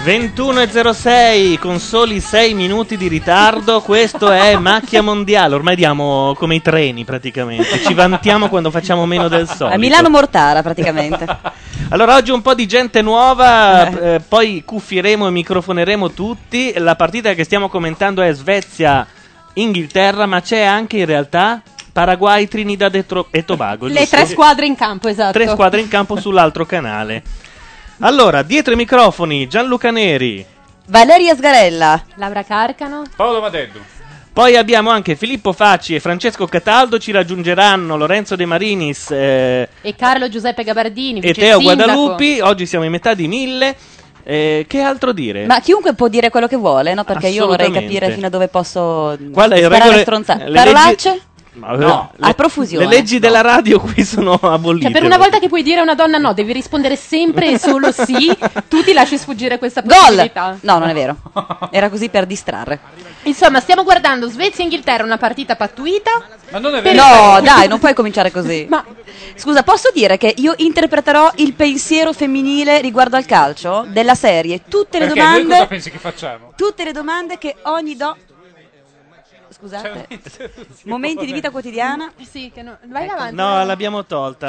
21:06 con soli 6 minuti di ritardo. Questo è Macchia Mondiale. Ormai diamo come i treni praticamente. Ci vantiamo quando facciamo meno del solito. A Milano Mortara praticamente. Allora oggi un po' di gente nuova, poi cuffieremo e microfoneremo tutti. La partita che stiamo commentando è Svezia-Inghilterra, ma c'è anche in realtà Paraguay, Trinidad e Tobago. Le 3 squadre in campo, esatto. 3 squadre in campo sull'altro canale. Allora, dietro i microfoni Gianluca Neri, Valeria Sgarella, Laura Carcano, Paolo Madeddu. poi abbiamo anche Filippo Facci e Francesco Cataldo. Ci raggiungeranno Lorenzo De Marinis e Carlo Giuseppe Gabardini, e Teo Guadalupi. Oggi siamo in metà di 1000. Che altro dire? Ma chiunque può dire quello che vuole, no? Perché io vorrei capire fino a dove posso sparare stronzate. Parolacce? No, a profusione. Le leggi della radio qui sono abolite. Cioè, per una volta che puoi dire a una donna no, devi rispondere sempre e solo sì. Tu ti lasci sfuggire questa possibilità. No, non è vero. Era così per distrarre. Insomma, stiamo guardando Svezia-Inghilterra, una partita pattuita. Ma non è vero. No, dai, non puoi cominciare così. Ma scusa, posso dire che io interpreterò il pensiero femminile riguardo al calcio della serie? Tutte le Perché domande. noi cosa pensi che facciamo? Tutte le domande che ogni Scusate, momenti di vita quotidiana. Sì, che no. Vai avanti. No, l'abbiamo tolta.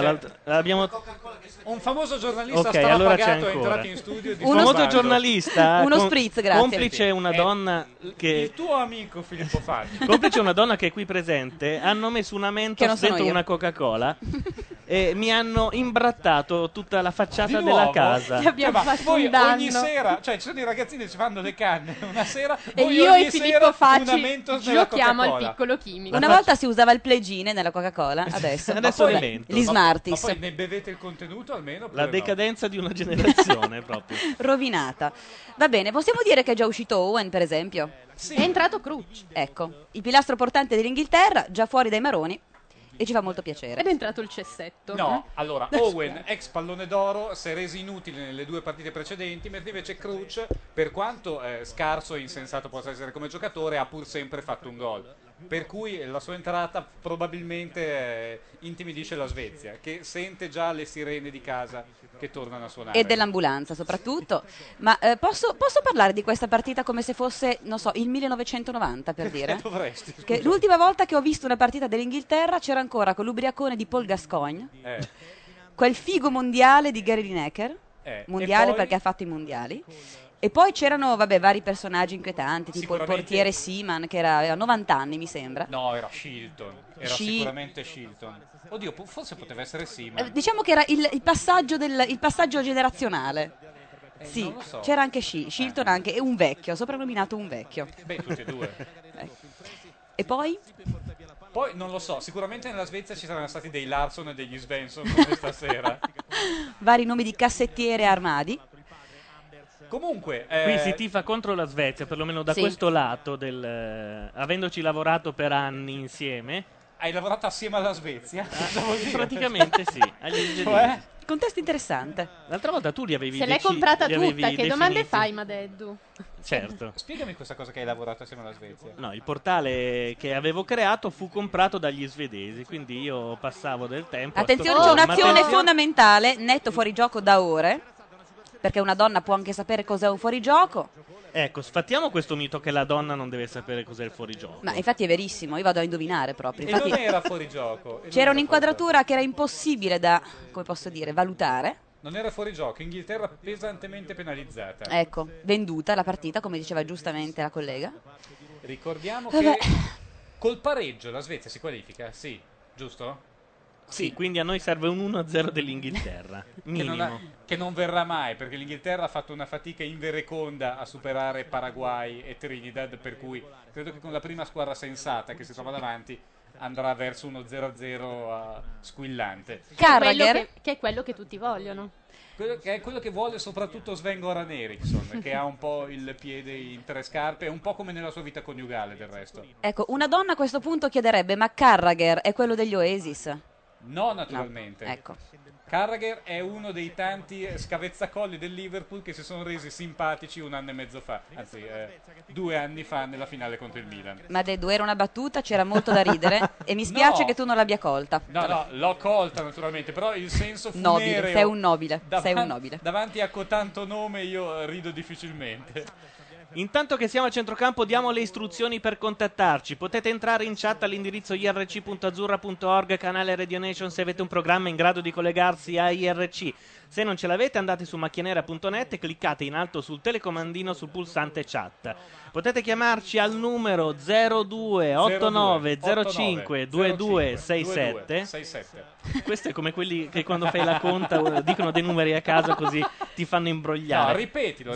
Un famoso giornalista Ok, allora c'è strapagato è ancora. entrato in studio e Un famoso giornalista. Uno spritz, grazie. Complice una donna che. Il tuo amico Filippo Facci. Complice una donna che è qui presente. Hanno messo una Mentos dentro una Coca-Cola. E mi hanno imbrattato tutta la facciata della casa. Ti abbiamo fatto voi un danno. ogni sera, cioè ci sono i ragazzini che ci fanno le canne una sera E voi io ogni e Filippo sera una Facci Mentos nella giochiamo al Coca-Cola. piccolo chimico. Una volta si usava il plegine nella Coca-Cola, adesso Adesso è lento. gli Smarties. Ma poi ne bevete il contenuto almeno? La decadenza di una generazione proprio. Rovinata. Va bene, possiamo dire che è già uscito Owen, per esempio? Sì. È entrato Crouch. Ecco, il pilastro portante dell'Inghilterra, già fuori dai maroni, e ci fa molto piacere. Ed è entrato il cessetto. No, allora, Owen, ex pallone d'oro, si è reso inutile nelle 2 partite precedenti, mentre invece Crouch, per quanto scarso e insensato possa essere come giocatore, ha pur sempre fatto un gol. Per cui la sua entrata probabilmente intimidisce la Svezia, che sente già le sirene di casa che tornano a suonare. E dell'ambulanza soprattutto. Ma posso parlare di questa partita come se fosse, non so, il 1990, per dire? Dovresti, che l'ultima volta che ho visto una partita dell'Inghilterra c'era ancora quell'ubriacone di Paul Gascoigne, quel figo mondiale di Gary Lineker, mondiale poi? perché ha fatto i mondiali. E poi c'erano, vari personaggi inquietanti, tipo il portiere Seaman, che aveva 90 anni, mi sembra. No, era Shilton. Era sicuramente Shilton. Oddio, forse poteva essere Seaman. Diciamo che era il passaggio generazionale. Sì, non lo so. c'era anche Shilton anche, e un vecchio, soprannominato un vecchio. Beh, tutti e due. E poi? Poi non lo so, sicuramente nella Svezia ci saranno stati dei Larsson e degli Svensson come stasera. Vari nomi di cassettiere armadi. Comunque, qui si tifa contro la Svezia, perlomeno da questo lato, avendoci lavorato per anni insieme. Hai lavorato assieme alla Svezia? Praticamente sì. Cioè? Contesto interessante. L'altra volta tu li avevi Se l'hai comprata tutta, che domande definiti. fai, Madeddu? Certo. Spiegami questa cosa che hai lavorato assieme alla Svezia. No, il portale che avevo creato fu comprato dagli svedesi, quindi io passavo del tempo. Attenzione, c'è un'azione fondamentale, netto fuorigioco da ore, perché una donna può anche sapere cos'è un fuorigioco. Ecco, sfattiamo questo mito che la donna non deve sapere cos'è il fuorigioco. Ma infatti è verissimo, io vado a indovinare proprio. Infatti, E non era fuorigioco. c'era un'inquadratura che era impossibile da, come posso dire, valutare. Non era fuorigioco, Inghilterra pesantemente penalizzata. Ecco, venduta la partita, come diceva giustamente la collega. Ricordiamo che col pareggio la Svezia si qualifica, sì, giusto? Sì, quindi a noi serve un 1-0 dell'Inghilterra, minimo. Che non verrà mai, perché l'Inghilterra ha fatto una fatica invereconda a superare Paraguay e Trinidad, per cui credo che con la prima squadra sensata che si trova davanti andrà verso uno 0-0 squillante. Carragher, che è quello che tutti vogliono. È quello che vuole soprattutto Sven-Goran Eriksson, che ha un po' il piede in 3 scarpe, un po' come nella sua vita coniugale del resto. ecco, una donna a questo punto chiederebbe, ma Carragher è quello degli Oasis? No, naturalmente. No, ecco. Carragher è uno dei tanti scavezzacolli del Liverpool che si sono resi simpatici un anno e mezzo fa, anzi 2 anni fa nella finale contro il Milan. Ma Dedu, era una battuta, c'era molto da ridere e mi spiace che tu non l'abbia colta. No, l'ho colta naturalmente, però il senso funereo... Nobile, sei un nobile, sei un nobile. Davanti a cotanto nome io rido difficilmente. Intanto che siamo a centrocampo diamo le istruzioni per contattarci. Potete entrare in chat all'indirizzo irc.azzurra.org, canale Radio Nation, se avete un programma in grado di collegarsi a IRC. Se non ce l'avete andate su macchianera.net e cliccate in alto sul telecomandino sul pulsante chat. Potete chiamarci al numero 0289052267. Questo è come quelli che quando fai la conta dicono dei numeri a caso così ti fanno imbrogliare. No, ripetilo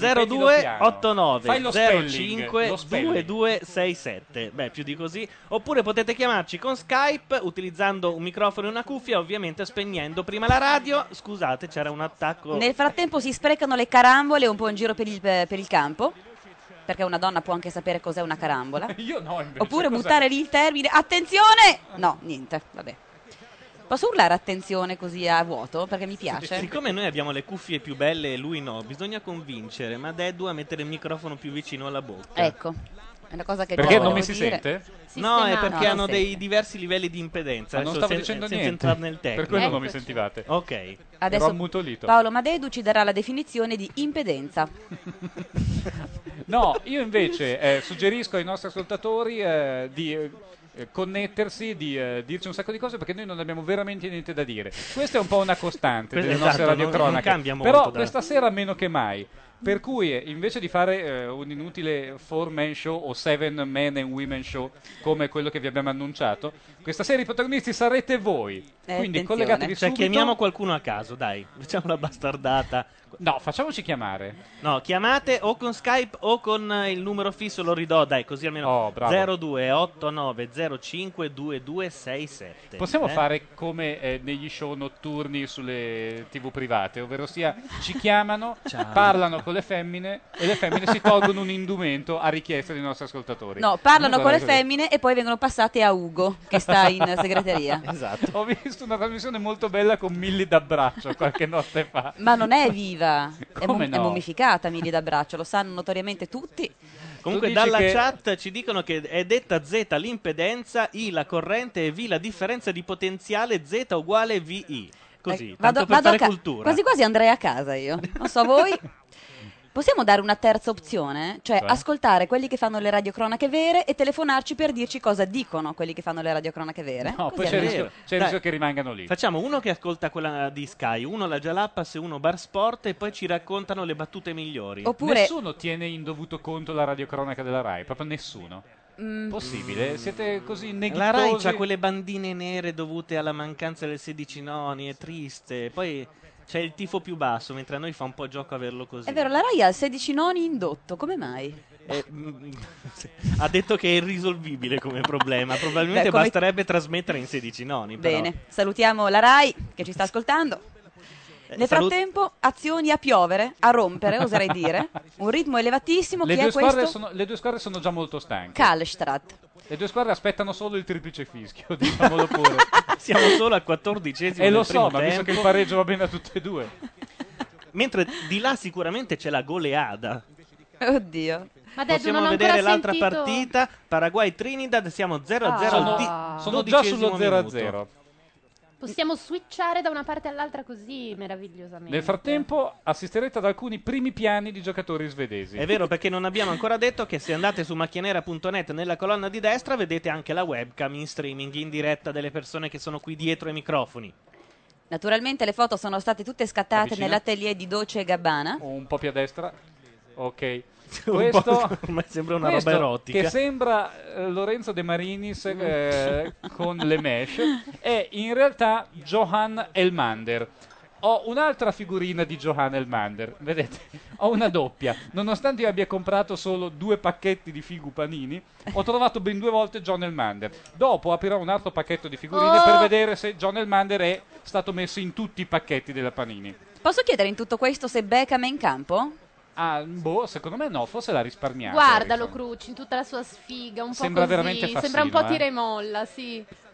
0289052267. Beh, più di così. Oppure potete chiamarci con Skype utilizzando un microfono e una cuffia, ovviamente spegnendo prima la radio. Scusate, c'era un attacco. Nel frattempo si sprecano le carambole un po' in giro per il campo, perché una donna può anche sapere cos'è una carambola. Io no, invece. Oppure buttare lì il termine attenzione. No, niente, vabbè. Posso urlare attenzione così a vuoto? Perché mi piace. Siccome noi abbiamo le cuffie più belle e lui no, bisogna convincere Madeddu a mettere il microfono più vicino alla bocca. Ecco, è una cosa che perché non mi dire. si sente? No, è perché no, hanno non dei sente. diversi livelli di impedenza. Ma non Adesso stavo dicendo senza niente. entrare nel tecnico. Per quello non mi sentivate. Ok. Adesso Ero ammutolito. Paolo Madeddu ci darà la definizione di impedenza. No, io invece suggerisco ai nostri ascoltatori di connettersi, di dirci un sacco di cose, perché noi non abbiamo veramente niente da dire. Questa è un po' una costante delle Esatto, nostre non radiocronache. cambia molto Però da- questa sera meno che mai. Per cui invece di fare un inutile 4-man show o 7-man and women show come quello che vi abbiamo annunciato, questa sera i protagonisti sarete voi. Quindi attenzione. collegatevi Cioè, subito. chiamiamo qualcuno a caso, dai. Facciamo la bastardata. No, facciamoci chiamare. No, chiamate o con Skype o con il numero fisso, lo ridò, dai, così almeno. Oh, bravo. 0289052267. Possiamo fare come negli show notturni sulle TV private, ovvero sia ci chiamano, parlano con le femmine e le femmine si tolgono un indumento a richiesta dei nostri ascoltatori. No, parlano Non con le guardate femmine e poi vengono passate a Ugo, che sta in segreteria. Esatto. Ho visto una trasmissione molto bella con Milli d'abbraccio qualche notte fa. Ma non è viva, è, Come è no? mummificata Mili d'abbraccio, lo sanno notoriamente tutti. Comunque Tu dici dalla che- chat ci dicono che è detta Z l'impedenza, I la corrente e V la differenza di potenziale, Z uguale VI. Così, tanto per vado fare a cultura. Quasi quasi andrei a casa io. Non so voi. Possiamo dare una terza opzione? Cioè ascoltare quelli che fanno le radiocronache vere e telefonarci per dirci cosa dicono quelli che fanno le radiocronache vere? No, Così poi c'è il almeno- rischio, c'è il rischio che rimangano lì. Facciamo uno che ascolta quella di Sky, uno la Jalapas e uno Bar Sport e poi ci raccontano le battute migliori. Oppure Nessuno tiene in dovuto conto la radiocronaca della Rai, proprio nessuno. Possibile? Siete così neghitosi? La Rai c'ha quelle bandine nere dovute alla mancanza del 16 noni, è triste. Poi c'è il tifo più basso, mentre a noi fa un po' gioco averlo così. è vero, la Rai ha il 16 noni indotto, come mai? Ha detto che è irrisolvibile come problema. Probabilmente Beh, come- basterebbe trasmettere in 16 noni. Però. Bene, salutiamo la Rai che ci sta ascoltando. Nel frattempo, azioni a piovere, a rompere, oserei dire. Un ritmo elevatissimo. Le Chi due, è questo? le due squadre sono già molto stanche. Kalstrat. Le due squadre aspettano solo il triplice fischio, diciamolo pure. Siamo solo al 14esimo E lo del so, primo ma visto che il tempo. pareggio va bene a tutte e due. Mentre di là sicuramente c'è la goleada. Oddio. Ma Dedu, Possiamo non ho vedere ancora l'altra sentito... partita. Paraguay-Trinidad, siamo 0-0 Sono già sullo 0-0. Possiamo switchare da una parte all'altra così meravigliosamente. Nel frattempo assisterete ad alcuni primi piani di giocatori svedesi. È vero, perché non abbiamo ancora detto che se andate su macchianera.net nella colonna di destra vedete anche la webcam in streaming in diretta delle persone che sono qui dietro ai microfoni. Naturalmente le foto sono state tutte scattate Avvicina. nell'atelier di Dolce & Gabbana. Un po' più a destra. Ok. Un po' Questo, ormai sembra una questo roba erotica. che sembra Lorenzo De Marinis con le mesh è in realtà Johan Elmander. Ho un'altra figurina di Johan Elmander, vedete? Ho una doppia. Nonostante io abbia comprato solo 2 pacchetti di figu panini, ho trovato ben 2 volte John Elmander. Dopo aprirò un altro pacchetto di figurine per vedere se John Elmander è stato messo in tutti i pacchetti della Panini. Posso chiedere in tutto questo se Beckham è in campo? Ah, boh, secondo me no, forse l'ha risparmiato. Guardalo, Harrison. Cruci, in tutta la sua sfiga, un Sembra po' così. veramente Sembra un po' fassino, tira e molla, sì.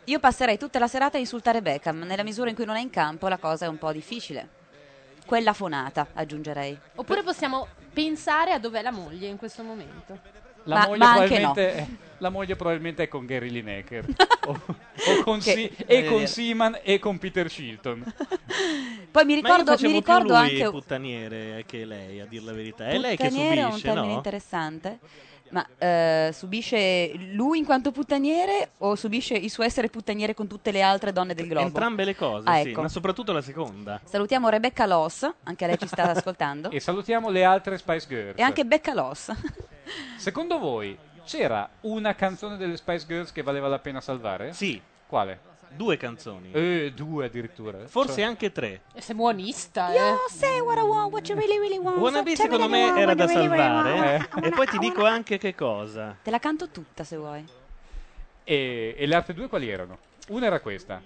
Io passerei tutta la serata a insultare Beckham. Nella misura in cui non è in campo, la cosa è un po' difficile. Quella fonata, aggiungerei. Oppure possiamo pensare a dov'è la moglie in questo momento. La moglie ma anche probabilmente la moglie probabilmente è con Gary Lineker o con, Che- con Seaman e con Peter Shilton. Poi mi ricordo, Ma io mi facevo più ricordo lui anche puttaniere che lei, a dir la verità. È lei che puttaniere è un subisce, termine no? interessante. Ma subisce lui in quanto puttaniere o subisce il suo essere puttaniere con tutte le altre donne del globo? Entrambe le cose, Ah, sì, ecco. ma soprattutto la seconda. Salutiamo Rebecca Loss, anche lei ci sta ascoltando. E salutiamo le altre Spice Girls. E anche Becca Loss. Secondo voi c'era una canzone delle Spice Girls che valeva la pena salvare? Sì, Quale? 2 canzoni. 2 addirittura. Forse Cioè, anche 3. E sei buonista, Yo, say what I want, what you really, really want. Wannabe So tell secondo what you me want, era what da you really, really salvare. want. E poi ti dico anche che cosa. Te la canto tutta se vuoi. e le altre 2 quali erano? Una era questa.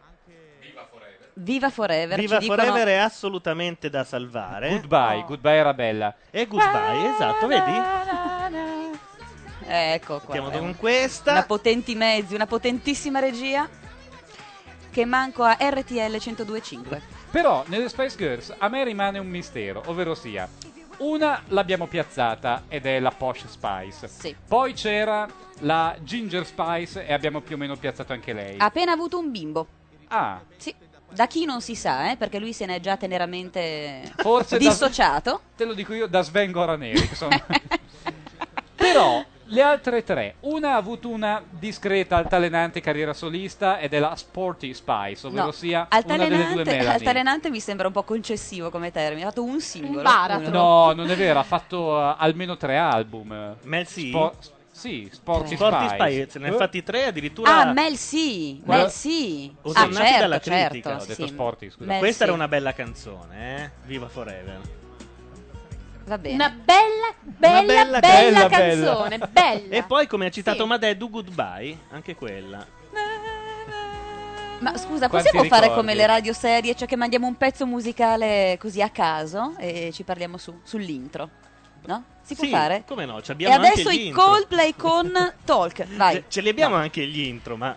Viva Forever. Viva ci dicono- Forever è assolutamente da salvare. Goodbye, Goodbye era bella. E Goodbye, esatto, vedi? Ecco qua. Partiamo è con una questa. potenti mezzi, una potentissima regia che manco a RTL 102.5. Però nelle Spice Girls a me rimane un mistero, ovvero sia una l'abbiamo piazzata ed è la Posh Spice. Sì. Poi c'era la Ginger Spice e abbiamo più o meno piazzato anche lei. Ha appena avuto un bimbo. Ah, Sì. Da chi non si sa, perché lui se ne è già teneramente forse dissociato. te lo dico io da Sven Goran Eriksson. Però le altre 3, una ha avuto una discreta, altalenante carriera solista ed è la Sporty Spice, ovvero No, sia una delle 2 Melanie. altalenante mi sembra un po' concessivo come termine. Ha fatto un singolo. Un baratro. uno. No, non è vero, ha fatto almeno 3 album. Mel C? Sì, Sporty Sporty Spice. Spice, ne ha fatti 3 addirittura. Ah, Mel C. Guarda- Mel C. Osannati certo, dalla certo. critica. Ho sì, detto sì. Sporty, scusa. Mel Questa C. era una bella canzone, Viva Forever. Va bene. Una bella bella canzone, bella. E poi, come ha citato Sì. Madè, Do Goodbye, anche quella. Ma scusa, Quanti possiamo fare ricordi? come le radioserie, cioè che mandiamo un pezzo musicale così a caso e ci parliamo sull'intro? No? Si può Sì, fare? come no? ci E abbiamo adesso anche gli i intro. Coldplay con Talk. Vai. Ce li abbiamo anche gli intro, ma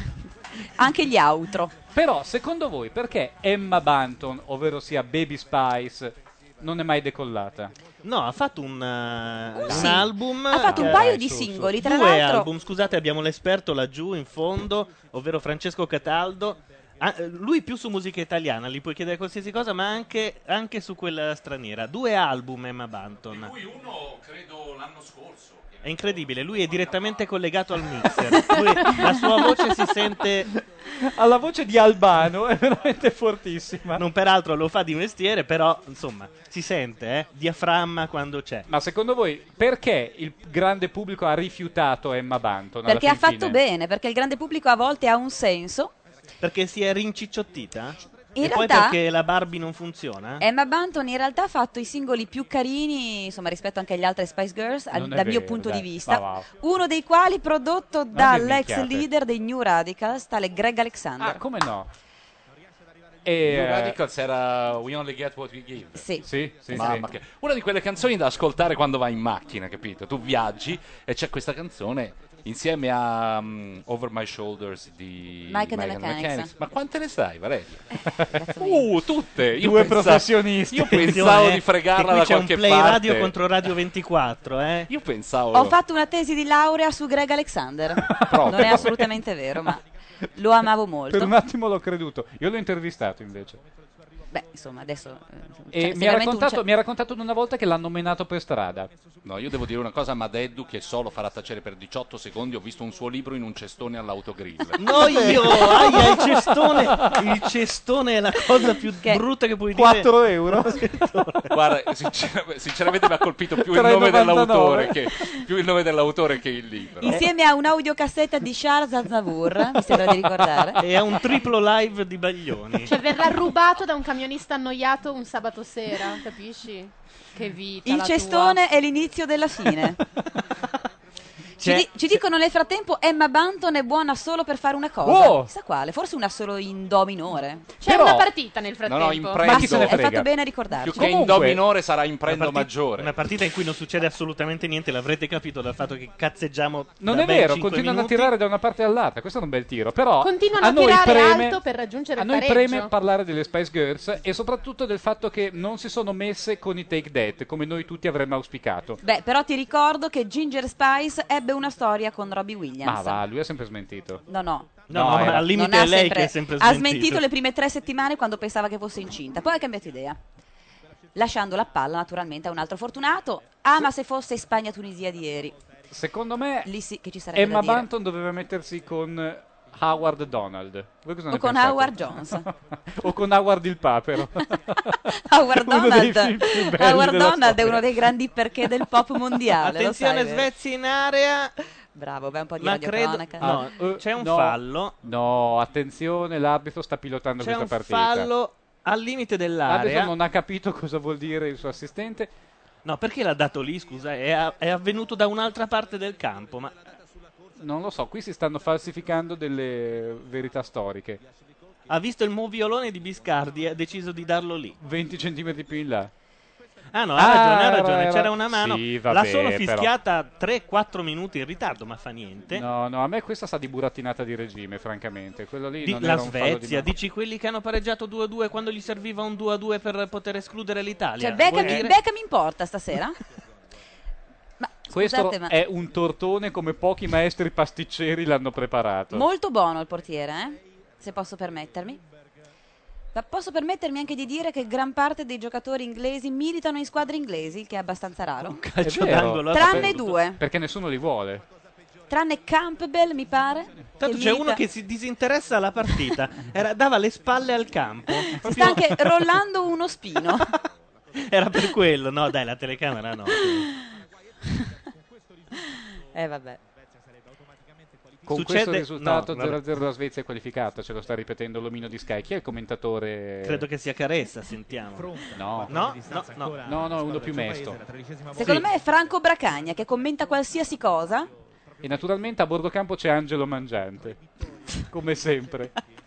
Anche gli outro. Però, secondo voi, perché Emma Bunton, ovvero sia Baby Spice, non è mai decollata? no, ha fatto un sì. album. Ha fatto un che- paio di singoli, tra 2 l'altro. album, scusate, abbiamo l'esperto laggiù in fondo, ovvero Francesco Cataldo. Lui più su musica italiana, gli puoi chiedere qualsiasi cosa, ma anche su quella straniera. 2 album Emma Bunton. Lui uno credo l'anno scorso. È incredibile, lui è direttamente collegato al mixer. La sua voce si sente, Alla voce di Albano è veramente fortissima. non peraltro lo fa di mestiere, però insomma si sente, diaframma quando c'è. Ma secondo voi perché il grande pubblico ha rifiutato Emma Bunton? alla Perché ha fin fatto fine? bene, perché il grande pubblico a volte ha un senso. Perché si è rincicciottita? In e poi realtà- perché la Barbie non funziona? Emma Bunton in realtà ha fatto i singoli più carini, insomma, rispetto anche agli altri Spice Girls, Non è dal mio vero, punto dai. di vista. Wow. Uno dei quali prodotto dire dall'ex minchiate. leader dei New Radicals, tale Greg Alexander. Ah, come no? New E, Radicals era We Only Get What We Give. Sì. Sì, sì, Mamma sì. che... Una di quelle canzoni da ascoltare quando vai in macchina, capito? Tu viaggi e c'è questa canzone insieme a Over My Shoulders di Mike and the and the Mechanics. Ma quante ne sai, Valeria? Cazzo mio. Tutte! Due professionisti. Io pensavo di Che fregarla qui da c'è un qualche play parte. radio contro Radio 24, Io pensavo... Ho fatto una tesi di laurea su Greg Alexander. Non è assolutamente vero, ma lo amavo molto. Per un attimo l'ho creduto. Io l'ho intervistato invece. Beh, insomma, adesso E cioè, mi, ha seriamente raccontato, mi ha raccontato una volta che l'hanno menato per strada. No, io devo dire una cosa a Madeddu che so lo farà tacere per 18 secondi. Ho visto un suo libro in un cestone all'autogrill. No, il cestone è la cosa più Che- brutta che puoi dire. 4 euro. Guarda, sinceramente mi ha colpito più il 3,99. nome dell'autore che il libro. Insieme a un'audiocassetta di Charles Aznavour, mi sembra di ricordare. E è un triplo live di Baglioni. Cioè verrà rubato da un camionista annoiato un sabato sera, capisci? Che vita Il la cestone è l'inizio della fine. Ci dicono nel frattempo Emma Bunton è buona solo per fare una cosa. Oh! Chissà quale, forse una solo in do minore. C'è Però- una partita nel frattempo. No, in Ma prendo. sì, hai fatto bene a ricordarci. Più che in do minore sarà in prendo maggiore. Una partita in cui non succede assolutamente niente, l'avrete capito dal fatto che cazzeggiamo. Non da è ben vero, 5 continuano minuti. a tirare da una parte all'altra. Questo è un bel tiro. Però Continuano a a noi tirare preme, alto per raggiungere a il noi pareggio. preme parlare delle Spice Girls e soprattutto del fatto che non si sono messe con i Take That come noi tutti avremmo auspicato. Beh, però ti ricordo che Ginger Spice ebbe una storia con Robbie Williams. Ma va, lui ha sempre smentito. No. No, No, era- al limite Non ha è lei sempre- che è sempre ha smentito. smentito le prime 3 settimane quando pensava che fosse incinta, poi ha cambiato idea. Lasciando la palla naturalmente a un altro fortunato. Ma se fosse Spagna-Tunisia di ieri. Secondo me Lì sì che ci sarebbe Emma da dire. Bunton doveva mettersi con Howard Donald. Voi cosa ne O con pensate? Howard Jones. O con Howard il Papero. Howard Uno dei Donald, film più belli Howard della Donald è storia. uno dei grandi perché del pop mondiale. lo Attenzione, sai, vero? Svezia in area. Bravo, beh, un po' di Ma credo. radiocronaca. No, c'è un no. fallo. No, attenzione, l'arbitro sta pilotando C'è questa un partita. fallo al limite L'arbitro dell'area. non ha capito cosa vuol dire il suo assistente. No, perché l'ha dato lì, scusa? È avvenuto da un'altra parte del campo. Ma Non lo so, qui si stanno falsificando delle verità storiche. ha visto il moviolone di Biscardi e ha deciso di darlo lì. 20 centimetri più in là. Ah no, ha ragione, era- c'era una mano. Sì, L'ha vabbè, solo però. fischiata 3-4 minuti in ritardo, ma fa niente. No, a me questa sa di burattinata di regime, francamente. Quello lì non La era un fallo di Svezia, mano. dici quelli che hanno pareggiato 2-2 quando gli serviva un 2-2 per poter escludere l'Italia. Cioè, Beckham, Vuoi dire? Beckham in porta stasera? Ma Questo scusate, ma è un tortone come pochi maestri pasticceri l'hanno preparato. molto buono il portiere, se posso permettermi. Ma posso permettermi anche di dire che gran parte dei giocatori inglesi militano in squadre inglesi, il che è abbastanza raro. Calcio È vero. d'angolo. Tranne due. Perché nessuno li vuole. Tranne Campbell, mi pare. Tanto che c'è milita- uno che si disinteressa alla partita. Dava le spalle al campo. si sta anche rollando uno spino. Era per quello. No, dai, la telecamera no. Vabbè. Con Succede- questo risultato no, vabbè. 0-0 la Svezia è qualificata, ce lo sta ripetendo l'omino di Sky. Chi è il commentatore? Credo che sia Caressa, sentiamo. No, No, no, uno più mesto. Secondo me è Franco Bracagna che commenta qualsiasi cosa. E naturalmente a bordo campo c'è Angelo Mangiante, come sempre.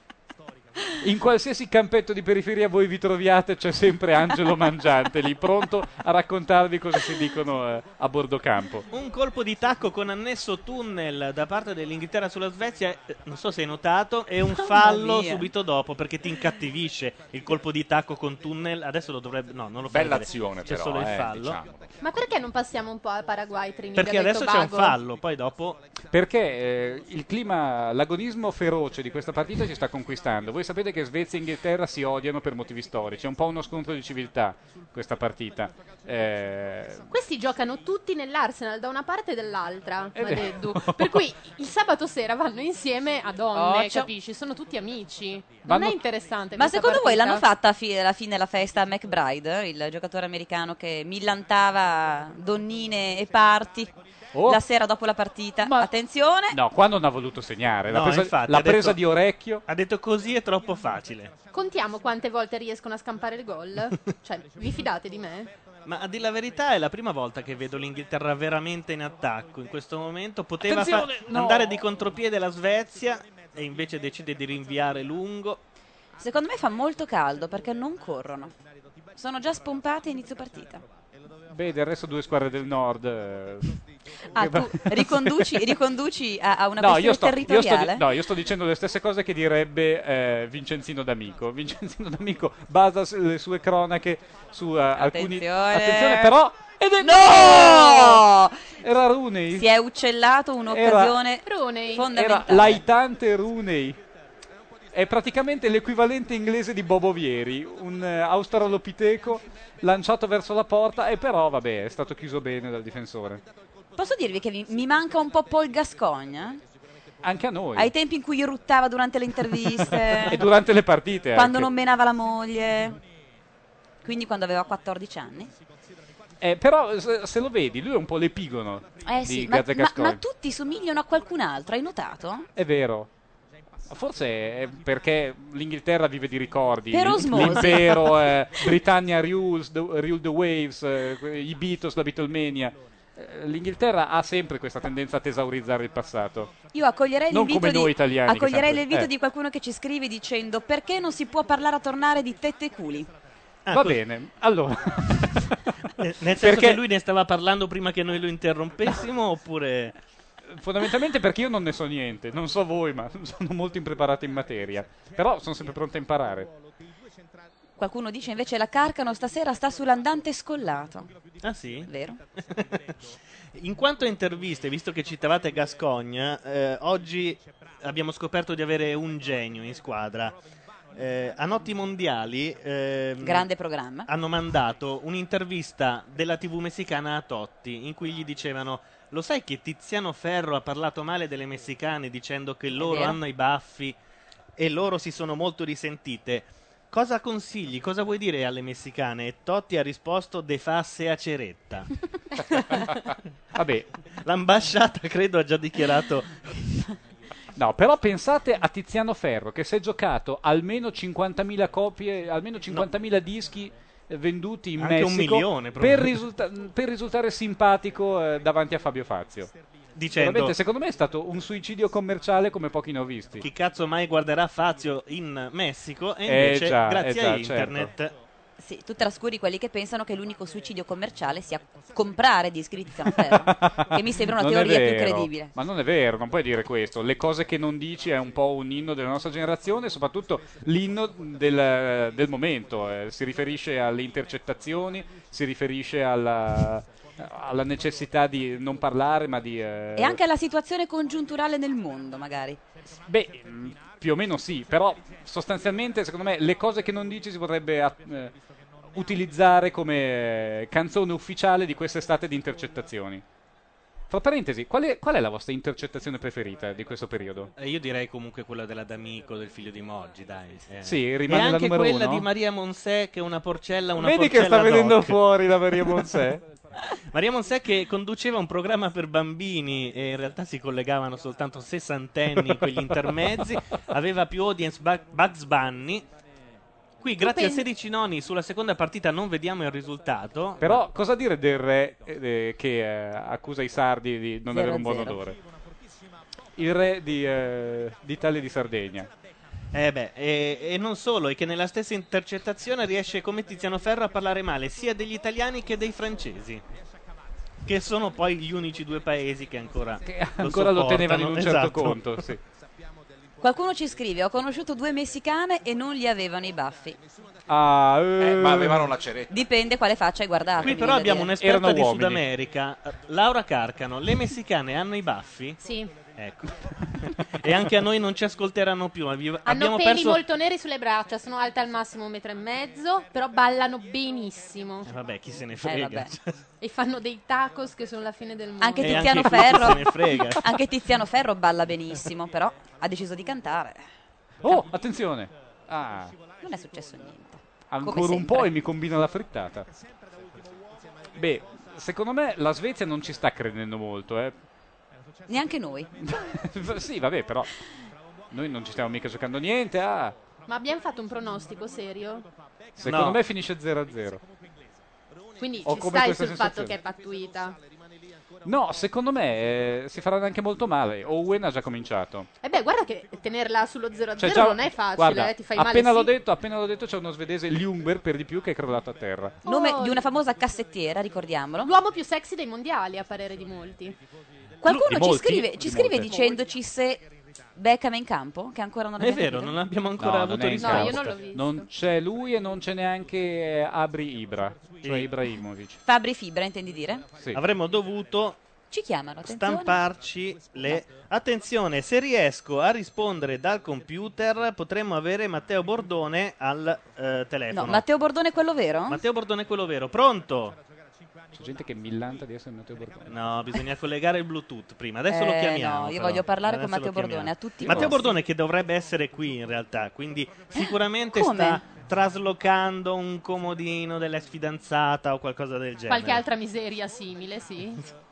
In qualsiasi campetto di periferia voi vi troviate c'è sempre Angelo Mangiante lì pronto a raccontarvi cosa si dicono a bordo campo. Un colpo di tacco con annesso tunnel da parte dell'Inghilterra sulla Svezia, non so se hai notato, e un fallo mia. subito dopo perché ti incattivisce il colpo di tacco con tunnel. Adesso lo dovrebbe, no, non lo fa Bella vedere. azione c'è però, solo il fallo. diciamo. Ma perché non passiamo un po' al Paraguay, Trinidad Perché e adesso c'è un Tobago? fallo, poi dopo Perché il clima, l'agonismo feroce di questa partita ci sta conquistando. Voi sapete che Svezia e Inghilterra si odiano per motivi storici, è un po' uno scontro di civiltà questa partita. Questi giocano tutti nell'Arsenal da una parte e dall'altra, È vero. Madeddu. Per cui il sabato sera vanno insieme a donne, Occhio. capisci? Sono tutti amici. Non Vanno- è interessante Ma questa secondo voi partita? l'hanno fatta alla fine la festa a McBride, il giocatore americano che millantava donnine e party Oh. la sera dopo la partita? Ma- Attenzione! No, qua non ha voluto segnare, l'ha No, presa, infatti, l'ha ha detto- presa di orecchio. ha detto così è troppo facile. Contiamo quante volte riescono a scampare il gol? Cioè, vi fidate di me? Ma a dire la verità è la prima volta che vedo l'Inghilterra veramente in attacco. In questo momento poteva Attenzione, no. andare di contropiede la Svezia e invece decide di rinviare lungo. Secondo me fa molto caldo perché non corrono. Sono già spompati a inizio partita. Beh, del resto due squadre del nord. Tu riconduci a una No, questione territoriale? io sto dicendo le stesse cose che direbbe Vincenzino D'Amico. Vincenzino D'Amico basa le sue cronache su alcuni. Attenzione, però. No! Era Rooney. Si è uccellato un'occasione Rooney. Era fondamentale. l'aitante Rooney. È praticamente l'equivalente inglese di Bobo Vieri, un australopiteco lanciato verso la porta e però, vabbè, è stato chiuso bene dal difensore. Posso dirvi che mi manca un po' Paul Gascoigne? Anche a noi. Ai tempi in cui ruttava durante le interviste, E durante le partite quando anche. non menava la moglie, quindi quando aveva 14 anni. Però se lo vedi, lui è un po' l'epigono di Sì, ma Gazzegascogne. tutti somigliano a qualcun altro, hai notato? È vero. Forse è perché l'Inghilterra vive di ricordi. Per osmosi. L'impero, Britannia Rule the Waves, i Beatles, la Beatlemania. l'Inghilterra ha sempre questa tendenza a tesaurizzare il passato. Io accoglierei Non l'invito, come noi italiani, che accoglierei sempre- l'invito di qualcuno che ci scrive dicendo perché non si può parlare a tornare di tette e culi. Va bene, allora. Nel senso Perché- che lui ne stava parlando prima che noi lo interrompessimo oppure... Fondamentalmente perché io non ne so niente, non so voi, ma sono molto impreparato in materia. Però sono sempre pronto a imparare. Qualcuno dice invece la Carcano stasera sta sull'andante scollato. Ah sì? Vero? In quanto a interviste, visto che citavate Gascogna, oggi abbiamo scoperto di avere un genio in squadra. A Notti Mondiali Grande programma. hanno mandato un'intervista della TV messicana a Totti in cui gli dicevano: lo sai che Tiziano Ferro ha parlato male delle messicane dicendo che loro vero. hanno i baffi e loro si sono molto risentite. Cosa consigli? Cosa vuoi dire alle messicane? E Totti ha risposto: de fasse a ceretta. Vabbè, L'ambasciata credo ha già dichiarato. no, però pensate a Tiziano Ferro che si è giocato almeno 50.000 copie, almeno 50.000 dischi venduti in Anche un Messico milione, per, probabilmente. per risultare simpatico davanti a Fabio Fazio. Dicendo: Veramente, secondo me è stato un suicidio commerciale come pochi ne ho visti. chi cazzo mai guarderà Fazio in Messico? E invece, già, grazie già, a internet, Sì, tu trascuri quelli che pensano che l'unico suicidio commerciale sia comprare dischi di Tiziano Ferro, che mi sembra una Non è teoria più vero, credibile. Ma non è vero, non puoi dire questo. Le cose che non dici è un po' un inno della nostra generazione, soprattutto l'inno del momento. Si riferisce alle intercettazioni, si riferisce alla necessità di non parlare, ma di... E anche alla situazione congiunturale nel mondo, magari. Beh, più o meno sì, però sostanzialmente secondo me le cose che non dici si potrebbe utilizzare come canzone ufficiale di quest'estate di intercettazioni. Fra parentesi, qual è la vostra intercettazione preferita di questo periodo? io direi comunque quella della D'Amico, del figlio di Moggi, dai. Sì, E rimane la anche numero quella uno? di Maria Monsè, che è una porcella, una Vedi che porcella sta venendo doc. fuori la Maria Monsè? Maria Monsè che conduceva un programma per bambini e in realtà si collegavano soltanto sessantenni in quegli intermezzi, aveva più audience Bugs Bunny. Qui grazie a 16 noni sulla seconda partita non vediamo il risultato. Però cosa dire del re che accusa i sardi di non avere un buon 0-0. odore? Il re d'Italia e di Sardegna. E non solo, è che nella stessa intercettazione riesce come Tiziano Ferro a parlare male sia degli italiani che dei francesi, che sono poi gli unici due paesi che ancora Lo tenevano in un certo esatto. conto, sì. Qualcuno ci scrive: ho conosciuto 2 messicane e non gli avevano i baffi. Ma avevano la ceretta. Dipende quale faccia hai guardato. Qui mi però viene da abbiamo dire. un'esperta di uomini. Sud America, Laura Carcano. Le messicane hanno i baffi? Sì. Ecco. E anche a noi non ci ascolteranno più. Hanno Abbiamo peli perso... molto neri sulle braccia, sono alte al massimo 1,5 m, però ballano benissimo. Vabbè, chi se ne frega. vabbè. E fanno dei tacos che sono la fine del mondo. Anche E Tiziano anche qui chi Ferro se ne frega. anche Tiziano Ferro balla benissimo, però ha deciso di cantare. Oh, attenzione! Ah, Non è successo niente. ancora Come un sempre. po' e mi combina la frittata. Beh, secondo me la Svezia non ci sta credendo molto, Neanche noi. Sì, vabbè, però noi non ci stiamo mica giocando niente. Ma abbiamo fatto un pronostico serio? Secondo No. me finisce 0-0. Quindi Ho ci come stai questa sul fatto sensazione. che è pattuita? No, secondo me si farà anche molto male. Owen ha già cominciato. E beh, guarda che tenerla sullo 0-0 Cioè, già- non è facile, guarda, ti fai male. appena l'ho sì. detto, c'è uno svedese Ljungberg per di più che è crollato a terra. Nome Oh, di una famosa cassettiera, ricordiamolo. L'uomo più sexy dei mondiali, a parere di molti. Qualcuno Di molti? ci Di scrive molte. dicendoci se Beckham è in campo, che ancora non È abbiamo vero, capito. non abbiamo ancora No, non avuto è in risposta. No, io non l'ho visto. Non c'è lui e non c'è neanche Abri Ibra, cioè Ibrahimovic. Fabri Fibra, intendi dire? Sì. Avremmo dovuto Ci chiamano, attenzione. stamparci le... Attenzione, se riesco a rispondere dal computer potremmo avere Matteo Bordone al telefono. No, Matteo Bordone è quello vero? Matteo Bordone è quello vero. Pronto? C'è gente che millanta di essere Matteo Bordone. No, bisogna collegare il Bluetooth prima. Adesso lo chiamiamo. no, io però. voglio parlare con Adesso Matteo lo chiamiamo. Bordone a tutti i Matteo costi. Bordone che dovrebbe essere qui in realtà, quindi sicuramente Come? sta traslocando un comodino dell'ex fidanzata o qualcosa del genere. Qualche altra miseria simile, sì.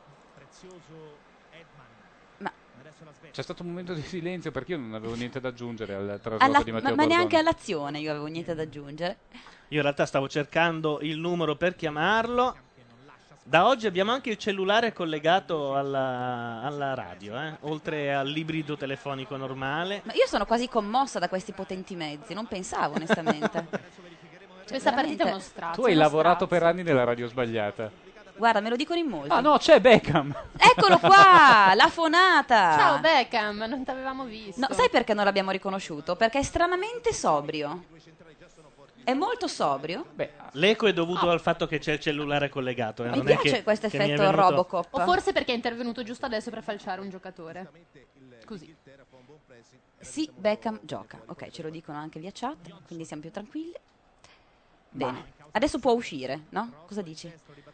C'è stato un momento di silenzio perché io non avevo niente da aggiungere al trasloco Alla- di ma, Matteo ma Bordone. neanche all'azione io avevo niente da aggiungere. Io in realtà stavo cercando il numero per chiamarlo. Da oggi abbiamo anche il cellulare collegato alla radio, oltre all'ibrido telefonico normale. Ma io sono quasi commossa da questi potenti mezzi, non pensavo onestamente. Questa veramente. partita è uno strazio. Tu hai uno lavorato strazio. per anni nella radio sbagliata. Guarda, me lo dicono in molti. Ah no, c'è Beckham. Eccolo qua, la fonata. Ciao Beckham, non t'avevamo visto. No, sai perché non l'abbiamo riconosciuto? Perché è stranamente sobrio. È molto sobrio. Beh, L'eco è dovuto al fatto che c'è il cellulare collegato. Mi non è piace che- questo che mi è effetto venuto- Robocop. O forse perché è intervenuto giusto adesso per falciare un giocatore. Così. Sì, Beckham gioca. Ok, ce lo dicono anche via chat, quindi siamo più tranquilli. Bene. Adesso può uscire, no? Cosa dici?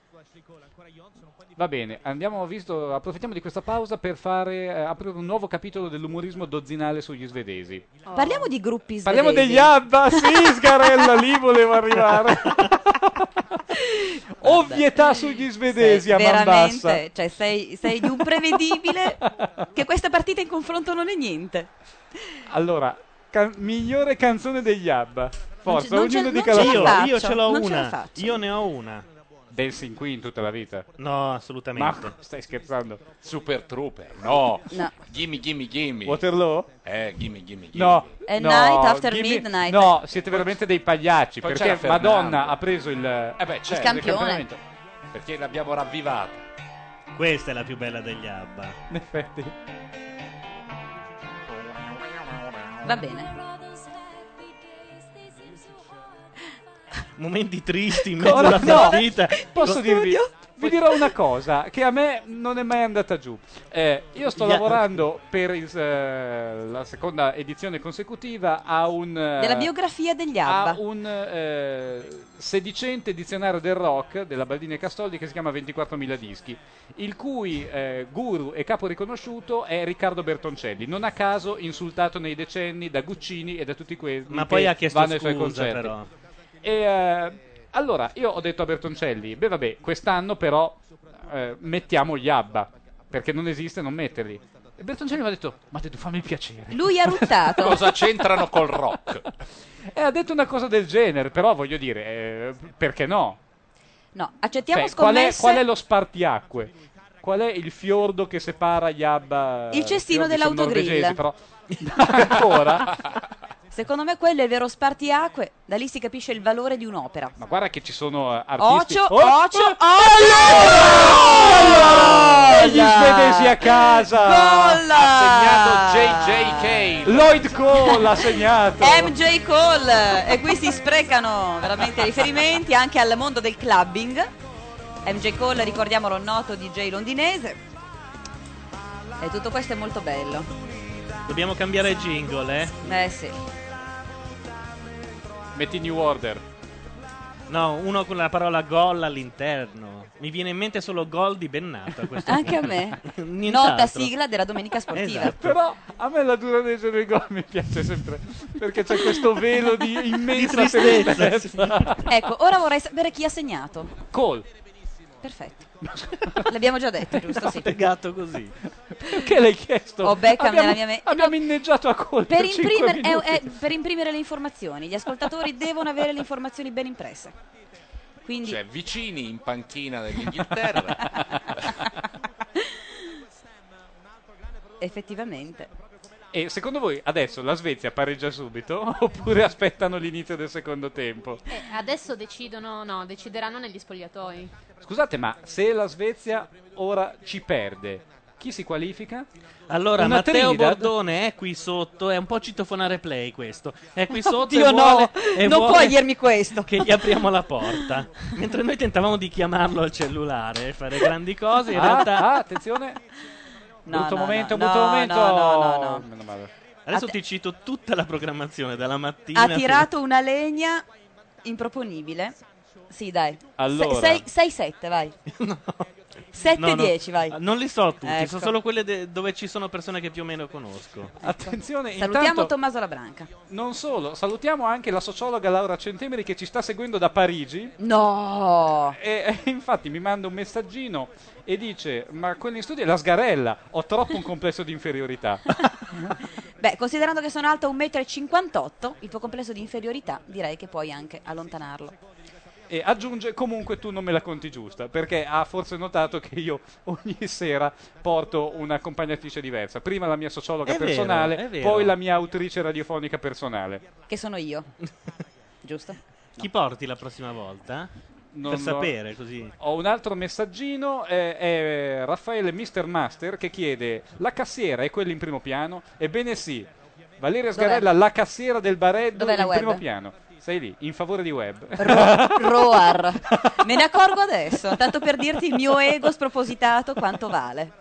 va bene, approfittiamo di questa pausa per aprire un nuovo capitolo dell'umorismo dozzinale sugli svedesi. Parliamo di gruppi svedesi. Parliamo degli ABBA, sì, Sgarella, lì volevo arrivare. Ovvietà sugli svedesi Sei a man bassa. veramente, cioè sei di un prevedibile che questa partita in confronto non è niente. Allora, migliore canzone degli ABBA. Forza, non ce- ognuno non dica ce la la sua. faccio, Io ce l'ho non ce la una. faccio. Io ne ho una. Dancing Queen tutta la vita. No, assolutamente. Ma stai scherzando? Super Trooper, no. No. Gimme, gimme, gimme. Waterloo? Gimme, gimme, gimme. No. A no, Night After gimme- Midnight. No, siete veramente dei pagliacci. Poi Perché c'era Madonna Fernando. ha preso il certo, campione. campionamento. Perché l'abbiamo ravvivata. Questa è la più bella degli ABBA. In effetti. Va bene. Momenti tristi in mezzo Ora, alla no, partita. Posso Con- dirvi, vi dirò una cosa che a me non è mai andata giù. Io sto lavorando per la seconda edizione consecutiva a un Della biografia degli a ABBA. un sedicente dizionario del rock della Baldini e Castoldi che si chiama 24.000 dischi, il cui guru e capo riconosciuto è Riccardo Bertoncelli, non a caso insultato nei decenni da Guccini e da tutti quelli Ma poi che ha chiesto vanno ai suoi scusa, concerti. però. E allora io ho detto a Bertoncelli: beh, vabbè, quest'anno però mettiamo gli ABBA, perché non esiste non metterli. E Bertoncelli mi ha detto: ma tu fammi il piacere. Lui ha ruttato. Cosa c'entrano col rock? E ha detto una cosa del genere, però voglio dire, perché no? No, accettiamo Cioè, qual scommesse. è lo spartiacque? Qual è il fiordo che separa gli ABBA? Il cestino fiordi sono dell'autogrill. norvegesi, però ancora? Secondo me quello è il vero spartiacque. Da lì si capisce il valore di un'opera. Ma guarda che ci sono artisti. Ocio, Oh! ocio, Allora! Gli svedesi a casa. Gol! Ha segnato J.J. Cale. Lloyd Cole ha segnato. MJ Cole. E qui si sprecano veramente riferimenti anche al mondo del clubbing. MJ Cole, ricordiamolo, noto DJ londinese. E tutto questo è molto bello. Dobbiamo cambiare jingle, eh? Sì. Metti New Order. No, uno con la parola gol all'interno. Mi viene in mente solo gol di Bennato a questo Anche a punto. me. Nient'altro. Nota sigla della domenica sportiva. Esatto. Però a me la duratezza del gol mi piace sempre, perché c'è questo velo di immensa Di tristezza, tristezza. Ecco, ora vorrei sapere chi ha segnato. Cole. Perfetto. L'abbiamo già detto, giusto? Sì. Spiegato così. Perché l'hai chiesto? Ho Beckham nella mia abbiamo inneggiato a Cole Per, per 5 imprimere, minuti. per imprimere le informazioni. Gli ascoltatori devono avere le informazioni ben impresse. Quindi Cioè, vicini in panchina dell'Inghilterra. effettivamente. E secondo voi adesso la Svezia pareggia subito oppure aspettano l'inizio del secondo tempo? Adesso decideranno negli spogliatoi. Scusate, ma se la Svezia ora ci perde, chi si qualifica? Allora, Una Matteo Trinidad? Bordone è qui sotto, è un po' citofonare play questo. È qui sotto Oddio, e vuole, no, e non vuole puoi dirmi questo. che gli apriamo la porta. Mentre noi tentavamo di chiamarlo al cellulare e fare grandi cose, in Ah, realtà attenzione. No, brutto no, momento, no, brutto no, momento. no. Meno male. adesso ti cito tutta la programmazione dalla mattina. Ha tirato una legna improponibile. Sì, dai. Allora. 6-7, vai. 7-10, vai. Non li so tutti, Ecco. so solo quelle dove ci sono persone che più o meno conosco. Attenzione, Salutiamo intanto, Tommaso Labranca. non solo, salutiamo anche la sociologa Laura Centemeri che ci sta seguendo da Parigi. No. E infatti mi manda un messaggino e dice: ma quella in studio è la Sgarella, ho troppo un complesso di inferiorità. Beh, considerando che sono alta 1,58 m, il tuo complesso di inferiorità direi che puoi anche allontanarlo. E aggiunge: comunque tu non me la conti giusta, perché ha forse notato che io ogni sera porto un'accompagnatrice diversa. Prima la mia sociologa È vero, personale, è vero. poi la mia autrice radiofonica personale. Che sono io. Giusto? Chi porti la prossima volta? Non Per lo- sapere così. Ho un altro messaggino, è Raffaele Mr. Master che chiede: la cassiera è quella in primo piano? Ebbene sì, Valeria Dov'è? Sgarella, la cassiera del Bareddo Dov'è la in web? primo piano. Sei lì, in favore di web. Roar. Me ne accorgo adesso, tanto per dirti il mio ego spropositato quanto vale.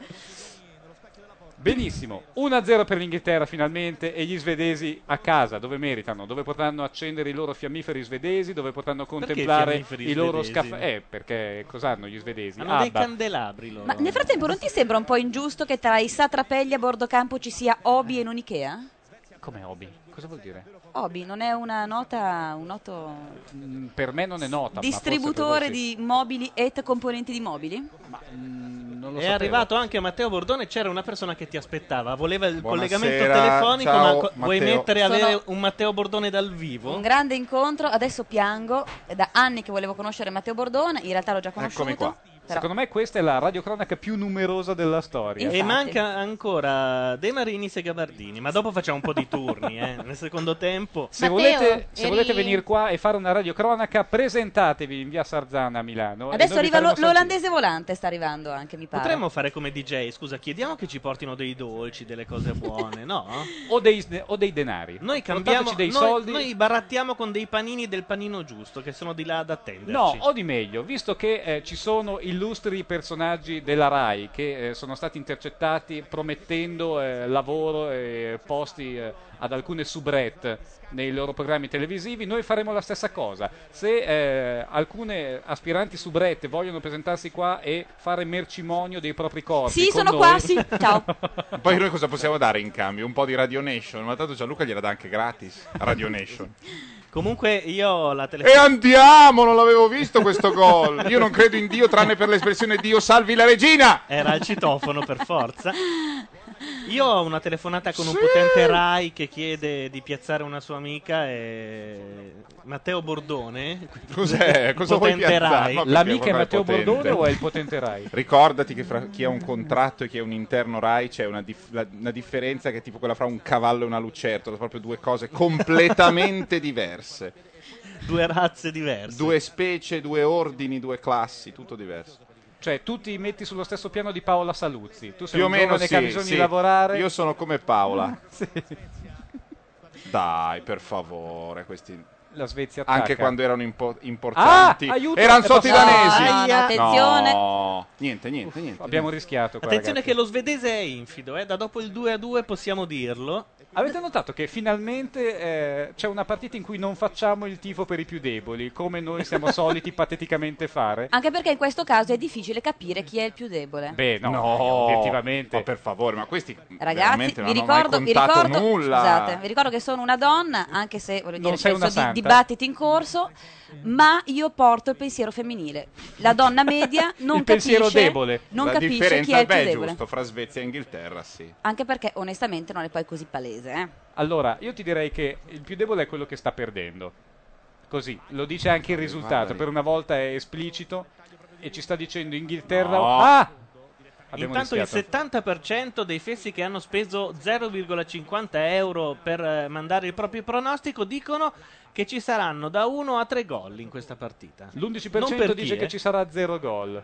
Benissimo, 1-0 per l'Inghilterra finalmente e gli svedesi a casa, dove meritano, dove potranno accendere i loro fiammiferi svedesi, dove potranno contemplare fiammiferi i loro svedesi? scaffali. Perché cos'hanno gli svedesi? Hanno dei Abba. candelabri loro. Ma nel frattempo non ti sembra un po' ingiusto che tra i satrapelli a bordo campo ci sia Obi e non Ikea? Come hobby? Cosa vuol dire? Obi non è una nota, un noto Per me non è nota. ma distributore forse per voi sì. di mobili et componenti di mobili? Non lo È sapevo. arrivato anche Matteo Bordone, c'era una persona che ti aspettava, voleva il Buonasera, collegamento telefonico, ciao, ma vuoi Matteo. mettere e avere Sono- un Matteo Bordone dal vivo? Un grande incontro, adesso piango, è da anni che volevo conoscere Matteo Bordone, in realtà l'ho già conosciuto. Eccomi qua. Però Secondo me questa è la radiocronaca più numerosa della storia. Infatti. E manca ancora De Marinis e Gabardini, ma dopo facciamo un po' di turni, nel secondo tempo. Se, Matteo, se volete venire qua e fare una radiocronaca, presentatevi in via Sarzana a Milano. e adesso noi vi arriva faremo sentire. l'olandese volante, sta arrivando anche, mi pare. Potremmo fare come DJ, scusa, chiediamo che ci portino dei dolci, delle cose buone, no? O dei denari. Noi cambiamo, Portateci dei noi, soldi. noi barattiamo con dei panini del panino giusto, che sono di là ad attenderci. No, o di meglio, visto che ci sono illustri personaggi della RAI che sono stati intercettati promettendo lavoro e posti ad alcune soubrette nei loro programmi televisivi, noi faremo la stessa cosa. Se alcune aspiranti soubrette vogliono presentarsi qua e fare mercimonio dei propri corpi Sì, con sono noi- qua, sì, ciao. Poi noi cosa possiamo dare in cambio? Un po' di Radio Nation, ma tanto Gianluca gliela dà anche gratis. Radio Nation. Comunque io ho la E telefonata. andiamo, non l'avevo visto questo gol. Io non credo in Dio tranne per l'espressione Dio salvi la regina. Era il citofono per forza. Io ho una telefonata con un potente Rai che chiede di piazzare una sua amica e Matteo Bordone. Cos'è? Cosa vuoi potente piazzare? Rai. Ma L'amica è Perché Matteo potente? Bordone o è il potente Rai? Ricordati che fra chi ha un contratto e chi ha un interno Rai c'è una differenza che è tipo quella fra un cavallo e una lucertola, proprio due cose completamente diverse. Due razze diverse. Due specie, due ordini, due classi, tutto diverso. Cioè, tu ti metti sullo stesso piano di Paola Saluzzi. Tu sei Più o un meno giovane sì, che ha bisogno sì. di lavorare. Io sono come Paola. Sì. Dai, per favore, questi La Svezia attacca. anche quando erano importanti. Ah, aiuto! Erano sotto i No, danesi. no, no, attenzione. No, niente. Abbiamo rischiato qua, Attenzione ragazzi. che lo svedese è infido, da dopo il 2-2 possiamo dirlo. Avete notato che finalmente c'è una partita in cui non facciamo il tifo per i più deboli, come noi siamo soliti pateticamente fare? Anche perché in questo caso è difficile capire chi è il più debole. Beh, no, No, obiettivamente. ma per favore, ma questi Ragazzi, veramente vi non hanno mai contato ricordo, nulla. scusate, vi ricordo che sono una donna, anche se voglio Non dire, sei una penso di santa. dibattiti in corso, ma io porto il pensiero femminile. La donna media non Il pensiero capisce, debole. non La capisce differenza chi è il più beh, debole. giusto, fra Svezia e Inghilterra, sì. Anche perché onestamente non è poi così palese, Allora, io ti direi che il più debole è quello che sta perdendo. Così, lo dice anche il risultato. Per una volta è esplicito e ci sta dicendo Inghilterra. No. Ah! Abbiamo Intanto rischiato. il 70% dei fessi che hanno speso 0,50 euro per mandare il proprio pronostico dicono che ci saranno da 1 a 3 gol in questa partita. L'11% Non per dice chi, che ci sarà 0 gol.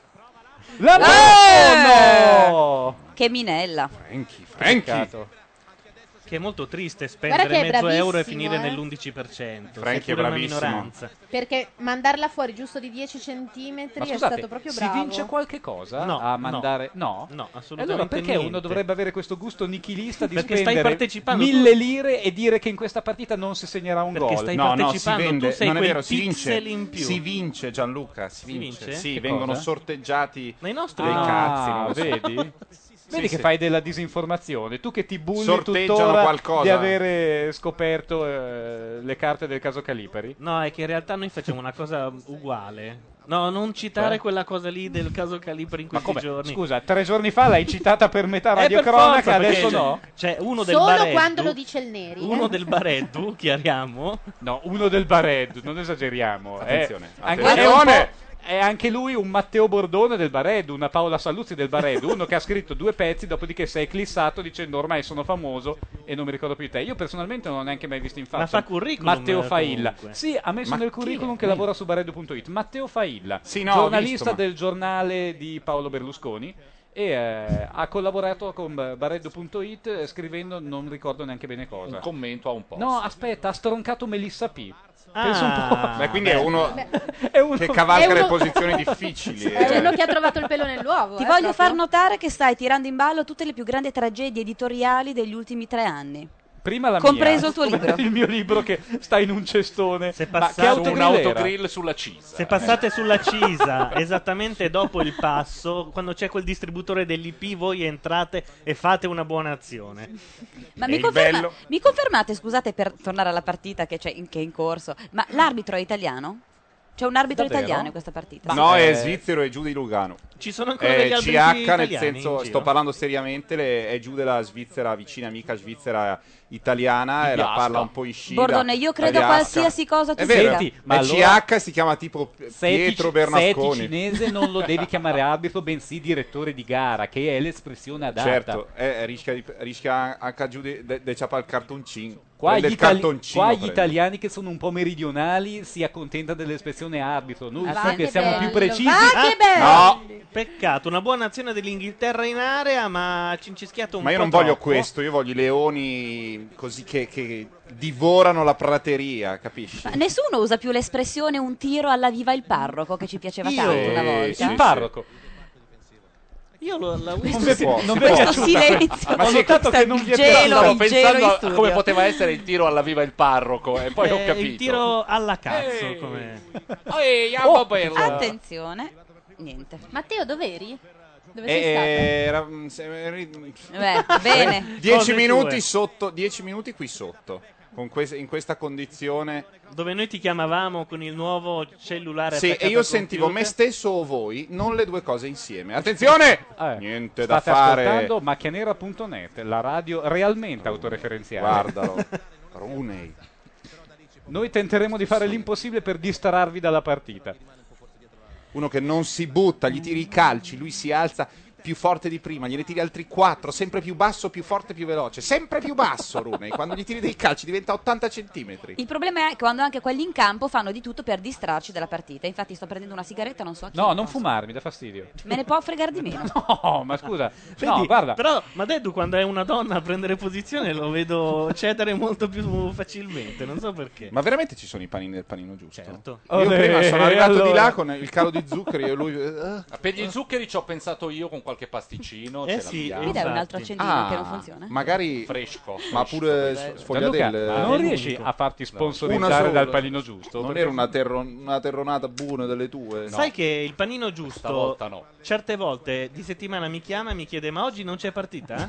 no! Che minella. Franchi. Peccato. Che è molto triste Guarda spendere che è mezzo euro e bravissimo, finire nell'11%. Franchi Sei è pure una bravissimo. minoranza. Perché mandarla fuori giusto di 10 centimetri Ma è scusate, stato proprio si bravo. vince qualche cosa No, a mandare? No? No, E assolutamente allora perché niente. uno dovrebbe avere questo gusto nichilista di Perché stai spendere partecipando 1000 lire e dire che in questa partita non si segnerà un Perché gol? stai No, si partecipando, vende, tu sei non è quel vero, si vince. pixel in più. Si vince, Gianluca, si Si vince. vince? Sì, Che vengono cosa? sorteggiati Nei nostri dei no. cazzi, non lo so. Vedi? Vedi che sì. fai della disinformazione, tu che ti bulli Sorteggiano tuttora qualcosa. di avere scoperto le carte del caso Calipari. No, è che in realtà noi facciamo una cosa uguale. No, non citare quella cosa lì del caso Calipari in Ma questi come? giorni. Scusa, 3 giorni fa l'hai citata per metà Per radiocronaca, forza, perché adesso no? C'è uno del Solo Bareddu, quando lo dice il Neri. uno del Bareddu, chiariamo. No, uno del Bareddu, non esageriamo. Attenzione, È anche lui un Matteo Bordone del Bareddu, una Paola Saluzzi del Bareddu, uno che ha scritto 2 pezzi, dopodiché si è eclissato dicendo ormai sono famoso e non mi ricordo più di te. Io personalmente non l'ho neanche mai visto in faccia. Ma fa curriculum, Matteo Failla. comunque. Sì, ha messo Ma nel chi curriculum è? che lavora su Bareddu.it. Matteo Failla, Sì, no, ho giornalista visto, ma- del giornale di Paolo Berlusconi. E ha collaborato con Bareddu.it scrivendo non ricordo neanche bene cosa. Un commento a un post. No, aspetta, ha stroncato Melissa P. Ah, Penso un po'. Beh, quindi è uno È uno che cavalca È le uno- posizioni difficili. È uno che ha trovato il pelo nell'uovo. Ti voglio proprio. far notare che stai tirando in ballo tutte le più grandi tragedie editoriali degli ultimi 3 anni. Prima la Compreso mia, il tuo libro. Il mio libro che sta in un cestone. Se Ma passato- che Su autogrill un era? autogrill sulla Cisa. Se passate sulla Cisa esattamente dopo il passo, quando c'è quel distributore dell'IP, voi entrate e fate una buona azione. Ma È mi, il conferma- bello. mi confermate, scusate per tornare alla partita che è in corso, ma l'arbitro è italiano? C'è un arbitro Davvero? italiano in questa partita? No, è Eh, svizzero, è giù di Lugano. Ci sono ancora degli altri CH, nel italiani senso, in sto giro? parlando seriamente, è giù della Svizzera, vicina amica svizzera italiana, e la Biasca. parla un po' Ishida. Bordone, io credo Biasca. qualsiasi cosa tu È vero, dica. Senti, ma è allora- CH, si chiama tipo Sei Pietro sei Bernasconi. cinese non lo devi chiamare arbitro, bensì direttore di gara, che è l'espressione adatta. Certo, rischia anche giù di ciappa il cartoncino. Qua, Prende gli, il cartoncino. qua gli prende. italiani che sono un po' meridionali si accontentano dell'espressione arbitro. Noi Ah, qui sì. che siamo bello. più precisi. Va che bello! No, Peccato, una buona azione dell'Inghilterra in area, ma ha cincischiato un po'. ma io non voglio troppo. questo, io voglio i leoni così che divorano la prateria, capisci? Ma nessuno usa più l'espressione un tiro alla viva il parroco che ci piaceva Io- tanto una volta. Il parroco. Io la uso. Non vi è, può, non si vi è può. Questo piaciuta? silenzio, Ma ho notato che non vi è gelo, piaciuta. Stavo il gelo pensando in a studio. come poteva essere il tiro alla viva il parroco e poi ho capito. Il tiro alla cazzo, Ehi. come... Ehi, Oh, bello. Attenzione, niente. Matteo, dov'eri? Dove sei stato? Era, Beh, bene. 10 Cose minuti tue. sotto, 10 minuti qui sotto. In questa condizione. Dove noi ti chiamavamo con il nuovo cellulare Sì, attaccato e io al sentivo me computer. stesso o voi, non le due cose insieme. Attenzione! Niente da State fare. ascoltando macchianera.net, la radio realmente autoreferenziale. Guardalo. Rooney. Noi tenteremo di fare l'impossibile per distrarvi dalla partita. Uno che non si butta, gli tiri i calci, lui si alza più forte di prima, gliene tiri altri 4, sempre più basso, più forte, più veloce, sempre più basso Rooney, quando gli tiri dei calci diventa 80 centimetri. Il problema è che quando anche quelli in campo fanno di tutto per distrarci dalla partita. Infatti sto prendendo una sigaretta, non so a chi. No, non fumare, mi dà fastidio. Me ne può fregare di meno. No, ma scusa. No, Vedi, guarda. Però, Madeddu, quando è una donna a prendere posizione, lo vedo cedere molto più facilmente. Non so perché. Ma veramente ci sono i panini del panino giusto? Certo. Io Olè, prima sono arrivato di allora. là con il calo di zuccheri e lui... Per gli zuccheri ci ho pensato io con qualche pasticcino. Ce sì, l'abbiamo. Mi dai un Infatti. altro accendino che non funziona? magari... Fresco. Ma pure fresco. sfogliatelle. Gianluca, non riesci a farti Una sponsorizzare sola. dal panino giusto? Non Perché- era una terronata buona delle tue? Sai che il panino giusto, Stavolta no. certe volte di settimana mi chiama e mi chiede: ma oggi non c'è partita?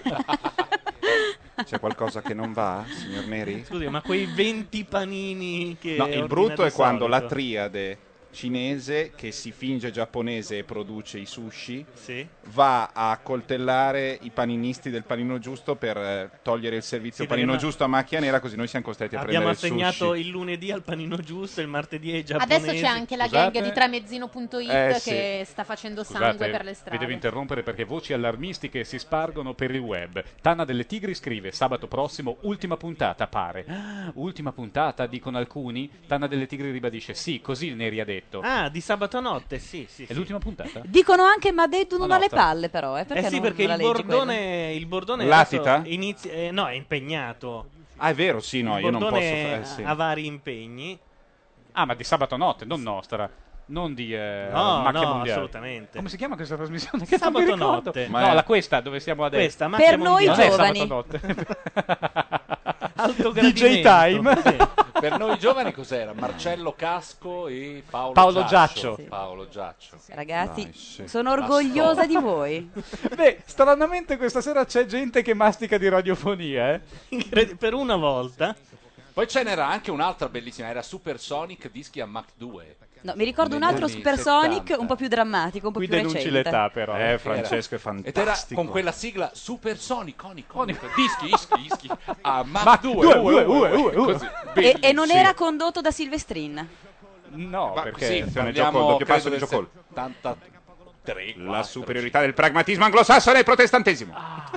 C'è qualcosa che non va, signor Neri? Scusi, ma quei 20 panini che. No, il ordina brutto di è quando la solito. triade cinese che si finge giapponese e produce i sushi Sì. va a coltellare i paninisti del panino giusto per togliere il servizio Sì, perché panino no- giusto a macchia nera, così noi siamo costretti a Abbiamo prendere il assegnato sushi. il lunedì al panino giusto, il martedì ai giapponesi. Adesso c'è anche la Scusate. gang di tramezzino.it Sì. che sta facendo sangue Scusate, per le vi strade. devo interrompere perché voci allarmistiche si spargono per il web. Tana delle Tigri scrive: sabato prossimo, ultima puntata, pare. Ah, ultima puntata, dicono alcuni. Tana delle Tigri ribadisce: sì, così il Neri ha detto. Ah, di sabato notte, sì, sì. È sì. l'ultima puntata? Dicono anche Madeddu non Ma ha no, le sta- palle però, perché Sì, non perché la il leggi bordone Latita? adesso inizia, no, è impegnato. Ah, è vero, sì, no, Il io non posso Bordone fare... sì. ha vari impegni. Ah, ma di sabato notte, non nostra. Non di No, Macchia no, Mondiale. assolutamente. Come si chiama questa trasmissione? Che Sabato non mi ricordo. notte. Ma No, è- la questa dove siamo adesso. Questa, Macchia Per noi Mondiale. Non è giovani. sabato notte. Alto DJ gradimento. Time. Sì. Per noi giovani cos'era? Marcello Casco e Paolo Giaccio. Sì. Paolo Giaccio. Ragazzi, Nice. sono orgogliosa di voi. Beh, stranamente questa sera c'è gente che mastica di radiofonia, Per una volta. Poi ce n'era anche un'altra bellissima, era Supersonic dischi a Mach 2. No, mi ricordo un Negli altro anni Supersonic 70. un po' più drammatico, un po' Qui più denunci recente. l'età però. Francesco è Ed era fantastico. con quella sigla Supersonic, dischi a Mach, Mach 2. 2. Così, E non bellissimo. era condotto da Silvestrin. No, Ma perché Sì, Attenzione, parliamo, Giocol, doppio passo credo di Giocol. del 73. La superiorità del pragmatismo anglosassone e il protestantesimo.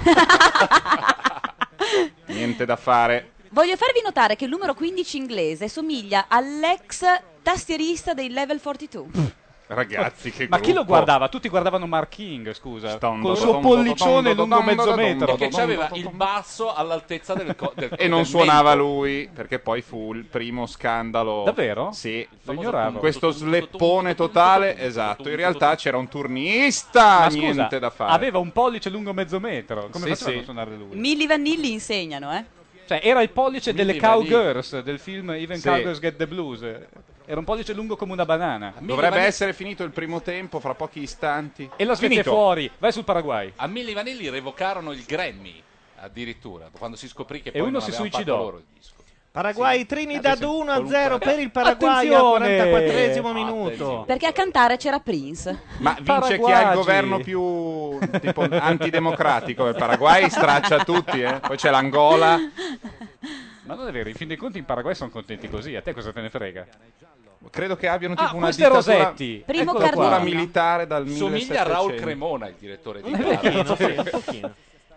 Niente da fare. Voglio farvi notare che il numero 15 inglese somiglia all'ex tastierista dei Level 42. Ragazzi, che Ma chi lo gruppo. guardava? Tutti guardavano Mark King, scusa. Stondo, Col suo tondo, pollicione tondo, lungo tondo, mezzo tondo, metro. Perché c'aveva il basso all'altezza E non suonava lui, perché poi fu il primo scandalo. Davvero? Sì. Lo ignoravo. Questo sleppone totale, esatto. In realtà c'era un turnista, Ma scusa, niente da fare. aveva un pollice lungo mezzo metro. Come Sì, faceva a sì. non suonare lui? Milli Vanilli insegnano, Cioè, era il pollice delle Milli Vanilli. Cowgirls del film Even Sì. Cowgirls Get the Blues. Era un pollice lungo come una banana. Dovrebbe essere finito il primo tempo, fra pochi istanti. E la Svezia è Finito. fuori. Vai sul Paraguay. A Milli Vanilli revocarono il Grammy addirittura quando si scoprì che E poi uno non si avevano suicidò. fatto loro il disco. Paraguay Sì. Trinidad Adesso 1-0 per il Attenzione! Paraguay al 44esimo minuto. Attenzione. perché a cantare c'era Prince. Ma vince chi ha il Paraguagi. governo più tipo antidemocratico. Il Paraguay straccia tutti, eh. Poi c'è l'Angola. Ma non è vero, in fin dei conti in Paraguay sono contenti così. A te cosa te ne frega? Credo che abbiano tipo una questo è dittatura, Rosetti. Primo Eccolo qua. dittatura Cardino. militare dal Somiglia a Raul 1700. Cremona, il direttore di Un pochino, sì, un pochino.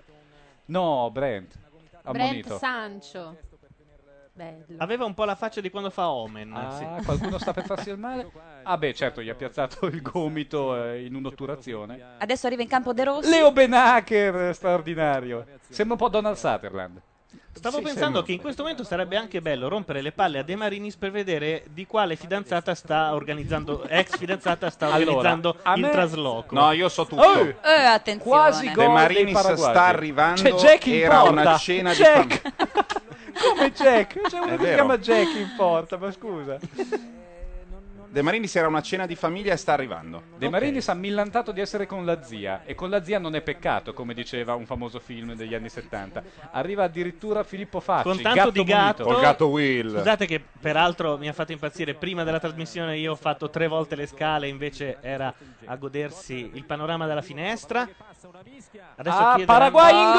No, Brent. Brent Ammonito. Sancho. Bello. Aveva un po' la faccia di quando fa Omen. sì. Ah, qualcuno sta per farsi il male? Ah beh, certo, gli ha piazzato il gomito in un'otturazione. Adesso arriva in campo De Rossi. Leo Benacher, straordinario. Sembra un po' Donald Sutherland. Stavo Sì, pensando sembra. che in questo momento sarebbe anche bello rompere le palle a De Marinis per vedere di quale fidanzata sta organizzando, ex fidanzata sta Allora, organizzando a il me- trasloco. No, io so tutto. Oh! Attenzione. Quasi De gol dei Marinis paraguagi. sta arrivando. C'è Jack in Era porta. una cena di Jack. famiglia. Come Jack? C'è uno È che si vero. chiama Jack in porta, ma scusa. De Marinis era una cena di famiglia e sta arrivando. De Marinis ha millantato di essere con la zia e con la zia non è peccato, come diceva un famoso film degli anni 70. Arriva addirittura Filippo Facci, Con tanto di gatto. munito. Col gatto Will. Scusate che peraltro mi ha fatto impazzire. Prima della trasmissione io ho fatto 3 volte le scale, invece era a godersi il panorama dalla finestra. Adesso chiederà- Paraguay in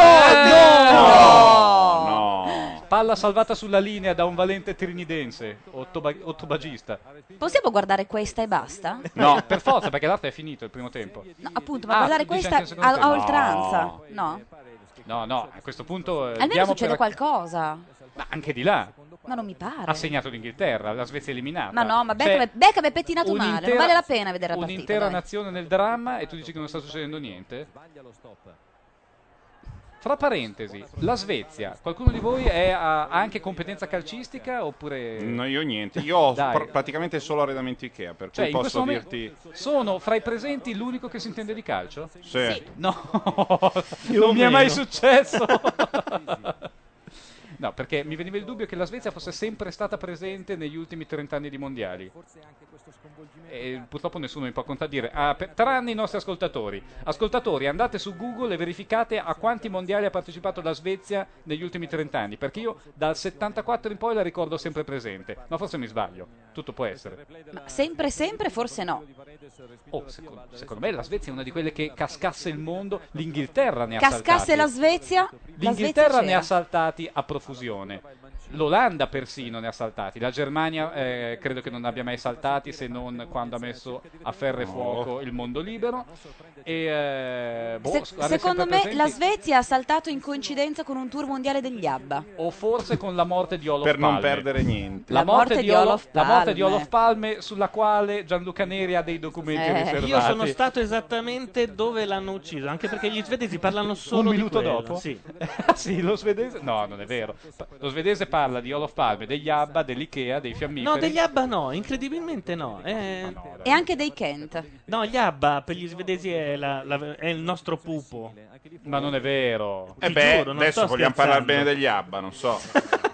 gol! No. Palla salvata sulla linea da un valente trinidense, ottobagista. Possiamo guardare questa e basta? No. Per forza, perché l'altro è finito il primo tempo. No, appunto, ma guardare tu dici questa anche il secondo a tempo? oltranza. No? No, a questo punto Almeno diamo succede per- qualcosa. Ma anche di là Ma non mi pare. ha segnato l'Inghilterra, la Svezia è eliminata. Ma no, ma C'è Beckham è pettinato male. Non un'intera- vale la pena vedere la partita. Un'intera dai. nazione nel dramma e tu dici che non sta succedendo niente? Fra parentesi, la Svezia, qualcuno di voi ha anche competenza calcistica oppure... No, io niente. Io ho Dai. praticamente solo arredamenti Ikea, per Cioè, cui in questo posso momento dirti. sono fra i presenti l'unico che si intende di calcio? Sì. No, Più non o mi è mai meno. successo. No, perché mi veniva il dubbio che la Svezia fosse sempre stata presente negli ultimi 30 anni di mondiali. E purtroppo nessuno mi può contraddire. Tranne i nostri ascoltatori. Ascoltatori, andate su Google e verificate a quanti mondiali ha partecipato la Svezia negli ultimi 30 anni. Perché io dal 74 in poi la ricordo sempre presente. Ma forse mi sbaglio. Tutto può essere. Ma sempre, forse no. Oh, secondo me la Svezia è una di quelle che cascasse il mondo. L'Inghilterra ne ha Cascasse saltati. la Svezia. L'Inghilterra ne ha c'era. saltati a profusione. L'Olanda persino ne ha saltati. La Germania credo che non abbia mai saltati se non quando ha messo a ferro e fuoco il mondo libero. E, Secondo me la Svezia ha saltato in coincidenza con un tour mondiale degli ABBA. O forse con la morte di Olof Per non Palme. perdere niente. La morte di Olof La morte di Palme. Olof Palme, sulla quale Gianluca Neri ha dei documenti riservati. Io sono stato esattamente dove l'hanno ucciso, anche perché gli svedesi parlano solo un di minuto quello, dopo? Sì. Sì, lo svedese. No, non è vero. Lo svedese parla di Olof Palme, degli ABBA, dell'Ikea, dei fiammiferi. No, degli ABBA no, incredibilmente no. E anche dei Kent. No, gli ABBA per gli svedesi è, è il nostro pupo. Ma non è vero. Ti Beh, giuro, non adesso sto vogliamo scherzando. parlare bene degli ABBA, non so.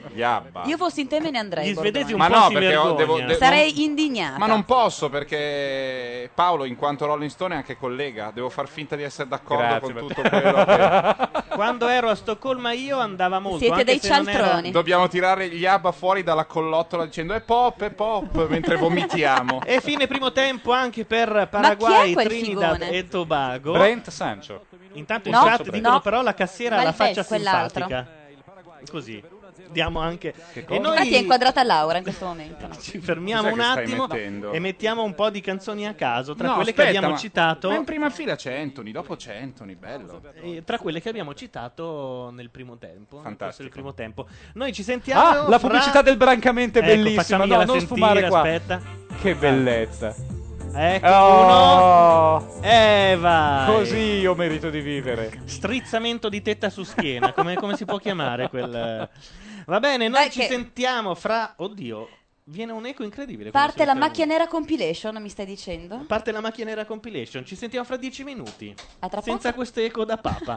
Gli ABBA. Io fossi in te me ne andrei. Gli svedesi un Ma po' no, si perché vergognano. Sarei indignata. Ma non posso perché Paolo, in quanto Rolling Stone, è anche collega. Devo far finta di essere d'accordo Grazie, con tutto quello che... Quando ero a Stoccolma io andava molto. Siete anche dei se non era- cialtroni. Dobbiamo tirare gli ABBA fuori dalla collottola dicendo è pop, mentre vomitiamo. E fine primo tempo anche per chi è Paraguay, quel Trinidad figone? e Tobago. Brent Sancho. Intanto in No, chat no. dicono però la cassiera ha la Maltese, faccia quell'altro. simpatica. Così. Diamo anche... E cosa? noi Infatti è inquadrata Laura in questo momento. ci fermiamo Cos'è un che stai attimo mettendo? e mettiamo un po' di canzoni a caso. Tra No, quelle aspetta, che abbiamo ma citato... in prima fila c'è Anthony, dopo c'è Anthony, bello. Tra quelle che abbiamo citato nel primo tempo. nel corso Fantastico. del primo tempo. Noi ci sentiamo. La fra- pubblicità del Brancamente è Ecco, bellissima. facciamogliela No, non sentire, sfumare qua. aspetta. Che bellezza. Ecco Oh, uno. Vai. così io merito di vivere. Strizzamento di tetta su schiena. Come si può chiamare quel... Va bene, noi Dai ci che- sentiamo fra... Oddio, viene un eco incredibile. Parte la quando si macchia nera compilation, mi stai dicendo? Parte la macchia nera compilation. Ci sentiamo fra 10 minuti. A tra Senza poco? questo eco da papa.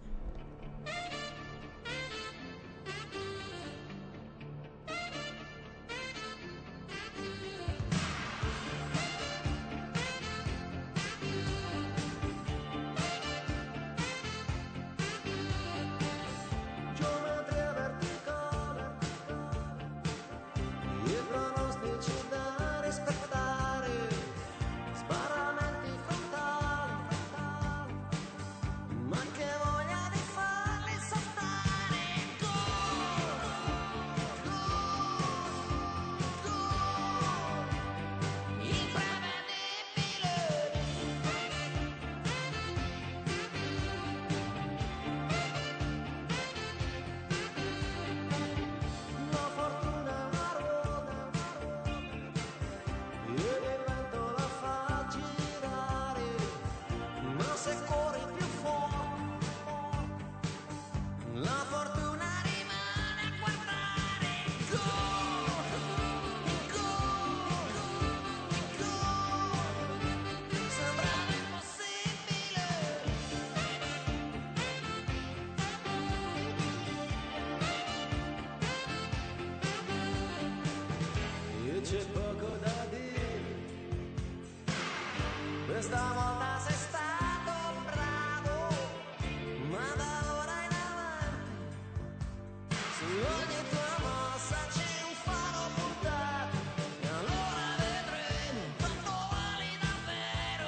Geometria verticale, i pronostici da rispettare, sparamenti frontali, ma che voglia di farli saltare. Gol, gol, gol, imprevedibile. La fortuna è una ruota e il vento la fa girare, ma se corri più forte la fortuna rimane a guardare. Gol, gol, gol, sembrava impossibile. E c'è poco da dire, questa volta sei stato bravo, ma da ora in avanti su ogni tua mossa c'è un faro puntato, e allora vedremo quanto vali davvero.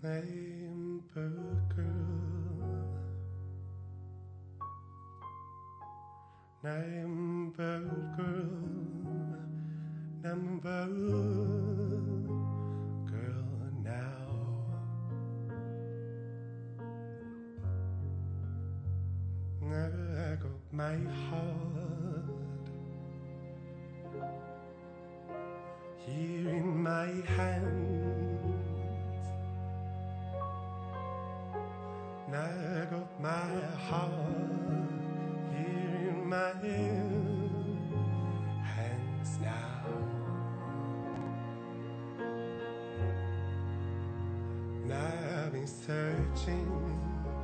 Amber girl, Amber girl, Amber girl now. I got my heart here in my hands. I got my heart here in my hands now. I've been searching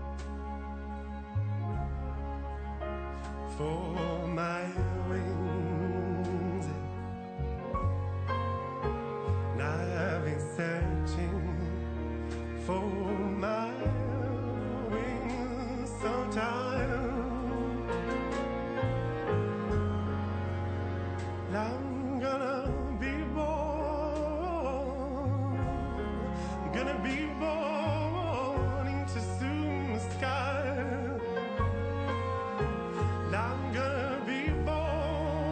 for my wings. I've been searching for my wings sometime. I'm gonna be born into soon the sky. I'm gonna be born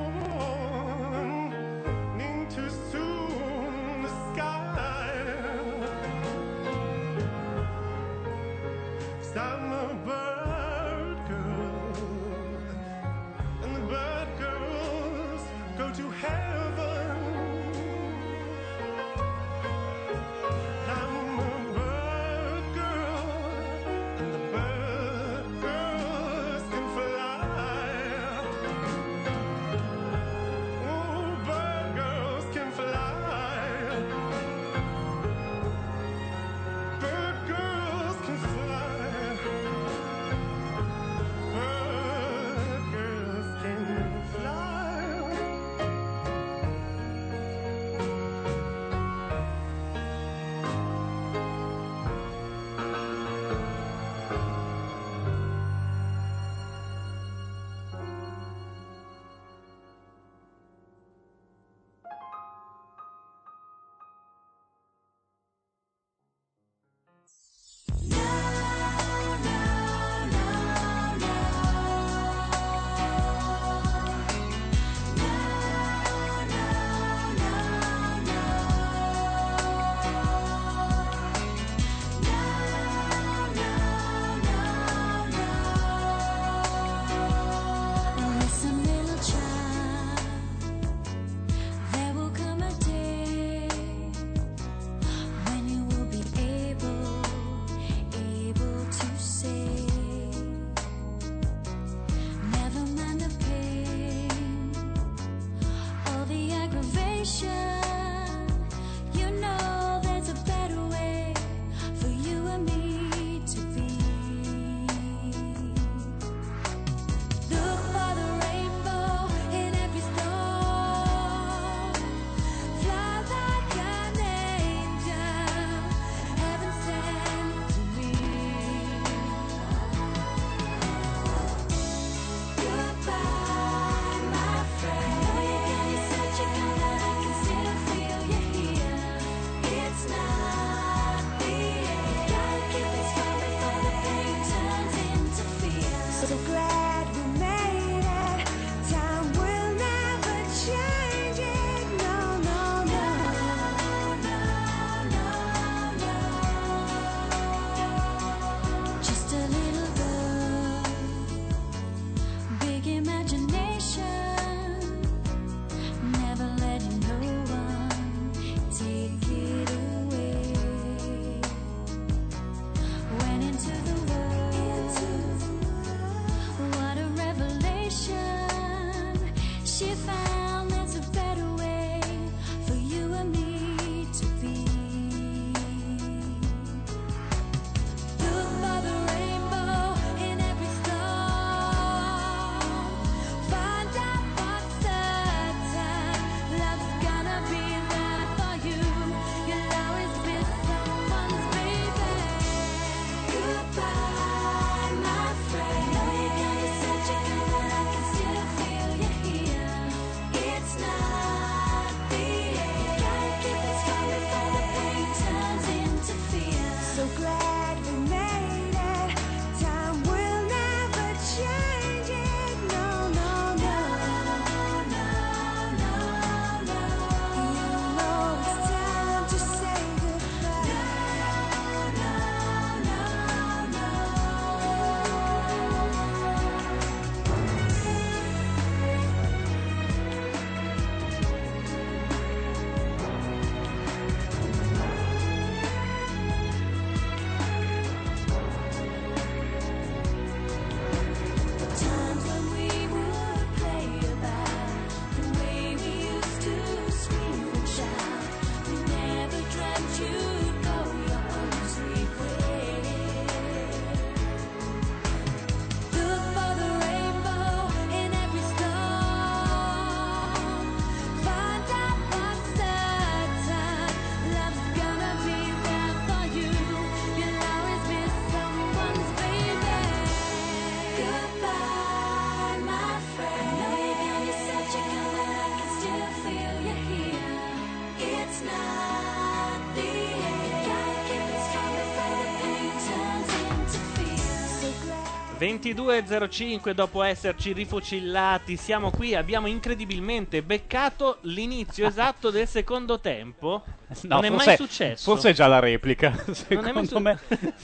22:05 dopo esserci rifocillati, siamo qui, abbiamo incredibilmente beccato l'inizio esatto del secondo tempo. Non è mai successo. Forse è già la replica. Non è mai Secondo me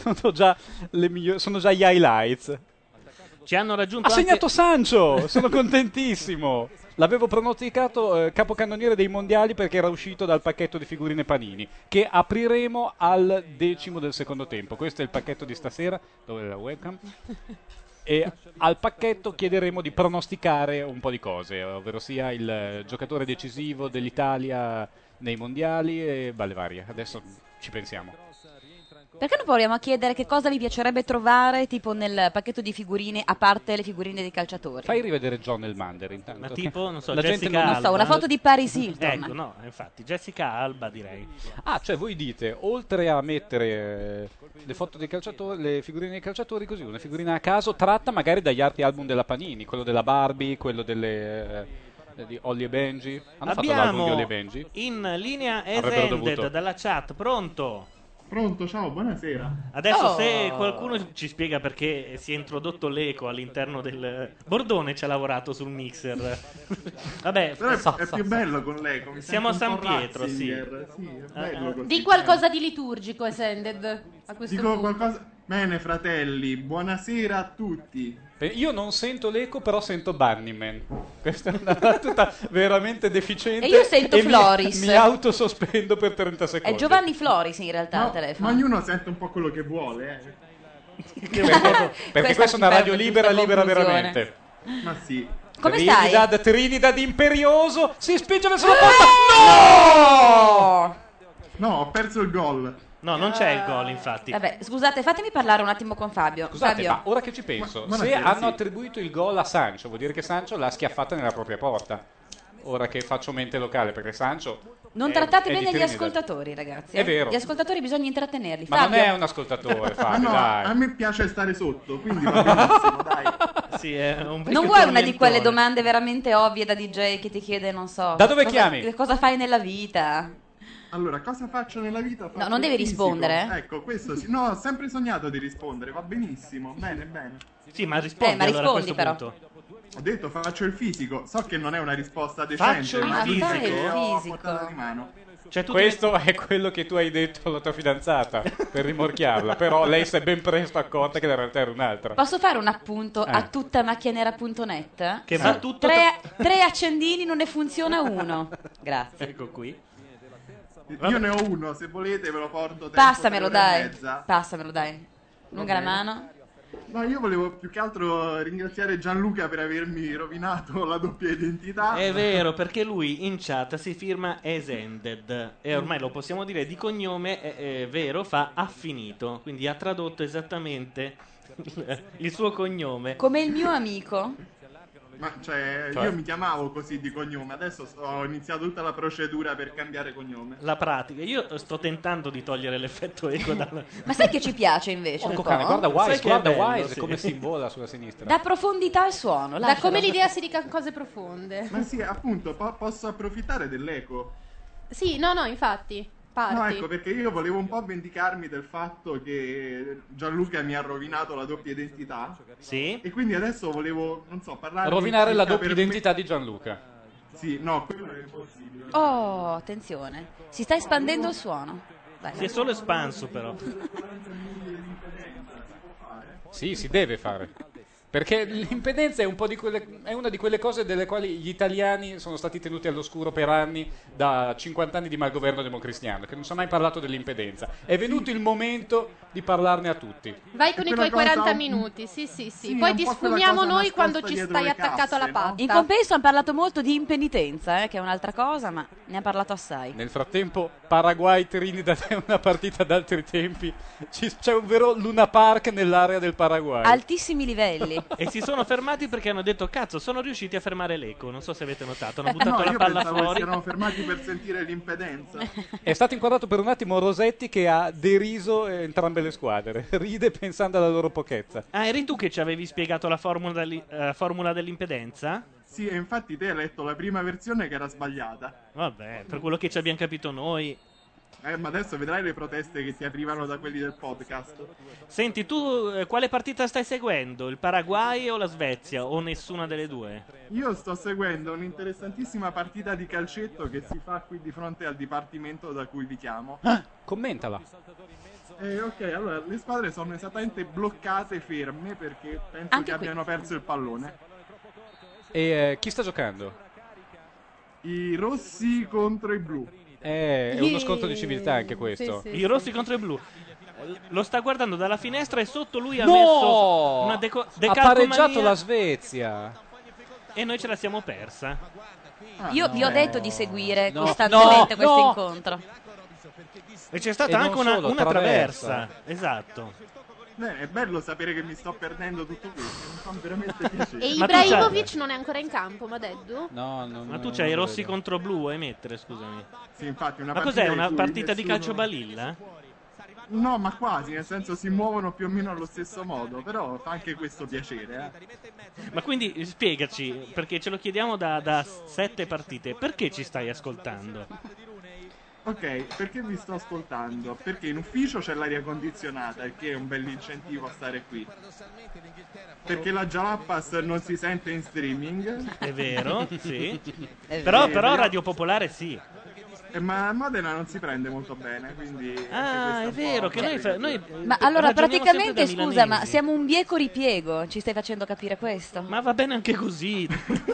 sono già gli highlights. Ci hanno raggiunto Ha segnato Sancho! Sono contentissimo! L'avevo pronosticato capocannoniere dei mondiali perché era uscito dal pacchetto di figurine Panini, che apriremo al 10° del secondo tempo. Questo è il pacchetto di stasera. Dove è la webcam? E al pacchetto chiederemo di pronosticare un po' di cose, ovvero sia il giocatore decisivo dell'Italia nei mondiali e balle varie. Adesso ci pensiamo. Perché non proviamo a chiedere che cosa vi piacerebbe trovare tipo nel pacchetto di figurine, a parte le figurine dei calciatori? Fai rivedere John Elmander intanto. Ma tipo, non so, La gente Jessica non- Non so, una foto di Paris Hilton. Ecco, no, infatti, Jessica Alba direi. Ah, cioè voi dite, oltre a mettere le foto dei calciatori, le figurine dei calciatori, così, una figurina a caso tratta magari dagli altri album della Panini, quello della Barbie, quello delle di Holly e Benji. Hanno fatto l'album di Holly e Benji? in linea Avrebbero Esended dovuto. dalla chat, pronto? Pronto, ciao, buonasera. Adesso se qualcuno ci spiega perché si è introdotto l'eco all'interno del... Bordone ci ha lavorato sul mixer. Vabbè, Però è più bello con l'eco. mi Siamo sento a un San po' Pietro, Ratzinger. Sì, è bello così. Di qualcosa di liturgico, Esended, a questo Dico punto. qualcosa. Bene, fratelli, buonasera a tutti. Io non sento l'eco, però sento Bunnyman. Questa è una battuta veramente deficiente. E io sento Floris. Mi autosospendo per 30 secondi. È Giovanni Floris in realtà No, al telefono. ma ognuno sente un po' quello che vuole, Perché questa è una radio libera, libera veramente. Ma sì. Come stai? Trinidad imperioso, si spinge verso la porta. No, ho perso il gol. No, non c'è il gol, infatti. Vabbè, scusate, fatemi parlare un attimo con Fabio. Scusate, Fabio. ma ora che ci penso, se buonasera, hanno sì. attribuito il gol a Sancho, vuol dire che Sancho l'ha schiaffata nella propria porta. Ora che faccio mente locale, perché Sancho Non è- trattate è di bene gli Trinidad. ascoltatori, ragazzi. È vero. Gli ascoltatori bisogna intrattenerli. Ma Fabio. non è un ascoltatore, Ma Fabio, no, dai. a me piace stare sotto, quindi va benissimo, dai. Sì, è un Non vuoi una di quelle domande veramente ovvie da DJ che ti chiede, non so. Da dove cosa- chiami? Cosa fai nella vita? Allora, cosa faccio nella vita? Faccio non devi il fisico. rispondere, eh? Ecco, questo sì. No, ho sempre sognato di rispondere, va benissimo. Bene, bene. Sì, ma rispondi ma allora a rispondi, questo però. punto. Ho detto faccio il fisico. So che non è una risposta decente, Faccio il ma fisico? fai il ho a fisico. portata di mano. Cioè, tu Questo è quello che tu hai detto alla tua fidanzata per rimorchiarla, però lei si è ben presto accorta che la realtà era un'altra. Posso fare un appunto a tuttamacchianera.net? Che va tutto... Tre accendini, non ne funziona uno. Grazie. Ecco qui. Io ne ho uno, se volete ve lo porto. tempo Passamelo, 3 ore e dai. mezza. Passamelo, dai. Lunga la bene. mano. No, io volevo più che altro ringraziare Gianluca per avermi rovinato la doppia identità. È vero, perché lui in chat si firma Esended e ormai lo possiamo dire di cognome, è vero, fa affinito, quindi ha tradotto esattamente il suo cognome. Come il mio amico. Ma cioè, io mi chiamavo così di cognome, adesso ho iniziato tutta la procedura per cambiare cognome. La pratica. Io sto tentando di togliere l'effetto eco dal... Ma sai che ci piace invece un Porco po'? cane, guarda Sai Wise, che è guarda bello, Wise sì. come si invola sulla sinistra. Dà profondità al suono. Da lascialo. come l'idea si dica cose profonde. Ma sì, appunto, posso approfittare dell'eco. Sì, no, infatti. Parti. No, ecco, perché io volevo un po' vendicarmi del fatto che Gianluca mi ha rovinato la doppia identità. Sì. E quindi adesso volevo, non so, parlare. Rovinare la doppia identità di Gianluca. Sì, no, quello è impossibile. Oh, attenzione. Si sta espandendo il suono. Dai. Si è solo espanso però. Sì, si deve fare. Perché l'impedenza è un po' è una di quelle cose delle quali gli italiani sono stati tenuti all'oscuro per anni da 50 anni di malgoverno democristiano, che non si è mai parlato dell'impedenza. È venuto il momento di parlarne a tutti. Vai con i tuoi quella cosa 40 un- minuti, sì. Sì, Poi un ti po' quella sfumiamo cosa noi quando nascosta ci dietro stai le attaccato alla casse, no? patta. In compenso hanno parlato molto di impenitenza, che è un'altra cosa, ma ne ha parlato assai. Nel frattempo, Paraguay-Trinidad è una partita d'altri tempi. C'è un vero Luna Park nell'area del Paraguay. Altissimi livelli. E si sono fermati perché hanno detto cazzo, sono riusciti a fermare l'eco. Non so se avete notato, hanno No, buttato la io palla pensavo che si fuori. erano fermati per sentire l'impedenza. È stato inquadrato per un attimo Rosetti che ha deriso entrambe le squadre. Ride pensando alla loro pochezza. Ah, eri tu che ci avevi spiegato la formula dell'impedenza? Sì, e infatti te hai letto la prima versione che era sbagliata. Vabbè, per quello che ci abbiamo capito noi. Ma adesso vedrai le proteste che ti arrivano da quelli del podcast. Senti, tu quale partita stai seguendo? Il Paraguay o la Svezia? O nessuna delle due? Io sto seguendo un'interessantissima partita di calcetto che si fa qui di fronte al dipartimento da cui vi chiamo. Commentala. Ok, allora le squadre sono esattamente bloccate, ferme, perché penso Anche che abbiano perso il pallone. E chi sta giocando? I rossi contro i blu. È uno scontro di civiltà anche questo. Sì, I rossi contro i blu. Lo sta guardando dalla finestra e sotto lui ha No! messo una Ha decalcomania pareggiato la Svezia. e noi ce la siamo persa. Io vi ho detto di seguire No, costantemente no, questo no. incontro. E c'è stata E anche non una, solo, una traversa. traversa. Esatto. È bello sapere che mi sto perdendo tutto questo, mi fa veramente piacere. E Ma tu Ibrahimovic non è ancora in campo, Madeddu? No, Ma tu c'hai i rossi contro blu, vuoi mettere, scusami? Sì, infatti, una Ma partita cos'è, in una cui partita di nessuno- calcio balilla? No, ma quasi, nel senso si muovono più o meno allo stesso modo, però fa anche questo piacere, Ma quindi spiegaci, perché ce lo chiediamo da 7 partite, perché ci stai ascoltando? Ok, perché vi sto ascoltando? Perché in ufficio c'è l'aria condizionata, il che è un bel incentivo a stare qui. Perché la Jalapas non si sente in streaming. È vero, sì. È Però vero. Radio Popolare sì. Ma Modena non si prende molto bene, quindi... Ah, è vero, che noi Ma allora ragioniamo praticamente sempre da scusa, ma milanesi. siamo un bieco ripiego, ci stai facendo capire questo? Ma va bene anche così.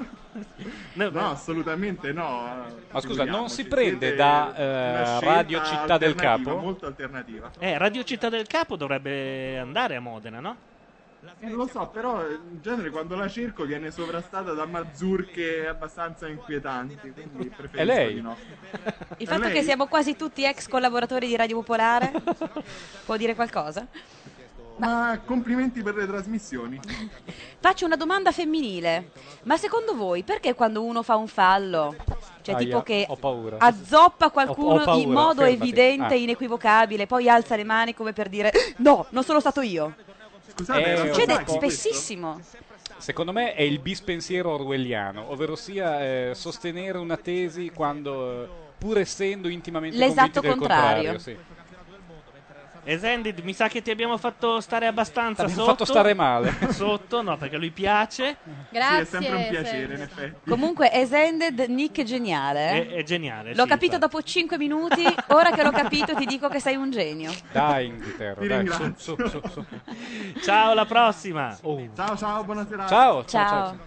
No, assolutamente no. Ma scusa, non si Figuriamoci, prende siete da una scelta Radio Città del alternativa, Capo? Molto alternativa. Radio Città del Capo dovrebbe andare a Modena, no? Lo so, però in genere quando la cerco viene sovrastata da mazurche abbastanza inquietanti, quindi preferisco È lei? di no. Il fatto lei? che siamo quasi tutti ex collaboratori di Radio Popolare può dire qualcosa? Ma complimenti per le trasmissioni. Faccio una domanda femminile. Ma secondo voi perché quando uno fa un fallo, cioè Aia, tipo che ho paura. azzoppa qualcuno Ho paura, in modo fermati. evidente, Ah. inequivocabile, poi alza le mani come per dire no, non sono stato io? Scusate, Eh, lo Succede sai questo? spessissimo. Secondo me è il bispensiero orwelliano, ovvero sia sostenere una tesi quando, pur essendo intimamente L'esatto convinti del contrario. Sì. Esended, mi sa che ti abbiamo fatto stare abbastanza Abbiamo sotto. fatto stare male. Sotto, no, perché a lui piace. Grazie. Sì, è sempre un piacere, in effetti. Comunque Esended Nick geniale. È geniale. L'ho sì, capito infatti. dopo 5 minuti, ora che l'ho capito ti dico che sei un genio. Dai Inghilterra, Ti dai, ringrazio. su. Ciao, alla prossima. Ciao, ciao, buona serata. Ciao, Ciao.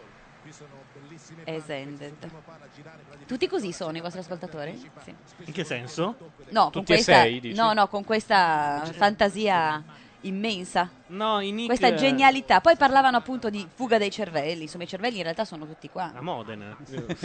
Esended. Tutti così sono i vostri ascoltatori? Sì. In che senso? No, con Tutti e questa, sei, dici? no, con questa fantasia immensa, No, i Nick questa genialità. Poi parlavano appunto di fuga dei cervelli, insomma i cervelli in realtà sono tutti qua. a Modena.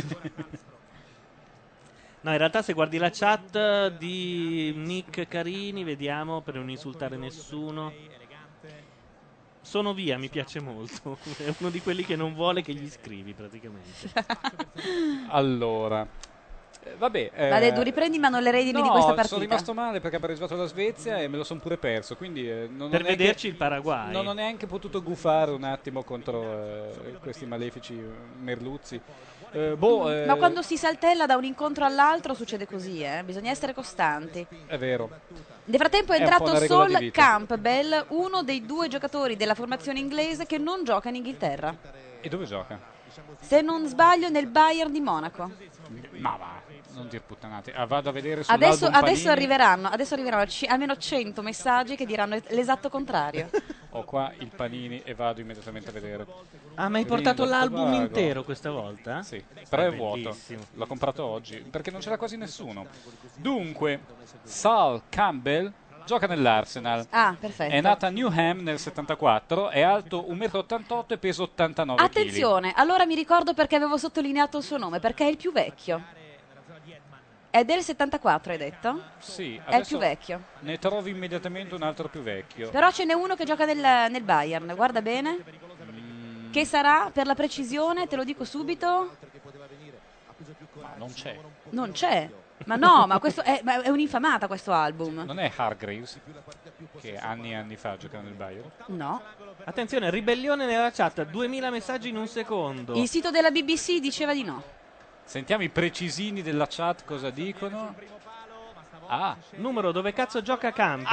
No, in realtà se guardi la chat di Nick Carini, vediamo per non insultare nessuno. Sono via, mi piace molto. È uno di quelli che non vuole che gli scrivi praticamente. Allora, vabbè. Madeddu, riprendi in mano le redini no, di questa partita. sono rimasto male perché ha pareggiato la Svezia e me lo sono pure perso, quindi non Per ho neanche- vederci il Paraguay. Non ho neanche potuto gufare un attimo contro questi malefici merluzzi. Ma quando si saltella da un incontro all'altro succede così, bisogna essere costanti. È vero. Nel frattempo è È un po' entrato una regola di Sol vita. Campbell, uno dei 2 giocatori della formazione inglese che non gioca in Inghilterra. E dove gioca? Se non sbaglio nel Bayern di Monaco. Ma va, non dir puttanate. Vado a vedere Adesso, sull'album adesso Panini. arriveranno almeno 100 messaggi che diranno l'esatto contrario. Ho qua il Panini e vado immediatamente a vedere. Ah, ma hai portato Trinidad l'album Tobago. intero questa volta? Sì, però è bellissimo. vuoto. L'ho comprato oggi perché non c'era quasi nessuno. Dunque, Sol Campbell gioca nell'Arsenal. Ah, perfetto. È nata a Newham nel 74, è alto 1,88 m e peso 89 kg. Attenzione, allora mi ricordo perché avevo sottolineato il suo nome, perché è il più vecchio. È del 74, hai detto? Sì, È il adesso più vecchio. ne trovi immediatamente un altro più vecchio. Però ce n'è uno che gioca nel Bayern, guarda bene. Che sarà, per la precisione, te lo dico subito, Ma non c'è. non c'è. Ma no, ma questo ma è un'infamata questo album. Non è Hargreaves, che anni e anni fa gioca nel Bayern. No. Attenzione, ribellione nella chat, 2000 messaggi in un secondo. Il sito della BBC diceva di no. Sentiamo i precisini della chat cosa dicono. Numero dove cazzo gioca Campbell.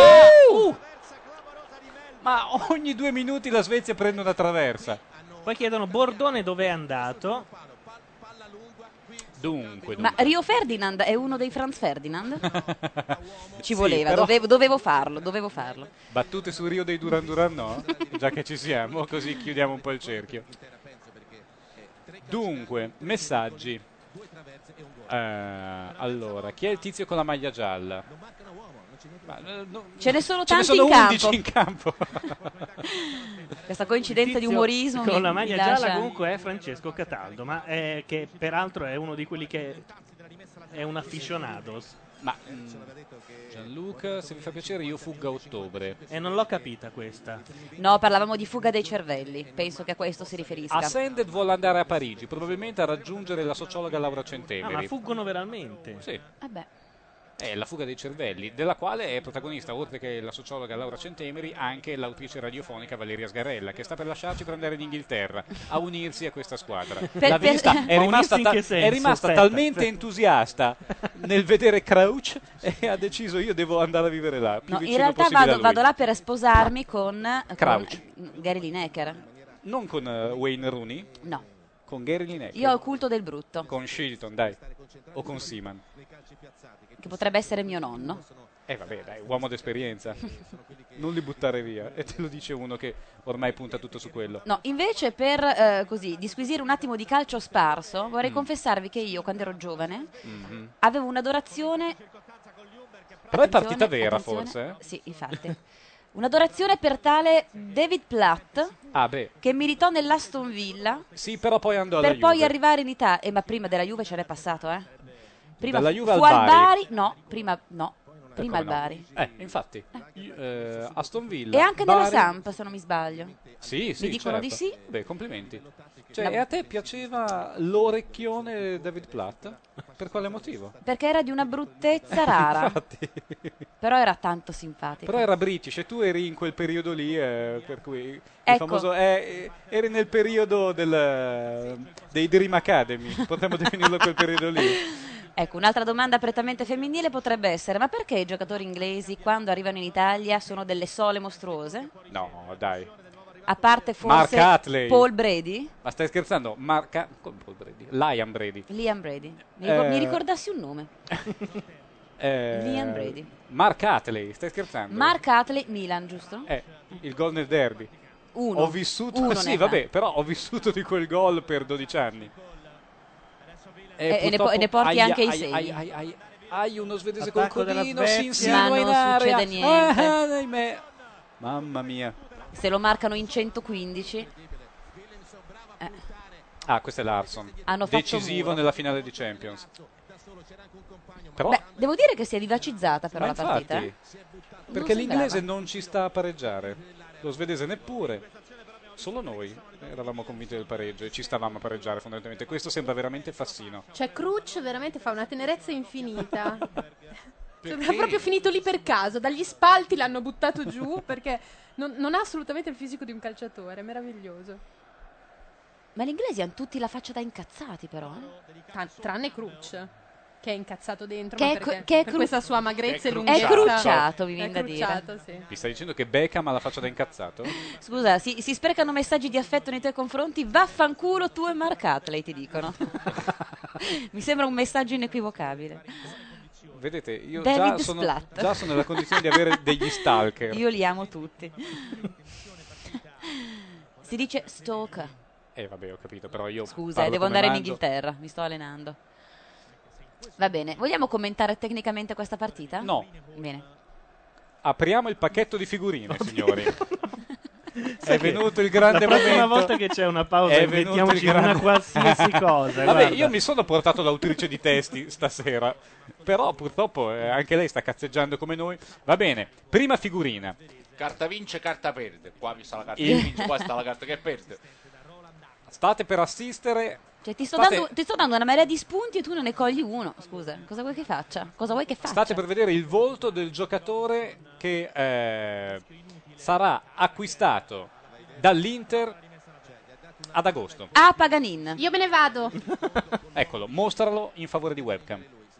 Ma ogni 2 minuti la Svezia prende una traversa. Poi chiedono Bordone dove è andato. Dunque. Ma Rio Ferdinand è uno dei Franz Ferdinand? Ci Sì, voleva, però- dovevo farlo. Battute su Rio dei Duran Duran no? Già che ci siamo, così chiudiamo un po' il cerchio. Dunque, messaggi. Allora, chi è il tizio con la maglia gialla? Ce ne sono Ce ne tanti sono in 11 campo. in campo. Questa coincidenza di Tizio umorismo con mi- la maglia mi gialla lascia- comunque è Francesco Cataldo, ma che peraltro è uno di quelli che è un aficionados. Ma Gianluca, se vi fa piacere, io fuggo a ottobre. E non l'ho capita questa. No, parlavamo di fuga dei cervelli. Penso che a questo si riferisca. Ascended vuole andare a Parigi, probabilmente a raggiungere la sociologa Laura Centemeri. Ah, ma fuggono veramente? Sì. Vabbè. È La fuga dei cervelli, della quale è protagonista, oltre che la sociologa Laura Centemeri, anche l'autrice radiofonica Valeria Sgarella, che sta per lasciarci per andare in Inghilterra a unirsi a questa squadra. L'ha vista, è Ma rimasta, unirsi in che senso? è rimasta Aspetta, talmente entusiasta nel vedere Crouch e ha deciso io devo andare a vivere là, più No, in vicino realtà possibile a lui. vado là per sposarmi con Crouch. Gary Lineker. Non con Wayne Rooney? No. Con Gary Lineker? Io ho il culto del brutto, Con Shilton, dai. O con Seaman. che potrebbe essere mio nonno. Vabbè, dai, uomo d'esperienza. Non li buttare via. E te lo dice uno che ormai punta tutto su quello. No, invece per così disquisire un attimo di calcio sparso, Mm. vorrei confessarvi che io, quando ero giovane, Mhm. avevo un'adorazione. Però è partita Attenzione, vera, attenzione. forse? Sì, infatti. Un'adorazione per tale David Platt, Ah, beh. che militò nell'Aston Villa, Sì, però poi andò alla per poi Juve. arrivare in Italia. Ma prima della Juve ce n'è passato, eh? Prima Dalla Juve fu al al Bari. Bari. No, prima Come al no? Bari. Infatti. Aston Villa. E anche Bari. nella Samp, se non mi sbaglio. Sì, sì, Mi dicono certo. di sì. Beh, complimenti. Cioè, La- e a te piaceva l'orecchione David Platt? Per quale motivo? Perché era di una bruttezza rara. Infatti. Però era tanto simpatico. Però era British e tu eri in quel periodo lì, per cui il Ecco. famoso eri nel periodo dei Dream Academy, potremmo definirlo quel periodo lì. Ecco, un'altra domanda prettamente femminile potrebbe essere: ma perché i giocatori inglesi quando arrivano in Italia sono delle sole mostruose? No, dai. A parte Mark forse Hatley. Paul Brady? Ma stai scherzando? Come Paul Brady? Liam Brady. Liam Brady. Eh. Mi ricordassi un nome. Liam Brady. Mark Hatley, stai scherzando? Mark Hatley, Milan, giusto? Il gol nel derby. Uno. Ho vissuto, Uno sì, ne vabbè, però ho vissuto di quel gol per 12 anni. E ne porti anche i segni. Hai uno svedese col Attacco della codino, si Svezia. Ma insinua in non area. succede niente. Ahimè. Mamma mia. Se lo marcano in 115. Ah, questo è Larson. Hanno fatto decisivo muro. nella finale di Champions. Però, Beh, devo dire che si è vivacizzata però ma la partita. infatti, Non perché l'inglese sembrava. non ci sta a pareggiare, lo svedese neppure. Solo noi eravamo convinti del pareggio e ci stavamo a pareggiare fondamentalmente. Questo sembra veramente Fassino. Cioè, Crouch veramente fa una tenerezza infinita. Sembra proprio finito lì per caso. Dagli spalti l'hanno buttato giù perché non ha assolutamente il fisico di un calciatore. È meraviglioso. Ma gli inglesi hanno tutti la faccia da incazzati però. Tranne Crouch, che è incazzato dentro. Che ma è perché cru- che è per cru- questa sua magrezza e È lunghezza. È crucciato, mi È viene da dire. crucciato, sì. Mi stai dicendo che Beckham ha la faccia da incazzato? Scusa, si sprecano messaggi di affetto nei tuoi confronti. Vaffanculo tu e Mark Hatley, ti dicono. Mi sembra un messaggio inequivocabile. Vedete, io David già Splatt. sono nella condizione di avere degli stalker. Io li amo tutti. Si dice stalker. Vabbè, ho capito, però io Scusa, parlo devo come andare in mangio. Inghilterra, mi sto allenando. Va bene, vogliamo commentare tecnicamente questa partita? No. Bene. Apriamo il pacchetto di figurine, signori. È Sai venuto che il grande la prossima momento. volta che c'è una pausa È venuto inventiamoci il grande- una qualsiasi cosa. Vabbè, guarda. io mi sono portato l'autrice di testi stasera, però purtroppo anche lei sta cazzeggiando come noi. Va bene, prima figurina. Carta vince, carta perde. Qua mi sta la carta che vince, qua sta la carta che perde. State per assistere. Cioè, ti sto State- dando una marea di spunti e tu non ne cogli uno. Scusa, cosa vuoi che faccia? Cosa vuoi che faccia? State per vedere il volto del giocatore che sarà acquistato dall'Inter ad agosto. Ah, Paganin. Io me ne vado. Eccolo, mostralo in favore di webcam.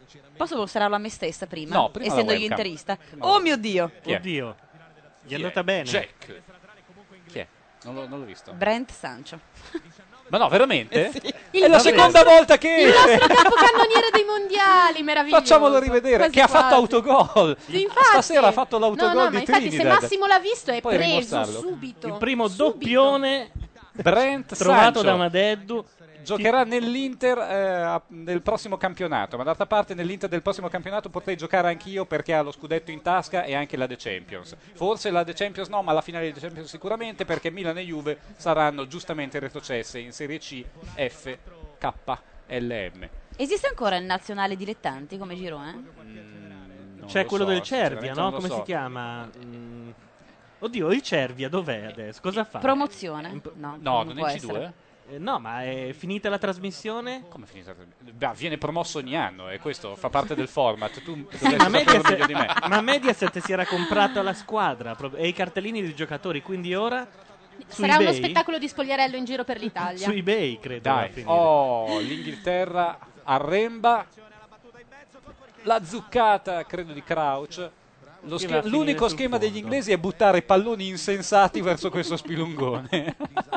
Posso mostrarlo a me stessa prima? No, prima essendo la io webcam. interista. Prima Oh la- mio Dio! Chi è? Oddio. Gli Chi è andata bene. Jack. Chi è? Non l'ho visto. Brent Sancho. Ma no, veramente? Sì. È la seconda volta che Il esce. nostro capocannoniere dei mondiali, meraviglioso. Facciamolo rivedere. Quasi che ha fatto quasi. autogol. Infatti. Stasera ha fatto l'autogol no, di ma infatti se Trinidad. Massimo l'ha visto è Puoi preso rimostrarlo. subito. Il primo doppione Brent trovato Sancho. da Madeddu. Giocherà nell'Inter nel prossimo campionato, ma d'altra parte nell'Inter del prossimo campionato potrei giocare anch'io perché ha lo scudetto in tasca e anche la The Champions. Forse la The Champions no, ma la finale di The Champions sicuramente, perché Milan e Juve saranno giustamente retrocesse in Serie C, F, K, LM. Esiste ancora il nazionale dilettanti come girone? Non C'è lo quello so, del Cervia, sinceramente no? non lo Come so. si chiama? Oddio, il Cervia dov'è adesso? Cosa fa? Promozione? No, No, non può è in C2? essere. No, ma è finita la trasmissione? Come è finita? Beh, viene promosso ogni anno e questo fa parte del format. Tu Sì, dovresti ma saperlo meglio di me. ma Mediaset si era comprato la squadra e i cartellini dei giocatori, quindi ora su Sarà uno eBay? spettacolo di Spogliarello in giro per l'Italia. Su eBay, credo. va a Dai, finire. oh, l'Inghilterra arremba. La zuccata, credo, di Crouch. Che va a finire L'unico sul schema degli fondo. inglesi è buttare palloni insensati verso questo spilungone.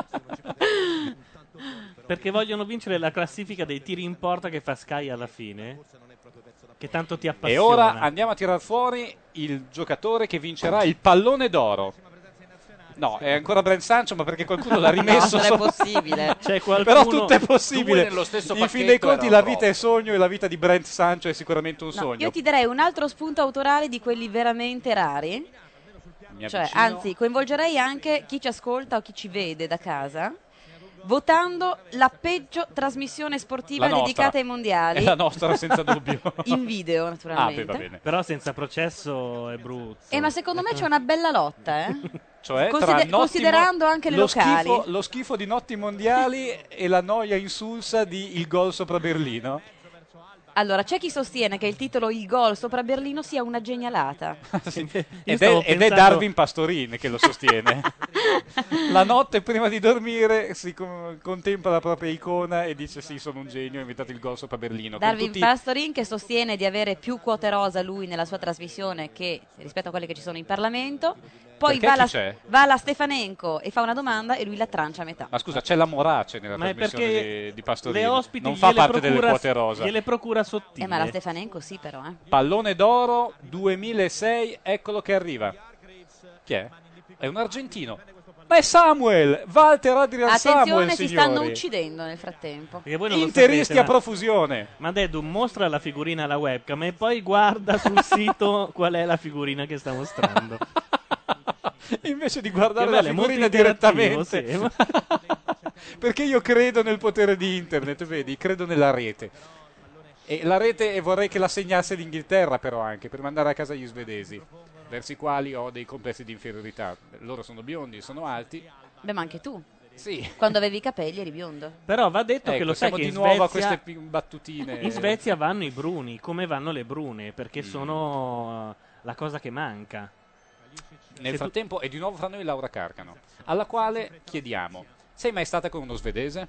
Perché vogliono vincere la classifica dei tiri in porta che fa Sky alla fine, che tanto ti E appassiona. ora andiamo a tirar fuori il giocatore che vincerà il pallone d'oro. No, è ancora Brent Sancho, ma perché qualcuno l'ha rimesso. No, non è possibile. C'è qualcuno... Però tutto è possibile. Due nello stesso In fin pacchetto dei conti erano la vita è sogno e la vita di Brent Sancho è sicuramente un No, sogno. io ti darei un altro spunto autorale di quelli veramente rari. Mi Cioè, avvicino. anzi, coinvolgerei anche chi ci ascolta o chi ci vede da casa, votando la peggio trasmissione sportiva La nostra. dedicata ai mondiali. È la nostra, senza dubbio. In video, Ah, naturalmente. beh, va bene. Però senza processo è brutto. Ma secondo me c'è una bella lotta, eh? Cioè, Consider- tra considerando anche le lo locali. lo schifo di notti mondiali e la noia insulsa di il gol sopra Berlino. Allora, c'è chi sostiene che il titolo Il gol sopra Berlino sia una genialata. Ed è Darwin Pastorin che lo sostiene. La notte prima di dormire si contempla la propria icona e dice sì, sono un genio, ho inventato il gol sopra Berlino. Con Darwin tutti- Pastorin che sostiene di avere più quote rosa lui nella sua trasmissione che rispetto a quelle che ci sono in Parlamento. Poi Perché va chi c'è? va alla Stefanenko e fa una domanda e lui la trancia a metà. Ma scusa, c'è la Morace nella Ma è trasmissione perché di Pastorin. le ospiti non fa gliele parte delle procura- quote rosa. Gliele procura sottile. Ma la Stefanenko sì però, Pallone d'oro 2006, eccolo che arriva. Chi è? È un argentino. Ma è Samuel! Walter Adrian Attenzione, Samuel, si signori. stanno uccidendo nel frattempo. Perché voi non lo Interisti sapete, a profusione. Ma Dedu mostra la figurina alla webcam e poi guarda sul sito qual è la figurina che sta mostrando. Invece di guardare Che la bello, è molto figurina interattivo, direttamente. sì. Perché io credo nel potere di internet, vedi? Credo nella rete. E la rete vorrei che la segnasse l'Inghilterra però anche, per mandare a casa gli svedesi, verso i quali ho dei complessi di inferiorità. Loro sono biondi, sono alti. Beh, ma anche tu. Sì. Quando avevi i capelli eri biondo. Però va detto Ecco, che lo sai siamo che di in nuovo a Svezia, queste battutine. in Svezia vanno i bruni, come vanno le brune, perché Mm. sono la cosa che manca. Nel Se tu- frattempo è di nuovo fra noi Laura Carcano, alla quale chiediamo: sei mai stata con uno svedese?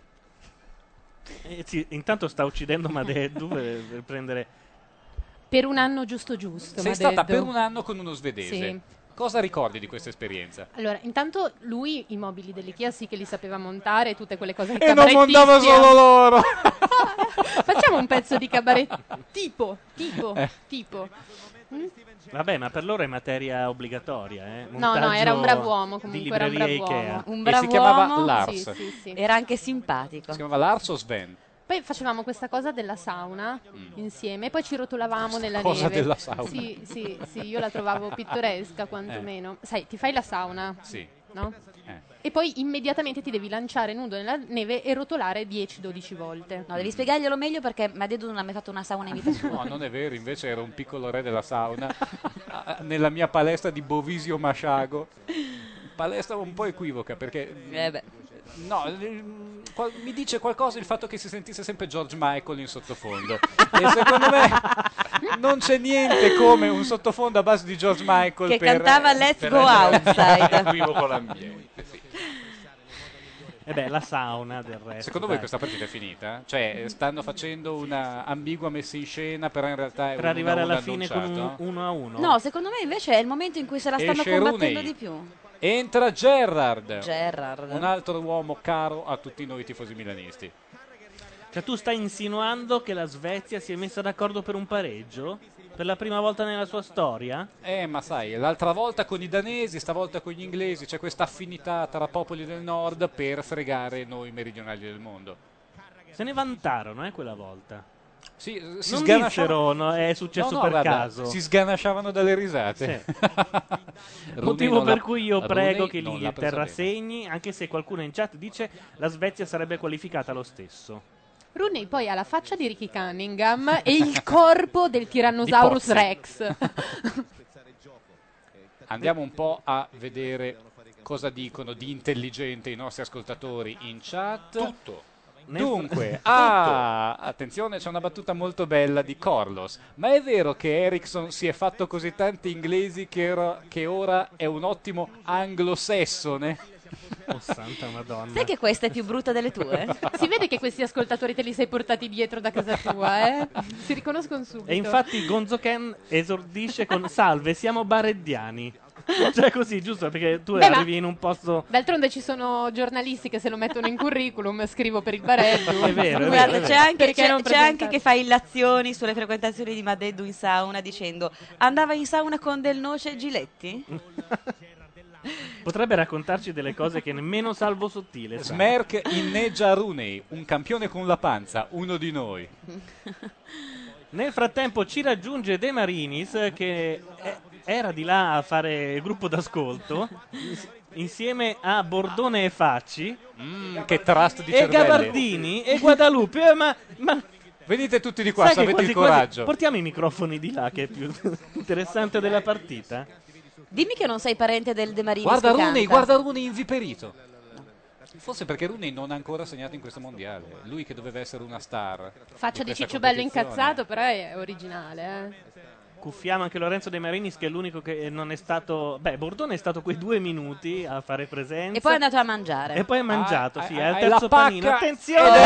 Sì, intanto sta uccidendo Madeddu per prendere... Per un anno giusto giusto. Sei m'ha stata detto. per un anno con uno svedese. Sì. Cosa ricordi di questa esperienza? Allora, intanto lui i mobili dell'IKEA sì che li sapeva montare, tutte quelle cose E non montava solo loro! Facciamo un pezzo di cabaret tipo. Mm? Vabbè, ma per loro è materia obbligatoria, eh? No, era un brav'uomo di comunque, era un libreria brav'uomo. Ikea. Un E bravo si chiamava uomo. Lars. Sì. Era anche simpatico. Si chiamava Lars o Sven? Poi facevamo questa cosa della sauna insieme e poi ci rotolavamo nella cosa neve. della sauna? Sì, io la trovavo pittoresca quantomeno. Sai, ti fai la sauna, Sì. no? E poi immediatamente ti devi lanciare nudo nella neve e rotolare 10-12 volte. No, devi spiegarglielo meglio perché Madeddu non ha mai fatto una sauna in vita sua. No, non è vero, invece ero un piccolo re della sauna nella mia palestra di Bovisio Masciago. Palestra un po' equivoca perché no, mi dice qualcosa il fatto che si sentisse sempre George Michael in sottofondo. E secondo me non c'è niente come un sottofondo a base di George Michael Che per, cantava Let's per Go rendere Outside. equivoco l'ambiente. Sì. E beh, la sauna del resto. Secondo voi dai. questa partita è finita? Cioè, stanno facendo una ambigua messa in scena, però in realtà è Per un arrivare 1-1 alla fine con annunciato? un 1-1? No, secondo me invece è il momento in cui se la stanno Esce combattendo Rooney. di più. Entra Gerrard. Gerrard. Un altro uomo caro a tutti noi tifosi milanisti. Cioè tu stai insinuando che la Svezia si è messa d'accordo per un pareggio? Per la prima volta nella sua storia? Ma sai, l'altra volta con i danesi, stavolta con gli inglesi, c'è questa affinità tra popoli del nord per fregare noi meridionali del mondo. Se ne vantarono, quella volta. Sì, non sganasciavano- dissero, no, è successo No, no, per guarda, caso. si sganasciavano dalle risate. Sì. Rooney Motivo non per l'ha- cui io Rooney prego che non l'ha presa l'Inghilterra bene. segni, anche se qualcuno in chat dice la Svezia sarebbe qualificata lo stesso. Rooney poi ha la faccia di Ricky Cunningham e il corpo del Tyrannosaurus Di Pozzi. Rex. Andiamo un po' a vedere cosa dicono di intelligente i nostri ascoltatori in chat. Tutto. Dunque, attenzione, c'è una battuta molto bella di Corlos. Ma è vero che Ericsson si è fatto così tanti inglesi che ora è un ottimo anglosassone? Oh santa madonna. Sai che questa è più brutta delle tue? Si vede che questi ascoltatori te li sei portati dietro da casa tua, eh? Si riconoscono subito. E infatti Gonzo Ken esordisce con salve, siamo bareddiani. Cioè così, giusto? Perché tu Beh, ma- arrivi in un posto... D'altronde ci sono giornalisti che se lo mettono in curriculum, scrivo per il Bareddu. È vero, Guarda, c'è anche, Perché non c'è anche presentare? che fa illazioni sulle frequentazioni di Madeddu in sauna dicendo andava in sauna con Del Noce e Giletti? Potrebbe raccontarci delle cose che nemmeno Salvo Sottile sa. Smerk inneggia Rooney, un campione con la panza, uno di noi. Nel frattempo ci raggiunge De Marinis che era di là a fare gruppo d'ascolto insieme a Bordone e Facci Che trust di e cervelli. Gabardini e Guadalupe. Ma venite tutti di qua, sai se che avete quasi il coraggio. quasi portiamo i microfoni di là che è più interessante della partita. Dimmi che non sei parente del De Marinis Guarda che Rooney, canta. guarda Rooney inviperito. Forse perché Rooney non ha ancora segnato in questo mondiale. Lui che doveva essere una star. Faccia di questa Ciccio Bello competizione. incazzato, però è originale, eh. Cuffiamo anche Lorenzo De Marinis che è l'unico che non è stato... Beh, Bordone è stato quei 2 minuti a fare presenza. E poi è andato a mangiare. E poi ha mangiato, sì, è al e terzo la pacca panino. ed Attenzione!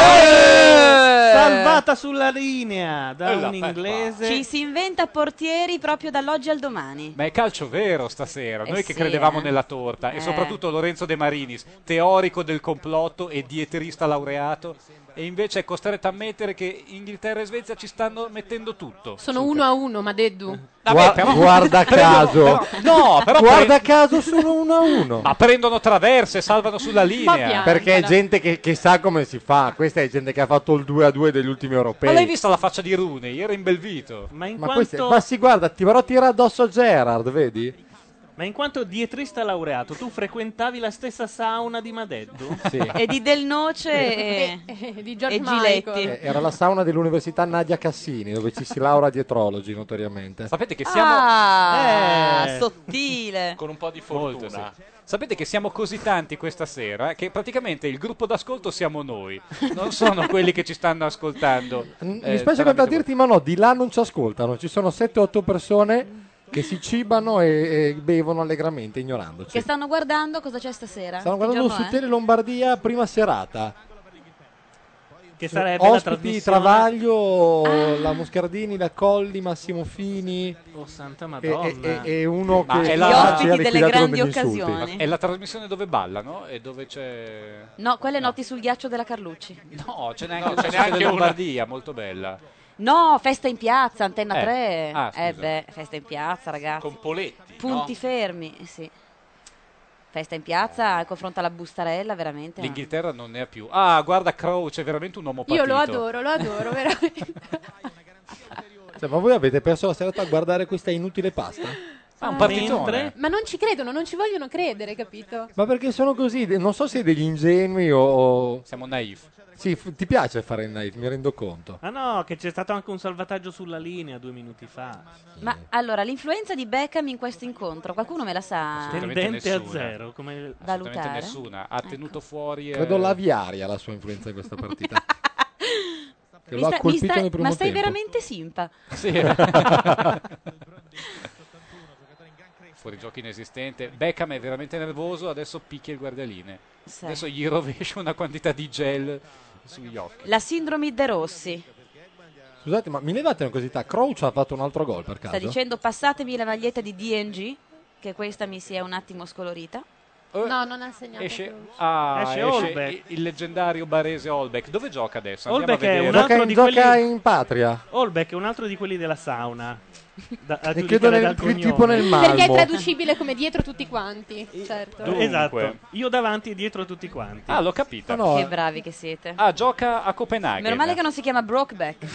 è Salvata sulla linea da E un la inglese. Ci si inventa portieri proprio dall'oggi al domani. Ma è calcio vero stasera, noi che sì, credevamo nella torta e Eh. soprattutto Lorenzo De Marinis, teorico del complotto e dietrista laureato, e invece è costretto a ammettere che Inghilterra e Svezia ci stanno mettendo tutto. Sono 1-1, Madeddu. Guarda caso. No, però Guarda caso sono 1-1. ma prendono traverse, salvano sulla linea. Perché è gente che sa come si fa. Questa è gente che ha fatto il 2-2 degli ultimi europei. Ma l'hai vista la faccia di Rooney? Era imbelvito. Ma in Ma, quanto... ma si guarda, ti vorrò tirare addosso Gerard, vedi? Ma in quanto dietrista laureato, tu frequentavi la stessa sauna di Madeddu? Sì. E di Del Noce di George e Giletti. Michael. Era la sauna dell'Università Nadia Cassini, dove ci si laurea dietrologi, notoriamente. Sapete che siamo... Sottile. Con un po' di Molto, fortuna. sì. Sapete che siamo così tanti questa sera che praticamente il gruppo d'ascolto siamo noi, non sono quelli che ci stanno ascoltando. Mi spiace contraddirti, ma no, di là non ci ascoltano. Ci sono 7-8 persone che si cibano e bevono allegramente, ignorandoci. Che stanno guardando cosa c'è stasera? Stanno Che guardando giorno su è? Tele Lombardia, prima serata. Che sarebbe la Ospiti, trasmissione... Travaglio, la Moscardini, la Colli, Massimo Fini Oh santa madonna. e uno Ma che è Gli la- ospiti ha delle liquidato grandi con degli insulti. occasioni. È la trasmissione dove ballano e dove c'è... No, quelle notti sul ghiaccio della Carlucci. No, c'è neanche No, una c'è sulla neanche Lombardia, molto bella. No, Festa in piazza, Antenna 3. Ah, scusa. Beh, Festa in piazza, ragazzi. Con Poletti, Punti no? fermi, sì. Festa in piazza, al confronto alla Bustarella, veramente. L'Inghilterra non ne ha più. Ah, guarda Crouch, è veramente un uomo patito. Io lo adoro, veramente. Cioè, ma voi avete perso la serata a guardare questa inutile pasta? Ah, un partitone. Ma non ci credono, non ci vogliono credere, capito? Ma perché sono così? Non so se degli ingenui o... Siamo naif. Sì, ti piace fare il naif, mi rendo conto. Ah no, che c'è stato anche un salvataggio sulla linea 2 minuti fa. Ma allora, l'influenza di Beckham in questo incontro, qualcuno me la sa Assolutamente Tendente a nessuna. zero. Come... Assolutamente valutare? nessuna. Ha tenuto fuori... Credo l'aviaria la sua influenza in questa partita. Che lo ha colpito nel primo ma stai tempo. veramente simpa. Sì. fuorigioco inesistente. Beckham è veramente nervoso, adesso picchia il guardialine. Sì. Adesso gli rovescia una quantità di gel sugli occhi. La sindrome De Rossi. Scusate, ma mi levate una curiosità, Crouch ha fatto un altro gol per caso? Sta dicendo passatemi la maglietta di DNG, che questa mi si è un attimo scolorita. No, non ha segnato. Esce Esce Holbeck. il leggendario barese Holbeck. Dove gioca adesso? Andiamo Holbeck a è vedere. un altro di quelli... Gioca in patria. Holbeck è un altro di quelli della sauna. A E giudicare chiudo dal il tipo cognome. nel Perché è malmo. traducibile come dietro tutti quanti. Certo. Esatto. Io davanti e dietro tutti quanti. Ah, l'ho capito. No, Che bravi che siete. Ah, gioca a Copenaghen. Meno male che non si chiama Brokeback.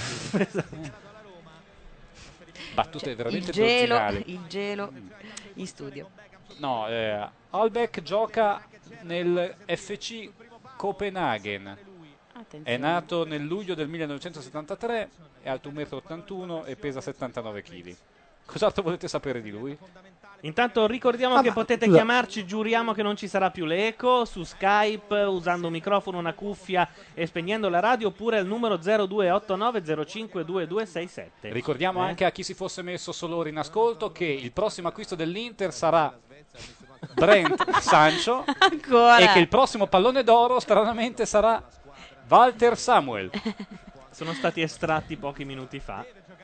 Battute veramente il dozzinali. gelo in studio. No, Holbeck gioca nel FC Copenaghen. Attenzione. È nato nel luglio del 1973, è alto 1,81 m e pesa 79 kg. Cos'altro volete sapere di lui? Intanto ricordiamo che potete scusa. chiamarci, giuriamo che non ci sarà più l'eco, su Skype, usando un microfono, una cuffia e spegnendo la radio, oppure al numero 0289052267. Ricordiamo anche a chi si fosse messo solo ora in ascolto che il prossimo acquisto dell'Inter sarà Brent Sancho Ancora. e che il prossimo pallone d'oro stranamente sarà Walter Samuel. Sono stati estratti pochi minuti fa.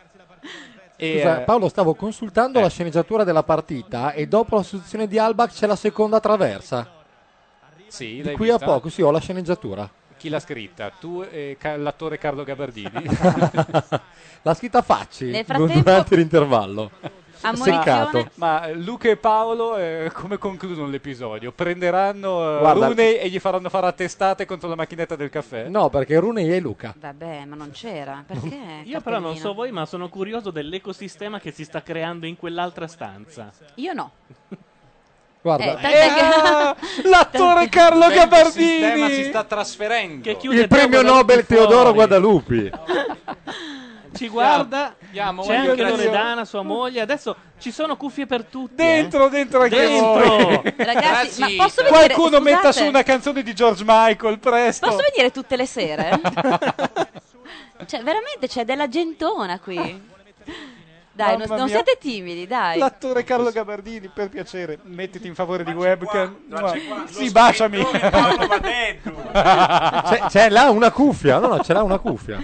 E, Scusa, Paolo, stavo consultando la sceneggiatura della partita e dopo la sostituzione di Albach c'è la seconda traversa. sì, Di l'hai qui a vista? poco, sì, ho la sceneggiatura. Chi l'ha scritta? Tu e l'attore Carlo Gabardini? L'ha scritta Facci Nel frattempo- durante l'intervallo. Ammonizione. Seccato. Ma Luca e Paolo come concludono l'episodio? Prenderanno Guarda- Rooney e gli faranno fare attestate contro la macchinetta del caffè? No, perché Rooney è Luca. Vabbè, ma non c'era. Perché? Io però non cartellino? so voi, ma sono curioso dell'ecosistema che si sta creando in quell'altra stanza. Io no. Guarda, Tant'è che- L'attore Carlo Il sistema Gabardini! si sta trasferendo. Che chiude il premio proprio da Nobel tutti Teodoro fuori. Guadalupi. Ci guarda, Andiamo, c'è anche voglio- Loredana, sua moglie. Adesso ci sono cuffie per tutti. Dentro anche Dentro. voi! Ragazzi, ma Ragazzi, posso venire? Qualcuno metta scusate, su una canzone di George Michael, presto! Posso venire tutte le sere? Cioè, veramente c'è della gentona qui. Dai, Mamma non mia. siete timidi, dai. L'attore Carlo Gabardini, per piacere, mettiti in favore di webcam. c'è qua, Sì, lo baciami. scrittore Paolo Madeddu. C'è là una cuffia. No, c'è là una cuffia.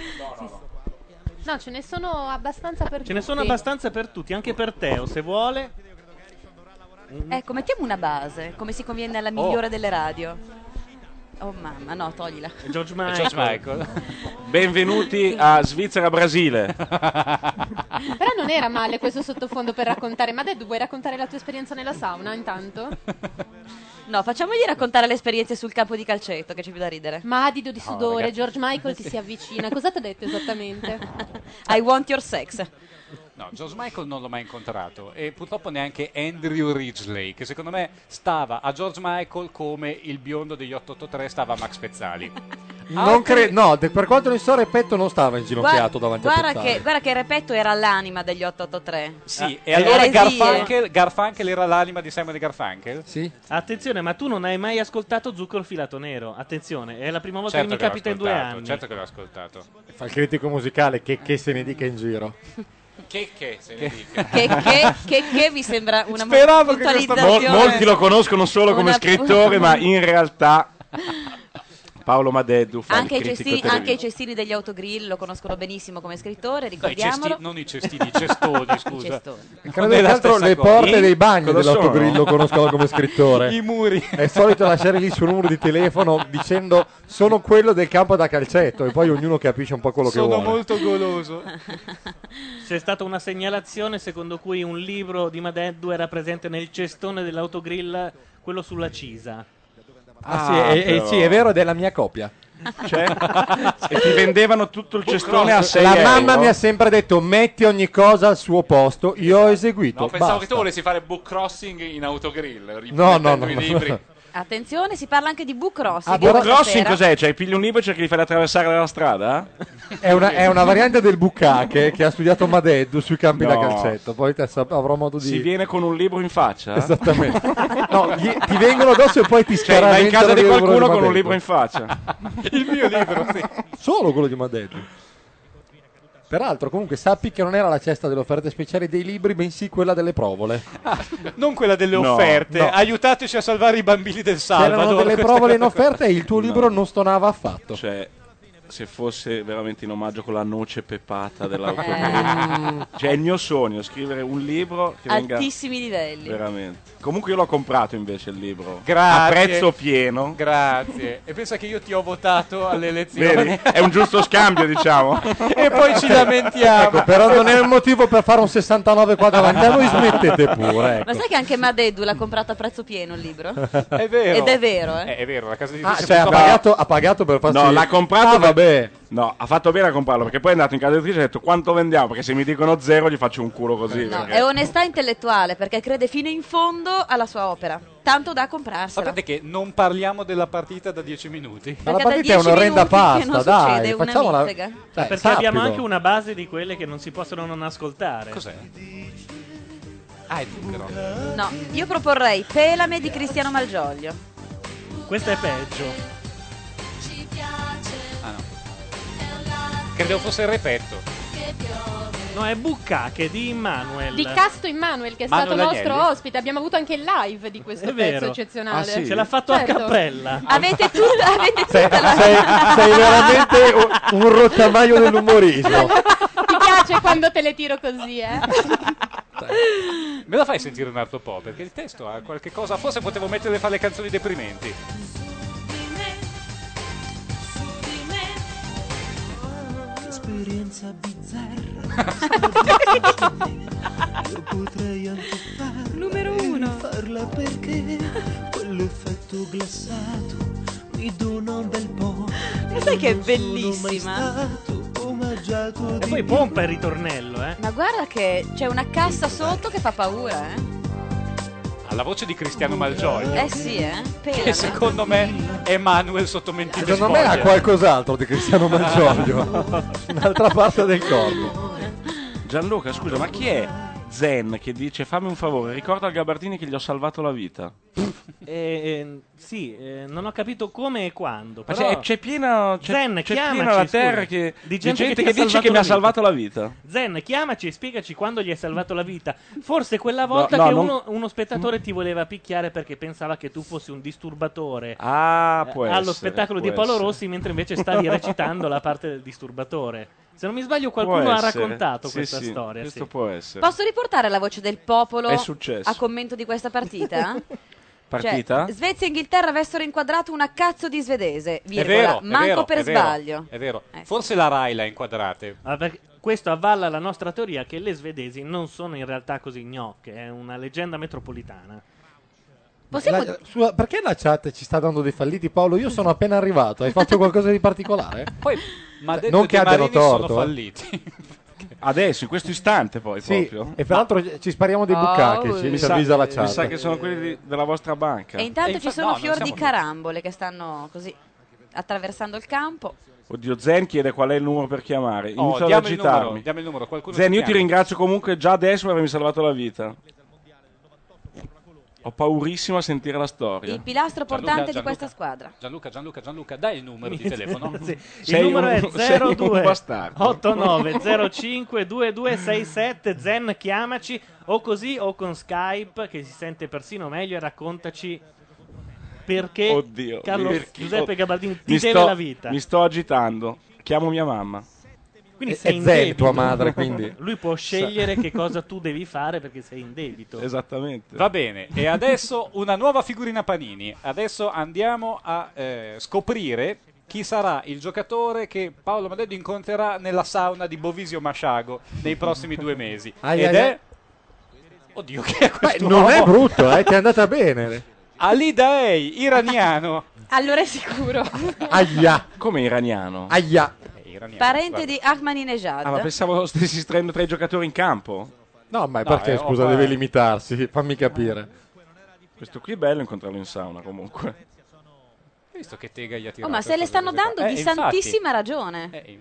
No, ce ne sono abbastanza per tutti. Ce ne sono abbastanza per tutti, anche per Teo, se vuole. Ecco, mettiamo una base, come si conviene alla migliore delle radio. Oh mamma, no, toglila. George George Michael. Benvenuti a Svizzera-Brasile. Però non era male questo sottofondo per raccontare. Ma Deddu, vuoi raccontare la tua esperienza nella sauna intanto? No, facciamogli raccontare le esperienze sul campo di calcetto, che c'è più da ridere. Ma adido di sudore, ragazzi. George Michael ti si avvicina. Cosa ti ha detto esattamente? I want your sex. No, George Michael non l'ho mai incontrato e purtroppo neanche Andrew Ridgeley, che secondo me stava a George Michael come il biondo degli 883 stava a Max Pezzali. Non no, per quanto ne so, Repetto non stava inginocchiato davanti a Pezzali. Guarda che Repetto era l'anima degli 883. Sì, e allora Eresie. Garfunkel era l'anima di Simon e Garfunkel? Sì. Attenzione, ma tu non hai mai ascoltato Zucchero Filato Nero. Attenzione, è la prima volta Certo che mi che l'ho capita in 2 ascoltato, anni. certo che l'ho ascoltato. Fa il critico musicale, che se ne dica in giro. Che se ne dica. Che mi sembra una Speravo che questa puntualizzazione. Molti lo conoscono solo come Una- scrittore, ma in realtà Paolo Madeddu fa Anche il i, critico cestini, televisivo. anche i cestini degli autogrill lo conoscono benissimo come scrittore, No, ricordiamolo. non i cestini, i cestoni, scusa. I cestoni. Credo Non è che la altro stessa le cosa. porte dei bagni Cosa dell'autogrill sono? lo conoscono come scrittore. I muri. È solito lasciare lì il suo numero di telefono dicendo sono quello del campo da calcetto e poi ognuno capisce un po' quello che Sono vuole. molto goloso. C'è stata una segnalazione secondo cui un libro di Madeddu era presente nel cestone dell'autogrill, quello sulla Cisa. Ah, però. sì, è vero, ed è la mia copia. Cioè, e ti vendevano tutto il cestone a 6 La euro. mamma mi ha sempre detto metti ogni cosa al suo posto, io ho eseguito. No, pensavo basta. che tu volessi fare book crossing in autogrill. No, rimettendo no, i no. libri. Attenzione, si parla anche di book crossing. Ah, Book questa crossing sera. cos'è? Cioè, pigli un libro e cerchi di farli attraversare la strada? È una variante del bucache che ha studiato Madeddu sui campi da No. calcetto. Poi avrò modo di. Si viene con un libro in faccia? Esattamente. No, ti vengono addosso e poi ti Cioè, vai in scaraventano casa di il libro qualcuno con Madeddu. un libro in faccia. Il mio libro, sì. Solo quello di Madeddu. Peraltro, comunque, sappi che non era la cesta delle offerte speciali dei libri, bensì quella delle provole. Non quella delle No, offerte. no. Aiutateci a salvare i bambini del Salvador. C'erano delle Queste provole in cose. offerta e il tuo libro non stonava affatto. Cioè, se fosse veramente in omaggio con la noce pepata dell'autorità. Cioè, è il mio sogno, scrivere un libro che venga... Altissimi livelli. Veramente. Comunque io l'ho comprato invece il libro. Grazie. A prezzo pieno. Grazie. E pensa che io ti ho votato alle elezioni. Vedi? È un giusto scambio, diciamo. E poi ci lamentiamo. Ecco, però non è un motivo per fare un 69 qua davanti a noi, smettete pure. Ecco. Ma sai che anche Madeddu l'ha comprato a prezzo pieno il libro? È vero. Ed è vero, È vero, la casa di Ah, cioè ha pagato per farsi... No, l'ha comprato. Ah, vabbè. No, ha fatto bene a comprarlo perché poi è andato in casa editrice e ha detto quanto vendiamo, perché se mi dicono 0 gli faccio un culo così. No, perché- è onestà intellettuale perché crede fino in fondo alla sua opera. Tanto da comprarsela. Sapete che non parliamo della partita da 10 minuti? Ma la Perché da partita è 10 un'orrenda minuti che pasta, non dai, succede una facciamola. mizzega. Perché sappilo. abbiamo anche una base di quelle che non si possono non ascoltare. Cos'è? Ah, è zucchero. No, io proporrei Pelame di Cristiano Malgioglio. Questa è peggio. Ah no. Credevo fosse il repetto. No, è Buccacche di Immanuel. Di Casto Immanuel, che è Manuel stato nostro Agnelli. ospite. Abbiamo avuto anche il live di questo È pezzo vero. eccezionale. Ah, sì? Ce l'ha fatto a Certo. cappella. Avete tutta Sei la... veramente un rottamaio dell'umorismo. Ti piace quando te le tiro così, eh? Me la fai sentire un altro po'? Perché il testo ha qualche cosa. Forse potevo mettere a fare le canzoni deprimenti. Esperienza bizzarra. Io potrei anche farla. Numero 1. Farla perché quell'effetto glassato mi dona un bel po'. Ma sai che è Non sono mai bellissima? stato omaggiato E di poi pompa il ritornello, Ma guarda che c'è una cassa sotto che fa paura, eh? Alla voce di Cristiano Malgioglio. Eh sì, Che Pelame. secondo me è Manuel sotto mentite Secondo me ha spoglie. qualcos'altro di Cristiano Malgioglio. Un'altra parte del corpo. Gianluca, scusa, ma chi è Zen che dice fammi un favore, ricorda al Gabardini che gli ho salvato la vita? Sì, non ho capito come e quando. Ma Però... c'è piena, Zen, c'è chiamaci, piena la terra scusa. che, Di di gente gente che che ti ha dice che mi ha salvato salvato la vita. Zen, chiamaci e spiegaci quando gli hai salvato la vita. Forse quella volta no, che non- uno spettatore ti voleva picchiare perché pensava che tu fossi un disturbatore Ah, può allo essere, spettacolo può di Paolo essere. Rossi, mentre invece stavi recitando la parte del disturbatore. Se non mi sbaglio, qualcuno Può ha essere. raccontato Sì, questa sì, storia. questo sì. può essere. Posso riportare la voce del popolo È successo. a commento di questa partita? Partita? Cioè, Svezia e Inghilterra avessero inquadrato una cazzo di svedese, È virgola, vero, è manco vero, per è vero, sbaglio. È vero. Forse la Rai l'ha inquadrate. Ah, perché questo avvalla la nostra teoria che le svedesi non sono in realtà così gnocche, è una leggenda metropolitana. Perché la chat ci sta dando dei falliti, Paolo? Io sono appena arrivato. Hai fatto qualcosa di particolare? Poi, ma non che abbiano torto. sono falliti. Adesso, in questo istante poi, Sì, proprio. e peraltro ci spariamo dei bucacchi, ci avvisa la chat. Mi sa che sono quelli della vostra banca. E intanto ci sono no, fior non di siamo- carambole che stanno così attraversando il campo. Oddio, Zen chiede qual è il numero per chiamare. Oh, Inizio ad diamo il numero, agitarmi. diamo il numero, qualcuno Zen, ti io ti chiama. ringrazio comunque già adesso per avermi salvato la vita. Ho paurissimo a sentire la storia. Il pilastro portante di questa squadra. Gianluca, dai il numero di telefono. Sì. Il Sei numero un- è sei un 02 bastardo. 8905 2267. Zen, chiamaci o così o con Skype, che si sente persino meglio, e raccontaci perché Oddio, Carlo perché- Giuseppe Gabardini ti Mi deve sto- la vita. Mi sto agitando. Chiamo mia mamma. Quindi È sei in Zen, debito. tua madre, quindi. Lui può scegliere che cosa tu devi fare perché sei in debito. Esattamente. Va bene, e adesso una nuova figurina Panini. Adesso andiamo a scoprire chi sarà il giocatore che Paolo Madeddu incontrerà nella sauna di Bovisio Masciago nei prossimi 2 mesi. Ai, Ed ai, è... ai. Oddio, che è questo? Non è brutto, ti è andata bene. Ali Daei, iraniano. Allora è sicuro. Aia. Come iraniano? Aia. Parente di Ahmadinejad. Ah, ma pensavo stessi estraendo 3 giocatori in campo. No, ma perché, scusa, deve limitarsi? Fammi capire. Questo qui è bello incontrarlo in sauna comunque. Hai visto che tega gli ha Oh, tirato? ma se le stanno dando di infatti. santissima ragione.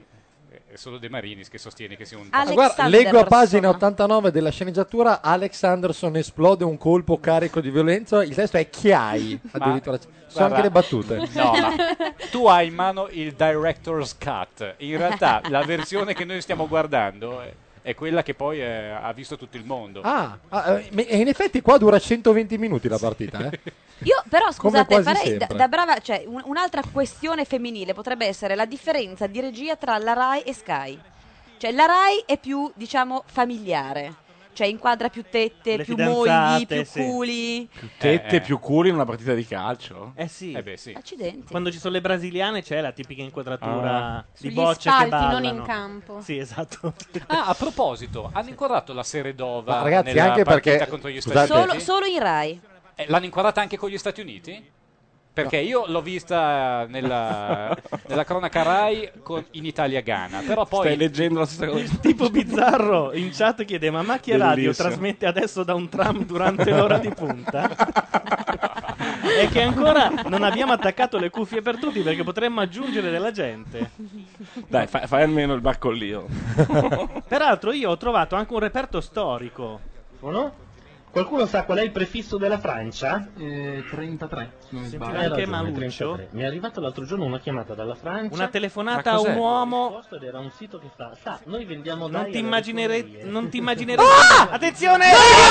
È solo De Marinis che sostiene che sia un... Guarda, leggo a pagina 89 della sceneggiatura: Alex Anderson esplode un colpo carico di violenza. Il testo è Chiai. Addirittura sono anche le battute. No, ma tu hai in mano il director's cut. In realtà la versione che noi stiamo guardando è quella che poi ha visto tutto il mondo. E in effetti qua dura 120 minuti la partita. Io però Come scusate, quasi farei sempre. da brava, cioè un'altra questione femminile potrebbe essere la differenza di regia tra la Rai e Sky. Cioè la Rai è più, diciamo, familiare. Cioè inquadra più tette, Le più fidanzate, mogli, più sì. culi. Tette più culi in una partita di calcio? Sì. Eh beh, sì. Accidenti. Quando ci sono le brasiliane c'è la tipica inquadratura di Sugli bocce spalti, che ballano. non in campo. Sì, esatto. A proposito, hanno inquadrato la Seredova Ma ragazzi, nella anche partita perché- contro gli scusate- Stati Uniti? Solo in Rai. L'hanno inquadrata anche con gli Stati Uniti? Perché io l'ho vista nella cronaca Rai in Italia-Ghana, però poi... Stai leggendo la stessa cosa? Il tipo bizzarro in chat chiede: ma Macchia Radio Bellissimo. trasmette adesso da un tram durante l'ora di punta? È che ancora non abbiamo attaccato le cuffie per tutti perché potremmo aggiungere della gente. Dai, fai almeno il barcollio. Peraltro io ho trovato anche un reperto storico. No? Qualcuno sa qual è il prefisso della Francia? 33. Sentivo anche Maluccio. 33. Mi è arrivato l'altro giorno una chiamata dalla Francia. Una telefonata a un uomo. Ed era un sito che fa: sa, noi vendiamo Non dai ti alle immaginerei. refinerie." Non ti immaginerei. Attenzione!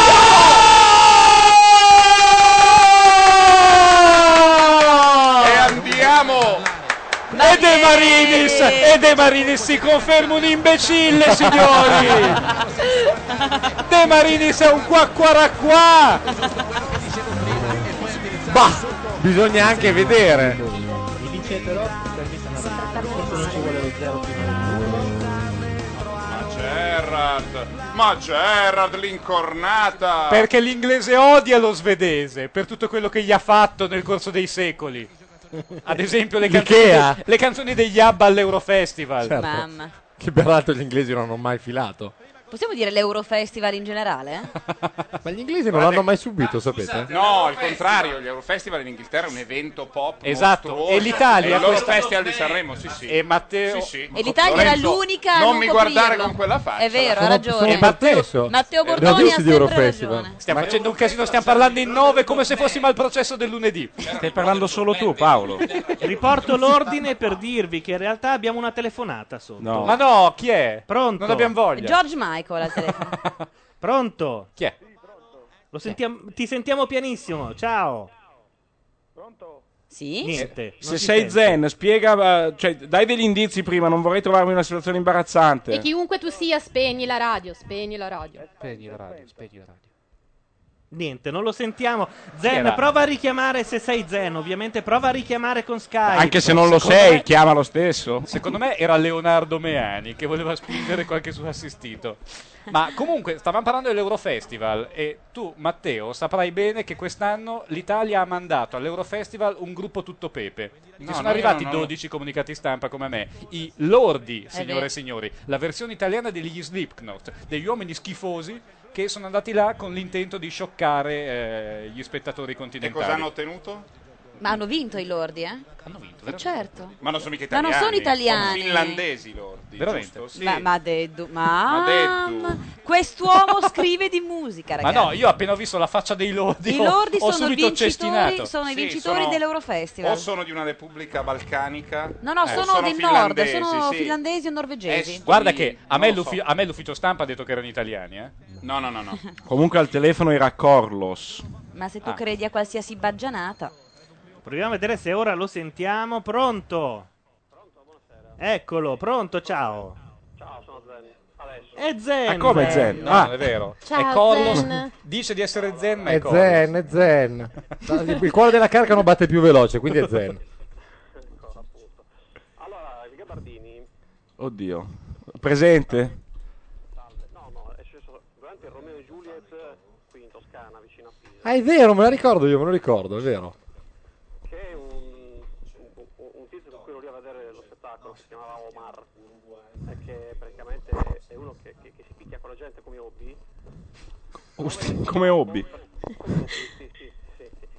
E andiamo! E De Marinis si conferma un imbecille, signori! De Marinis è un quacquaracqua! Bah, bisogna anche vedere. I vincetero perché forse non ci vuole lo 0 Ma Gerrard, l'incornata! Perché l'inglese odia lo svedese per tutto quello che gli ha fatto nel corso dei secoli. Ad esempio le canzoni degli ABBA all'Eurofestival. Certo. Mamma. Che peraltro gli inglesi non hanno mai filato. Possiamo dire l'Eurofestival in generale? Ma gli inglesi non l'hanno mai subito, sapete? No, al contrario, gli Eurofestival in Inghilterra è un evento pop Esatto, mostruoso. e l'Italia il loro questa- Festival di Sanremo, sì sì. E Matteo Sì, sì. E l'Italia era Lorenzo, l'unica a non non mi guardare coprirlo. con quella faccia. È vero, ha Sono ragione. perplesso. Matteo Ne ho Bordoni ha visti di sempre Eurofestival. ragione. Stiamo facendo un casino, stiamo parlando in 9 come se fossimo al processo del lunedì. Stai parlando solo tu, Paolo. Riporto l'ordine per dirvi che in realtà abbiamo una telefonata sotto. No. Ma no, chi è? Pronto? Non abbiamo voglia. George Michael al telefono. Pronto? Chi è? Ti sentiamo pianissimo. Ciao. Sì? Niente. Se sei zen, spiega, cioè, dai degli indizi prima, non vorrei trovarmi in una situazione imbarazzante. E chiunque tu sia, spegni la radio, spegni la radio. Spegni la radio, spegni la radio. Niente, non lo sentiamo. Zen, era? prova a richiamare se sei Zen, ovviamente. Prova a richiamare con Skype. Anche se non lo Secondo sei, me- chiama lo stesso. Secondo me era Leonardo Meani che voleva spingere qualche suo assistito. Ma comunque stavamo parlando dell'Eurofestival e tu, Matteo, saprai bene che quest'anno l'Italia ha mandato all'Eurofestival un gruppo tutto pepe. Ci No, sono no, arrivati io non- 12 comunicati stampa come me. I lordi, signore vero. e signori, la versione italiana degli Slipknot, degli uomini schifosi che sono andati là con l'intento di scioccare gli spettatori E continentali. cosa hanno ottenuto? Ma hanno vinto i lordi, eh? Hanno vinto, Eh, certo. Ma non sono mica Ma non italiani. sono italiani. Sono finlandesi lordi, Veramente? giusto? Sì. Ma Deddu, Ma Deddu. quest'uomo scrive di musica, Ma ragazzi. no, io appena ho visto la faccia dei lordi I lordi ho sono, subito vincitori, cestinato. sono i Sì, vincitori sono- dell'Eurofestival. O sono di una repubblica balcanica. No, no, sono del nord, finlandesi, sono sì. finlandesi o norvegesi. Guarda che a me, Non lo so. a me l'ufficio stampa ha detto che erano italiani, eh? No, no, no, no. Comunque al telefono era Corlos. Ma se tu credi a qualsiasi baggianata. Proviamo a vedere se ora lo sentiamo. Pronto? Eccolo, pronto, ciao. Ciao, sono Zen. Adesso. È Zen. Ma come Zen? No, Ah. non è vero. Ciao, è Corlos. Zen. Dice di essere Zen, ma è È Corlos. zen, è zen. Il cuore della carca non batte più veloce, quindi è zen. Allora, Gabardini, Oddio. Presente? no, è successo durante il Romeo e Juliet qui in Toscana, vicino a Pisa, Ah, è vero, me la ricordo io, me lo ricordo, è vero. che è un tizio con cui ero lì a vedere lo spettacolo, si chiamava Omar, e che praticamente è uno che si picchia con la gente come hobby. Come hobby. Sì. Lavora in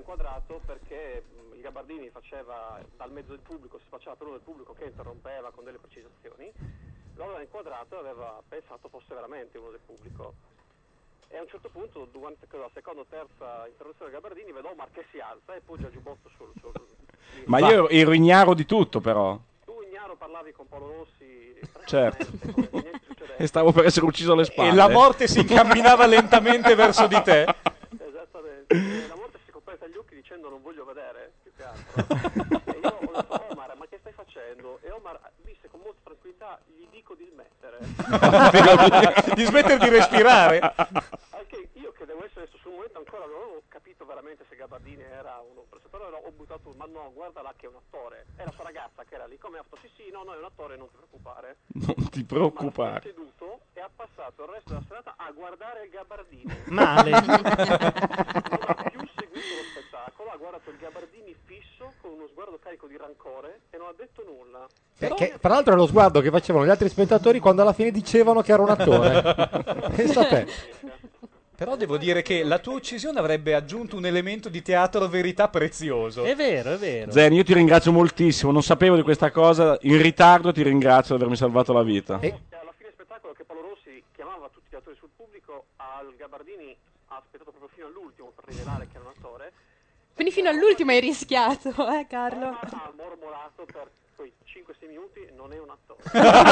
inquadrato perché il Gabardini faceva dal mezzo del pubblico, si faceva per uno del pubblico che interrompeva con delle precisazioni, lo aveva inquadrato e aveva pensato fosse veramente uno del pubblico. E a un certo punto, durante la seconda o terza interruzione del Gabardini, vedo Omar che si alza e poggia il giubbotto sul Ma io ero ignaro di tutto, però. Tu ignaro parlavi con Paolo Rossi. Certo. E stavo per essere ucciso alle spalle. E la morte si incamminava lentamente verso di te. Esattamente. E la morte si coperta gli occhi dicendo non voglio vedere, più che altro. E io ho detto Omar, ma che stai facendo? E Omar disse con molta tranquillità, gli dico di smettere. Di smettere di respirare. Anche io che devo essere sul momento ancora non avevo capito veramente se Gabardini era uno presentatore, ho buttato, ma no, guarda là che è un attore. È la sua ragazza che era lì, come ha fatto, sì, no, è un attore, non ti preoccupare. Non ti preoccupare. Ma si è seduto e ha passato il resto della serata a guardare il Gabardini. Male. Non ha più seguito lo spettacolo, ha guardato il Gabardini fisso con uno sguardo carico di rancore e non ha detto nulla. Che, tra l'altro è lo sguardo che facevano gli altri spettatori quando alla fine dicevano che era un attore. Pensa a te. Però devo dire che la tua uccisione avrebbe aggiunto un elemento di teatro verità prezioso. È vero, è vero. Zen, io ti ringrazio moltissimo, non sapevo di questa cosa, in ritardo ti ringrazio di avermi salvato la vita. Alla fine spettacolo che Paolo Rossi chiamava tutti gli attori sul pubblico, al Gabardini ha aspettato proprio fino all'ultimo per rivelare che era un attore. Quindi fino all'ultimo hai rischiato, Carlo? Ha mormorato per quei 5-6 minuti, non è un attore.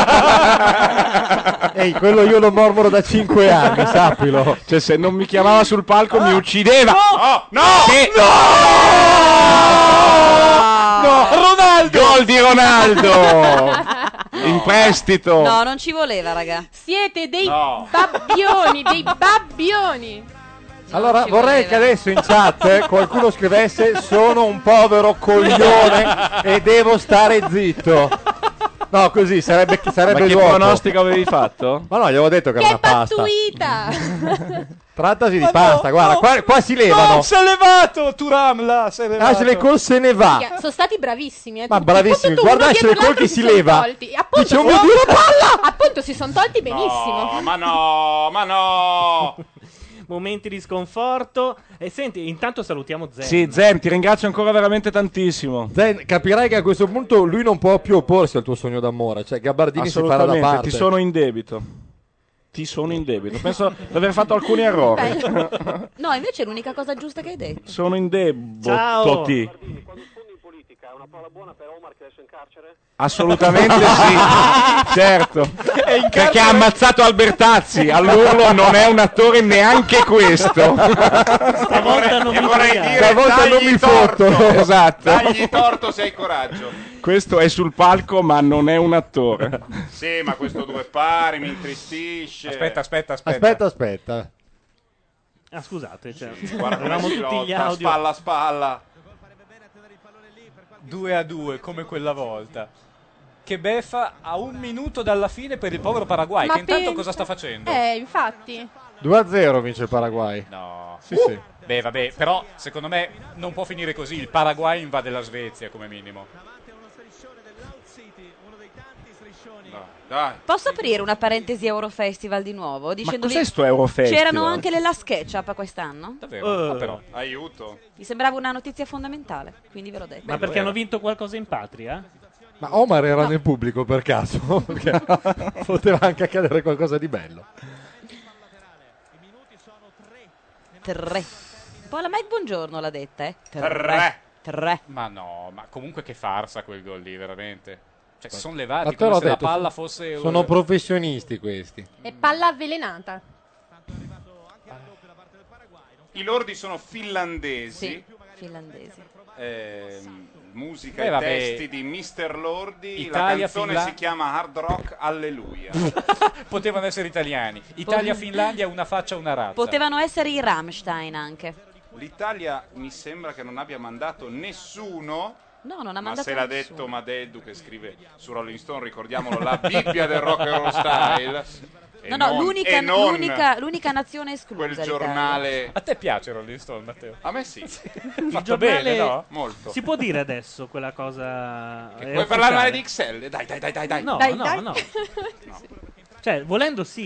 Ehi, quello io lo mormoro da 5 anni, sappilo. Cioè, se non mi chiamava sul palco mi uccideva. No! No! Ronaldo! Gol di Ronaldo! In prestito. No, non ci voleva, raga. Siete dei babbioni, dei babbioni. Allora vorrei che adesso in chat qualcuno scrivesse sono un povero coglione e devo stare zitto. No, così sarebbe Ma che vuoto. pronostico avevi fatto? Ma no, gli avevo detto che era una pasta. Pattuita! Trattasi di pasta, guarda, qua si levano. No, si è levato Turam là, si è levato. Ashley Cole se ne va. Sono stati bravissimi. Ma tutti. bravissimi, Tutto guarda uno Ashley dietro Cole che l'altro si sono leva. tolti. Appunto, Dice, oh mio Dio, la palla! Appunto, si sono tolti benissimo. Ma no! Momenti di sconforto. E senti, intanto salutiamo Zen. Sì, Zen, ti ringrazio ancora veramente tantissimo. Zen, capirai che a questo punto lui non può più opporsi al tuo sogno d'amore. Cioè, Gabardini si farà da parte. Ti sono in debito. Penso di aver fatto alcuni errori. No, invece è l'unica cosa giusta che hai detto. Sono in debito. Ciao. Quando sfondi in politica è una parola buona per Omar che adesso è in carcere? Assolutamente sì, certo. Perché ha ammazzato Albertazzi. All'urlo non è un attore neanche questo. Stavolta non mi vorrei fregate. dire, Stavolta non mi fotto. Esatto. Dagli torto se hai coraggio. Questo è sul palco, ma non è un attore. Sì, ma questo due pari mi intristisce. Aspetta. Ah, scusate, cioè, Guarda come avevamo si tutti gli lotta, audio. spalla a spalla. 2-2 come quella volta. Che beffa a 1 minuto dalla fine per il povero Paraguay. Ma Che intanto pensa- cosa sta facendo? Infatti. 2-0 vince il Paraguay. No. Sì, sì. Beh, vabbè, però secondo me non può finire così. Il Paraguay invade la Svezia come minimo. Dai. Posso aprire una parentesi Eurofestival di nuovo? Dicendovi cos'è sto Eurofestival? c'erano anche le Last Ketchup quest'anno? Davvero? Però. Aiuto. Mi sembrava una notizia fondamentale, quindi ve l'ho detto. Ma perché hanno vinto qualcosa in patria? Ma Omar era nel pubblico per caso? Perché poteva anche accadere qualcosa di bello. 3. Poi la Mike Buongiorno l'ha detta, eh? 3. Ma no, ma comunque che farsa quel gol lì, veramente. Cioè, si sono levati Ma te come l'ho se la detto, palla fosse... sono professionisti questi. È palla avvelenata. I lordi sono finlandesi. Sì, finlandesi. Musica e vabbè. testi di Mr. Lordi. Italia, la canzone si chiama Hard Rock Alleluia. Potevano essere italiani. Italia-Finlandia, una faccia, una razza. Potevano essere i Rammstein anche. L'Italia mi sembra che non abbia mandato nessuno. No, non ha Ma mandato se l'ha nessuno. detto Madeddu che scrive su Rolling Stone, ricordiamolo, la Bibbia del rock and roll style. E No, non- l'unica, e non l'unica nazione esclusa. quel l'Italia. giornale. A te piace Rolling Stone, Matteo? A me sì. Fatto giornale- bene, no? Molto. Si può dire adesso quella cosa? Che è puoi parlare ufficiale? di XL? Dai. No, Dai, no, dai. no. Cioè, volendo sì.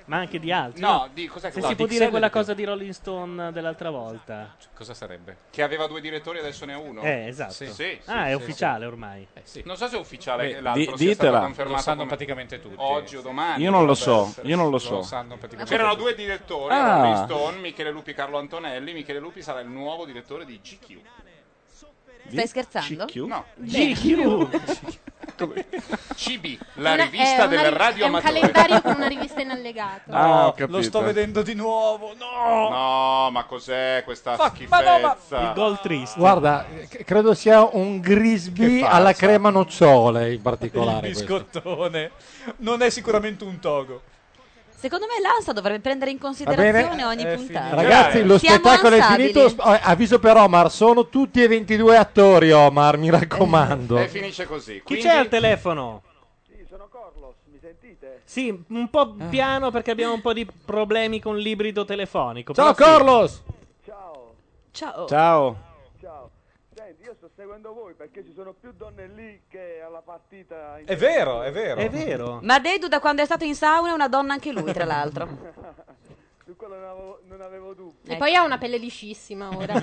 Ma anche di altri. No, cos'è che Se no, si può di dire Xelle quella di- cosa di Rolling Stone dell'altra volta. Cosa sarebbe? Che aveva 2 direttori, adesso ne ha uno. Esatto. Sì, Ah, sì, è sì, ufficiale ormai. sì. Non so se è ufficiale Beh, che l'altro sia ditela. stato confermato. Lo sanno come- praticamente tutti. Oggi o domani. Io non lo dovrebbe so, essere. io non lo so. sanno praticamente C'erano tutti. 2 direttori, Ah. Rolling Stone, Michele Lupi e Carlo Antonelli. Michele Lupi sarà il nuovo direttore di GQ. Stai scherzando? No. GQ. CB, la Una- rivista è una del ri- radio È un amatore. calendario con una rivista in allegato. Ah, ho Lo capito. sto vedendo di nuovo. No! No, ma cos'è questa Ma schifezza? no, Il gol triste. Guarda, credo sia un Grisby Che farsa. alla crema nocciole in Il particolare. questo. biscottone. Non è sicuramente un togo. Secondo me l'ANSA dovrebbe prendere in Va considerazione bene. ogni È puntata. Ragazzi, lo Siamo spettacolo è anstabili. finito. Avviso per Omar, sono tutti e 22 attori, Omar, mi raccomando. E finisce così. Chi Quindi, c'è al telefono? Sì, sono Corlos, mi sentite? Sì, un po' piano perché abbiamo un po' di problemi con l'ibrido telefonico. Ciao però sì. Carlos! Ciao, Ciao. Ciao. ciao. Senti, io sto seguendo voi perché ci sono più donne lì che alla partita. È vero, è vero. È vero. Ma Dedu da quando è stato in sauna è una donna anche lui, tra l'altro. Su quello non avevo dubbi. E poi ha una pelle liscissima ora.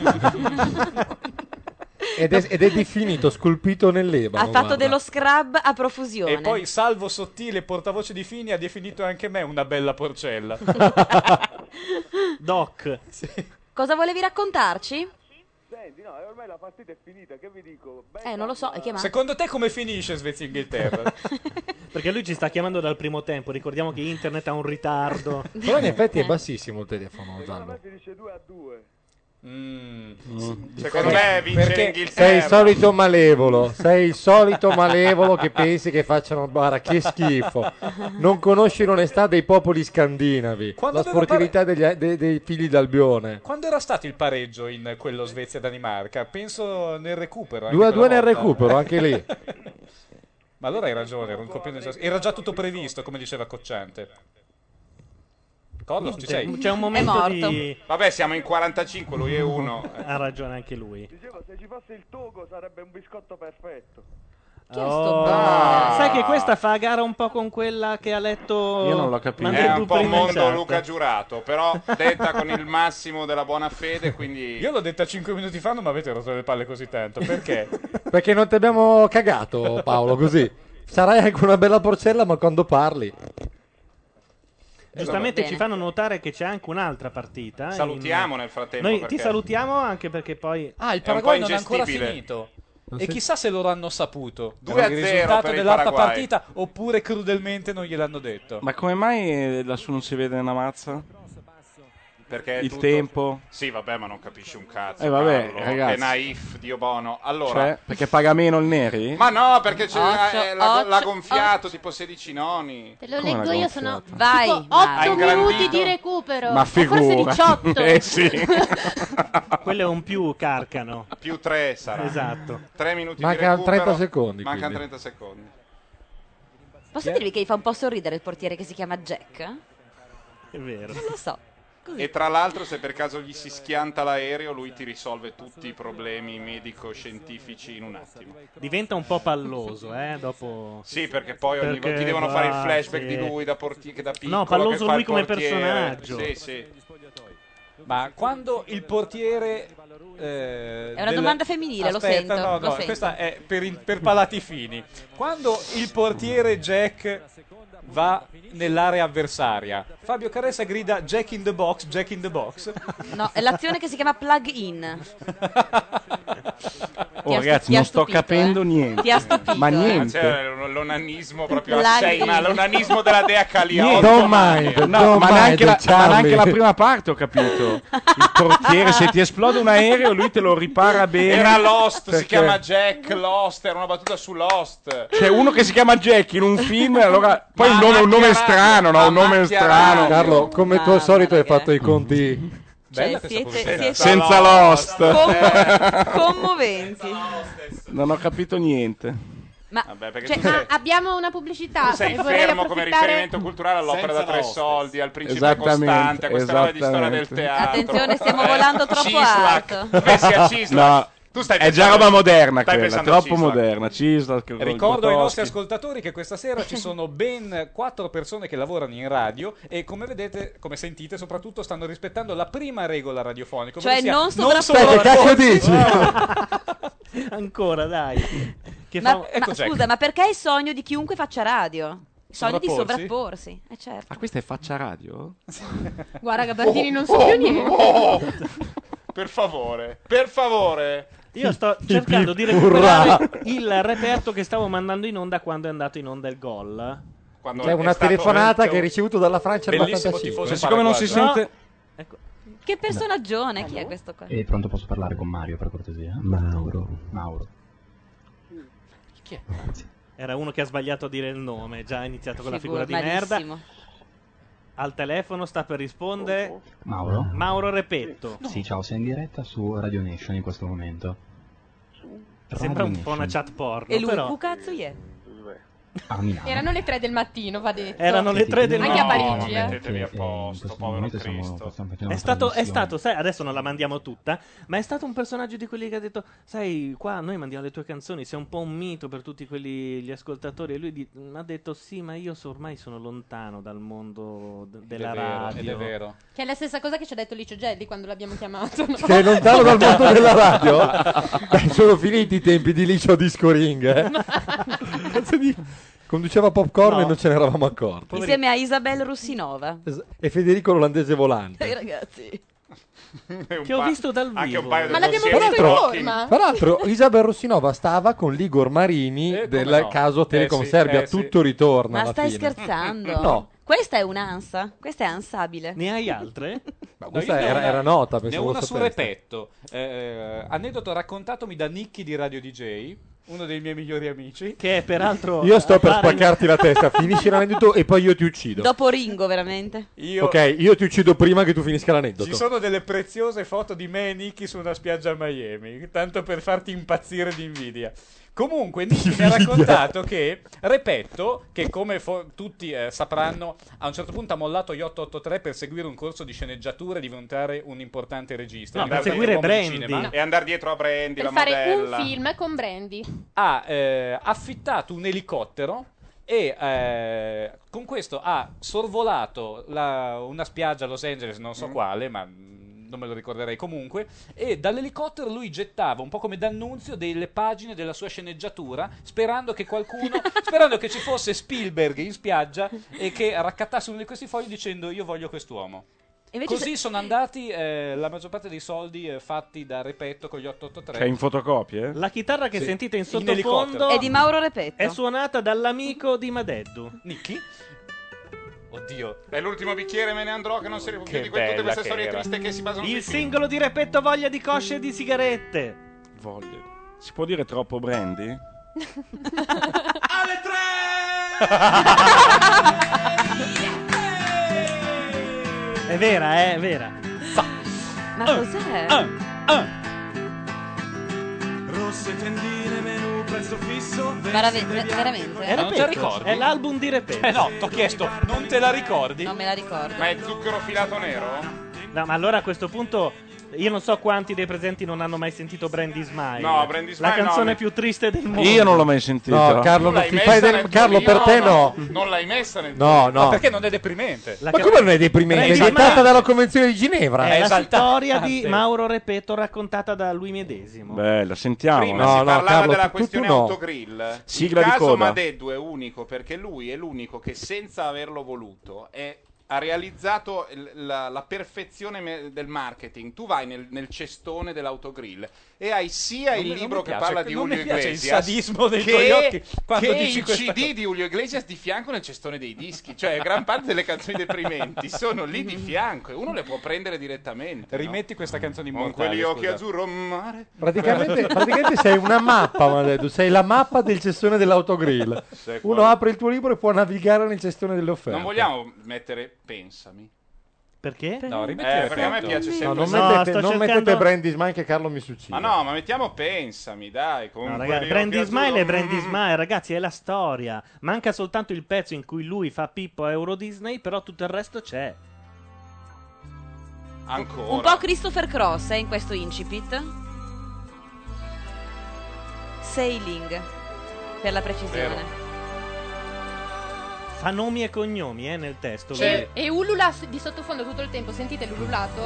Ed è definito, scolpito nell'ebano. Ha fatto guarda. dello scrub a profusione. E poi Salvo Sottile, portavoce di Fini, ha definito anche me una bella porcella. Doc. Cosa volevi raccontarci? Senti, no, ormai la partita è finita, che vi dico? Non lo so, è chiamato. Secondo te come finisce Svezia-Inghilterra? Perché lui ci sta chiamando dal primo tempo. Ricordiamo che internet ha un ritardo. Però in effetti è bassissimo il telefono, Secondo Giallo. me finisce 2-2. secondo me vince Perché l'Inghilterra. Sei il solito malevolo, sei il solito malevolo che pensi che facciano bara, che schifo. Non conosci l'onestà dei popoli scandinavi, Quando la doveva sportività dei figli d'Albione. Quando era stato il pareggio in quello Svezia-Danimarca? Penso nel recupero. anche 2-2 quella nel volta. recupero, anche lì. Ma allora hai ragione, era un copione era già tutto previsto, come diceva Cocciante. Carlos, ci sei? C'è un momento morto. di... Vabbè, siamo in 45, lui è uno. Ha ragione anche lui. Dicevo, se ci fosse il Togo sarebbe un biscotto perfetto. Chi è sto Oh, buono? sai che questa fa a gara un po' con quella che ha letto. Io non l'ho capito. Mandai È tu un po' prima in mondo chat. Luca Giurato, però detta con il massimo della buona fede, quindi... Io l'ho detta 5 minuti fa, non mi avete rotto le palle così tanto. Perché? Perché non ti abbiamo cagato, Paolo, così. Sarai anche una bella porcella, ma quando parli. Giustamente Bene. ci fanno notare che c'è anche un'altra partita. Salutiamo nel frattempo. Noi perché ti salutiamo anche perché poi. Ah, il È un Paraguay po' non è ancora ingestibile. finito. E chissà se loro hanno saputo 2-0 il risultato per il dell'altra Paraguay. partita oppure crudelmente non gliel'hanno detto. Ma come mai lassù non si vede una mazza? Perché è Il tutto- tempo? Sì, vabbè, ma non capisci un cazzo. Vabbè, Carlo. ragazzi. Che naif, Dio buono. Allora... Cioè, perché paga meno il Neri? Ma no, perché c'è, Occhio, l'ha gonfiato tipo 16 noni. Te lo Come leggo l'ha io, gonfiato? sono Vai, tipo vai. 8 minuti ingrandito? di recupero. Ma O forse figura. 18. Sì. Quello è un più carcano. Più 3 sarà. Esatto. 3 minuti di Mancano recupero. 30 secondi, Mancano quindi. 30 secondi. Posso dirvi che mi fa un po' sorridere il portiere che si chiama Jack? È vero. Non lo so. E tra l'altro, se per caso gli si schianta l'aereo, lui ti risolve tutti i problemi medico-scientifici in un attimo. Diventa un po' palloso, dopo. Sì, perché poi ogni Perché volta ti devono fare il va, flashback sì. di lui da portiere, da piccolo. No, palloso che fa lui il come portiere. personaggio. Sì, sì. Ma quando il portiere È una domanda femminile, lo Aspetta, sento, no, lo no, sento. questa è per palati fini. Quando il portiere Jack va nell'area avversaria, Fabio Caressa grida Jack in the box, Jack in the box. No, è l'azione che si chiama plug in. Oh, ragazzi, non sto capendo niente. Ti ha stupito, Ma eh? niente. C'è l'onanismo proprio a Plug 6, in. ma l'onanismo della Dea Calia. Niente. Don't mind, No, don't ma mind, neanche la Charlie. prima parte ho capito. Il portiere, se ti esplode un aereo, lui te lo ripara bene. Era Lost, si Perché? chiama Jack Lost, era una battuta su Lost. C'è uno che si chiama Jack in un film, allora poi Ma il nome è un nome macchia strano, no? radio, Un nome ma strano. Carlo, come tu Mamma, al solito hai ragazzi. fatto i conti. Cioè, questa siete pubblicità. Senza Lost. commoventi. Non ho capito niente. Ma Vabbè, perché Cioè, tu sei, abbiamo una pubblicità. tu sei e vorrei fermo come approfittare- riferimento culturale all'opera da Senza 3 Lost. soldi, al principe Esattamente, costante, a questa roba di storia del esattamente. teatro. Attenzione, stiamo volando troppo Cislak. alto. Messi a Cislak. No, Tu stai È già pensando- roba moderna stai quella, pensando a troppo Cislac. moderna. Cislac, Ricordo ai nostri Grotowski. ascoltatori che questa sera ci sono ben 4 persone che lavorano in radio e come vedete, come sentite, soprattutto stanno rispettando la prima regola radiofonica. Cioè ovvero sia non sovrapporsi. Che cazzo dici? Ancora, dai. Che Ma, fa- ecco, ma Jack. scusa, ma perché è il sogno di chiunque faccia radio? Il sogno di Sovrapporsi? sovrapporsi. Certo. Ah, questa è faccia radio? Guarda, Gabardini non so più niente. Per favore, per favore. Io sto cercando di recuperare il reperto che stavo mandando in onda quando è andato in onda il gol. Quando C'è è una stato- telefonata che hai ricevuto dalla Francia Bellissimo nell'85. tifoso Siccome non si paraguayo. sente... Che personaggione? Chi è questo qua? Pronto, posso parlare con Mario per cortesia? Mauro. Chi è? Era uno che ha sbagliato a dire il nome, già ha iniziato con la figura di merda. Malissimo. Al telefono sta per rispondere Mauro? Mauro Repetto. Sì, ciao, sei in diretta su Radio Nation in questo momento. Sembra un Radio po' una Nation. chat porno, E lui, però che cazzo gli è? A Milano. Erano le 3 del mattino, va detto. erano le 3 del Anche a mattino. Parigi, Mettetevi a Che, posto, in questo povero momento Cristo. stiamo facendo È una stato, trasmissione. sai, adesso non la mandiamo tutta, ma è stato un personaggio di quelli che ha detto, sai, qua noi mandiamo le tue canzoni, sei un po' un mito per tutti quelli, gli ascoltatori, e lui mi ha detto, sì, ma io ormai sono lontano dal mondo della radio. Ed è vero. Che è la stessa cosa che ci ha detto Licio Gelli quando l'abbiamo chiamato. No? Sei lontano dal mondo della radio? Beh, sono finiti i tempi di Licio Disco Ring, Cazzo di- Conduceva Popcorn No. e non ce ne eravamo accorti. Insieme a Isabel Russinova. E Federico l'olandese volante. Ragazzi. Che ho visto dal Anche vivo. un paio di Ma l'abbiamo dossier visto in stalking. forma. Tra l'altro Isabel Rossinova stava con l'Igor Marini come del no. caso Telecom Sì, Serbia, sì. tutto ritorna Ma alla stai fine. scherzando? No. Questa è un'ansa. Questa è ansabile. Ne hai altre? Ma No, questa io ne ho era nota, Ne pensavo ho lo una su sapeste. Repetto. Aneddoto raccontatomi da Nicky di Radio DJ, uno dei miei migliori amici. Che è peraltro... Io sto per appare- spaccarti la testa, finisci l'aneddoto e poi io ti uccido. Dopo Ringo, veramente. Io, Ok, io ti uccido prima che tu finisca l'aneddoto. Ci sono delle preziose foto di me e Nicky su una spiaggia a Miami, tanto per farti impazzire di invidia. Comunque Nicky mi ha raccontato che Repetto, che come tutti sapranno, a un certo punto ha mollato gli 883 per seguire un corso di sceneggiatura e diventare un importante regista. No, per Diventare seguire uomo di Brandy. cinema. E andare dietro a Brandy, Per la fare modella. un film con Brandy. Ha affittato un elicottero e con questo ha sorvolato una spiaggia a Los Angeles, non so quale, ma non me lo ricorderei comunque, e dall'elicottero lui gettava, un po' come D'Annunzio, delle pagine della sua sceneggiatura, sperando che sperando che ci fosse Spielberg in spiaggia e che raccattasse uno di questi fogli dicendo io voglio quest'uomo. Invece Così sono andati la maggior parte dei soldi fatti da Repetto con gli 883. Cioè in fotocopie? La chitarra che Sì. sentite in In sottofondo elicottero. è di Mauro Repetto. è suonata dall'amico di Madeddu. Nicky? Oddio. È l'ultimo bicchiere, me ne andrò, che non si più Che di tutte bella queste che storie era. triste che si basano Il sui film. singolo di Repetto voglia di cosce e di sigarette. Voglio. Si può dire troppo Brandy? Alle 3! È vera, è vera. Ma cos'è? Rosse tendine, menù, prezzo fisso. Veramente? È non te Repetto, ricordi? è l'album di Repetto. No, t'ho chiesto, non te la ricordi? Non me la ricordo. Ma è zucchero filato nero? No, ma allora a questo punto io non so quanti dei presenti non hanno mai sentito Brandy Smile. No, Brandy Smile la canzone no, più triste del mondo. Io non l'ho mai sentita. No, Carlo, Tu non l'hai ti messa fai nel del... tuo Carlo, libro? per te no. Non l'hai messa nel No, no. Perché non è deprimente? La Ma come non è deprimente? È Brandy vietata Smile dalla Convenzione di Ginevra. è la esaltante. storia di Mauro Repetto raccontata da lui medesimo. Bella, sentiamo. Prima No, si no, parlava Carlo, della tu questione no. autogrill. Sigla Il di caso coda. Madeddu è unico perché lui è l'unico che senza averlo voluto ha realizzato la perfezione del marketing. Tu vai nel cestone dell'autogrill e hai sia il Non libro mi che piace, parla di non mi Julio piace il Iglesias sadismo dei che, tuoi occhi quando che dici il questa CD cosa. di Julio Iglesias di fianco nel cestone dei dischi. Cioè gran parte delle canzoni deprimenti sono lì di fianco e uno le può prendere direttamente. Rimetti questa canzone no? Con immortale. quegli occhi scusa. azzurro mare. Praticamente sei una mappa, Madeddu. Sei la mappa del cestone dell'autogrill. Sei Uno fuori. apre il tuo libro e può navigare nel cestone delle offerte. Non vogliamo mettere Pensami. Perché? No, rimetti Perché a me Repetto. piace No, sempre non No, mettete, sto non cercando- mettete Brandy Smile che Carlo mi succide. Ma no, ma mettiamo Pensami, dai. No, Comunque ragazzi, io Brandy che Smile azzurro, è Brandy Smile, ragazzi, è la storia. Manca soltanto il pezzo in cui lui fa Pippo a Euro Disney, però tutto il resto c'è. Ancora. Un po' Christopher Cross in questo incipit. Sailing, per la precisione. Fa nomi e cognomi nel testo. E ulula di sottofondo tutto il tempo. Sentite l'ululato?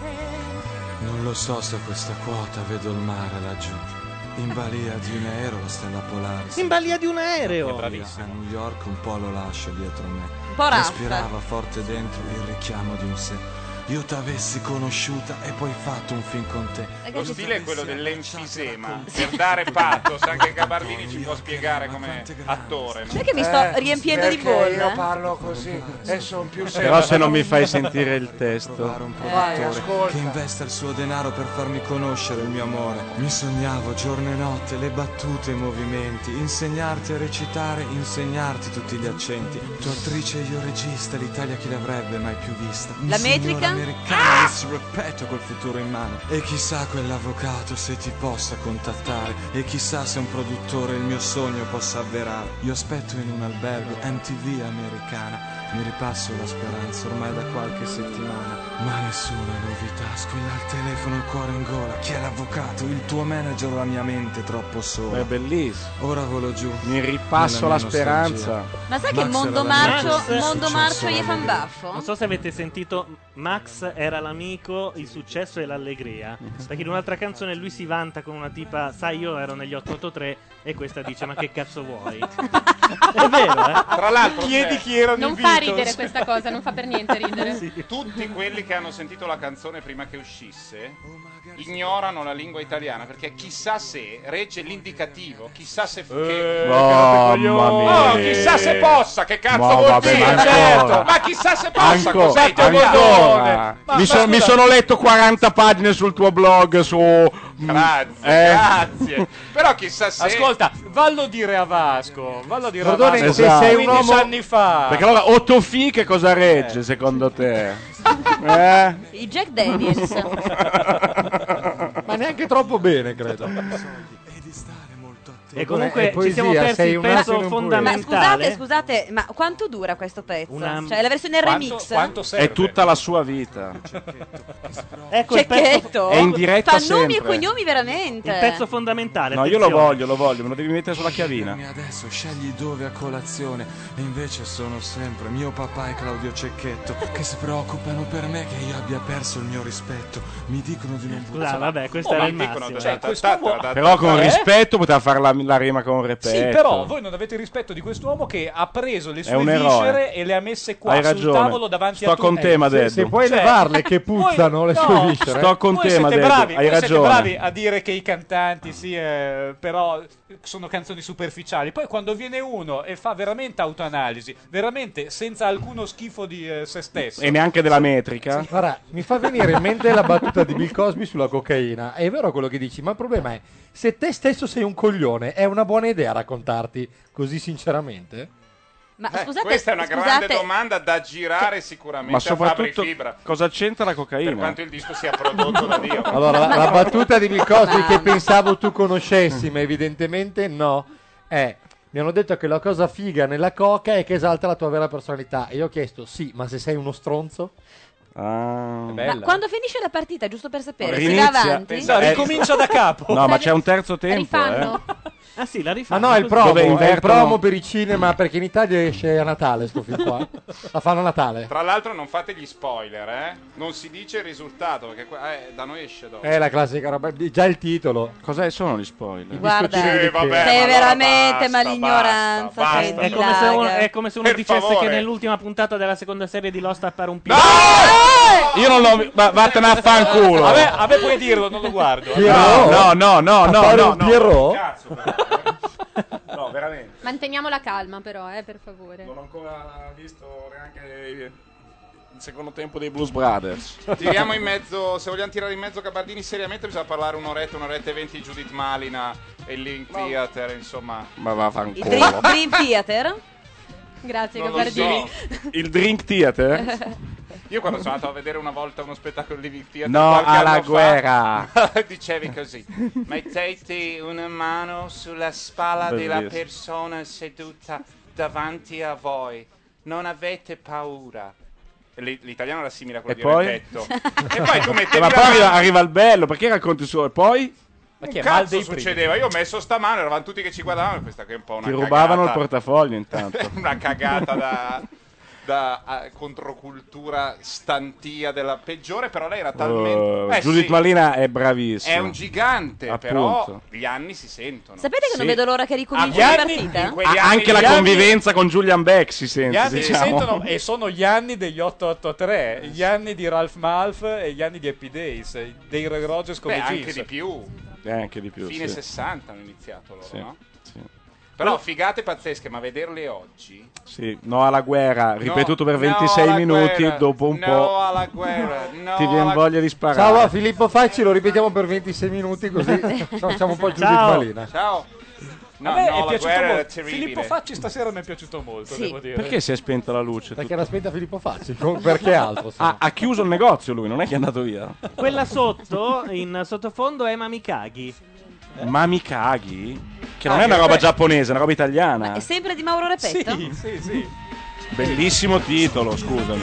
Non lo so se questa quota vedo il mare laggiù. In balia di un aereo, la stella polare. In balia di un aereo. A New York un po' lo lascio dietro me. Un po' raffa. Respirava forte dentro il richiamo di un sé. Io t'avessi conosciuta e poi fatto un film con te. Lo stile è quello dell'enfisema, per dare pathos. Anche Gabardini ci può spiegare come attore, no? Sai che mi sto riempiendo di bolle? Io parlo così e sono più serio. Però se non mi fai sentire il testo. Trovare un Vai, produttore ascolta. che investa il suo denaro per farmi conoscere il mio amore. Mi sognavo giorno e notte, le battute e i movimenti, insegnarti a recitare, insegnarti tutti gli accenti. Tu attrice e io regista, l'Italia chi l'avrebbe mai più vista? La metrica? Americana, avessi ripeto col futuro in mano. E chissà quell'avvocato se ti possa contattare. E chissà se un produttore il mio sogno possa avverare. Io aspetto in un albergo MTV americana. Mi ripasso la speranza ormai da qualche settimana. Ma nessuna novità, squilla il telefono, il cuore in gola. Chi è l'avvocato? Il tuo manager o la mia mente troppo sola? È bellissimo. Ora volo giù. Mi ripasso nella la mia speranza. nostalgia. Ma sai che Max Mondo era la mia Marcio, vita, Mondo successo Marcio gli era fa un l'allegria. baffo? Non so se avete sentito, Max era l'amico, il successo e l'allegria. Perché in un'altra canzone lui si vanta con una tipa, sai, io ero negli 883 e questa dice, ma che cazzo vuoi? È vero, eh? Tra l'altro, Chiedi chi erano Non i fa Beatles. ridere questa cosa, non fa per niente ridere. tutti quelli che hanno sentito la canzone prima che uscisse ignorano la lingua italiana perché chissà se regge l'indicativo, chissà se Mamma mia. Oh, chissà se possa, che cazzo Ma vuol vabbè, dire? ma Certo, ancora. ma chissà se possa, cos'è Ancora. Teodone? Mi sono letto 40 pagine sul tuo blog su Grazie. Però chissà se Ascolta, vallo dire a Vasco. Vallo dire Bordone, a Vasco. se sei un 15 uomo- anni fa. Perché allora Ottofi che cosa regge secondo te? I Jack Daniels. Ma neanche troppo bene, credo. E comunque È ci siamo poesia, persi sei il un pezzo attimo in Ma fondamentale. scusate, ma quanto dura questo pezzo? Una- Cioè la versione remix? È tutta la sua vita. Ecco il pezzo, Cecchetto? È in diretta Fa nomi e sempre. cognomi veramente. il pezzo fondamentale. No, io lo attenzione. voglio, me lo devi mettere sulla chiavina. Adesso scegli dove a colazione. E invece sono sempre mio papà e Claudio Cecchetto che si preoccupano per me che io abbia perso il mio rispetto. Mi dicono di non Scusa, vabbè, questo era il massimo. Però con rispetto poteva fare la rima con repeto. Sì, però voi non avete rispetto di quest'uomo che ha preso le È sue un eroe. viscere e le ha messe qua Hai sul ragione. tavolo davanti Sto a tutti. con te, Madeddu. Se puoi Cioè, levarle che puzzano le sue viscere. Sto con voi te, siete Madeddu, bravi, hai voi siete ragione. bravi a dire che i cantanti sì, però sono canzoni superficiali. Poi quando viene uno e fa veramente autoanalisi, veramente senza alcuno schifo di se stesso. E neanche della metrica. Guarda, mi fa venire in mente la battuta di Bill Cosby sulla cocaina. È vero quello che dici, ma il problema è se te stesso sei un coglione, è una buona idea raccontarti così sinceramente? Ma scusate, questa è una grande domanda da girare sicuramente Ma a Fabri soprattutto Fibra. cosa c'entra la Per cocaina? quanto il disco sia prodotto da Dio. Allora, la battuta di Bill Cosby che pensavo tu conoscessi, ma evidentemente no, è: mi hanno detto che la cosa figa nella coca è che esalta la tua vera personalità. E io ho chiesto, sì, ma se sei uno stronzo? Ma quando finisce la partita, giusto per sapere, si Rinizia. va avanti? No, ricomincia da capo. No, ma c'è un terzo tempo. Rifanno. Ah sì, la Ma rifanno. no, è il promo, Dove è il invertono- promo per i cinema, perché in Italia esce a Natale sto film qua. La fanno a Natale. Tra l'altro non fate gli spoiler, non si dice il risultato perché da noi esce dopo. È la classica roba, già il titolo. Cosa sono gli spoiler? Guarda, vabbè, sei ma veramente basta, mal'ignoranza. basta, che basta. È come se uno Per dicesse favore. che nell'ultima puntata della seconda serie di Lost appare un pilota. Io non l'ho. Vattene a fanculo. A me puoi dirlo, non lo guardo. No. Appare un Pierrot? No, veramente. Manteniamo la calma però, per favore. Non ho ancora visto neanche il secondo tempo dei Blues Brothers. Tiriamo in mezzo, se vogliamo tirare in mezzo Gabardini seriamente bisogna parlare un'oretta e 20 di Judith Malina e il Living Theater, insomma. Ma va a Il fanculo. Dream Theater? Grazie, Non lo Gabardini. so. Il Drink Theater? Io quando sono andato a vedere una volta uno spettacolo Living Theater No, qualche alla anno fa, guerra. dicevi così: mettete una mano sulla spalla della Bellissimo. persona seduta davanti a voi, non avete paura. L'italiano era simile a quello E di poi? Repetto. E poi tu mettevi Ma la poi mano- arriva il bello, perché racconti solo? E poi? Ma che chi è? Mal cazzo dei succedeva? Io ho messo sta mano, eravamo tutti che ci guardavano, questa che è un po' una Ti cagata. rubavano il portafoglio intanto. Una cagata da controcultura stantia della peggiore, però lei era talmente... Judith sì, Malina è bravissima. è un gigante, Appunto. però gli anni si sentono. Sapete che non Sì. vedo l'ora che ricominci Ah, la gli anni- partita? in quegli anni- Anche la gli anni- convivenza con Julian Beck si Gli sente, anni si diciamo. sentono e sono gli anni degli 883, gli anni di Ralph Malf e gli anni di Happy Days, dei Roy Rogers come Beh, anche Jeans. di più. Anche di più. Fine sì. 60 hanno iniziato loro, Sì, no? sì. Però figate pazzesche, ma vederle oggi... Sì, no alla guerra, ripetuto per no 26 alla minuti, guerra, dopo un no po' alla guerra, no ti viene alla- voglia di sparare. Ciao a Filippo Facci, lo ripetiamo per 26 minuti così facciamo un po' Judith Ciao. Malina. Ciao. No, A me no, è la piaciuto guerra era molto. terribile. Filippo Facci stasera mi è piaciuto molto, Sì. devo dire. Perché si è spenta la luce? Perché era spenta Filippo Facci, perché altro? Ha chiuso il negozio lui, non è che è andato via. Quella sotto, in sottofondo, è Mamikagi. Ma mi caghi? Che non è una roba giapponese, è una roba italiana. È sempre di Mauro Repetto? Sì. Bellissimo titolo, scusami.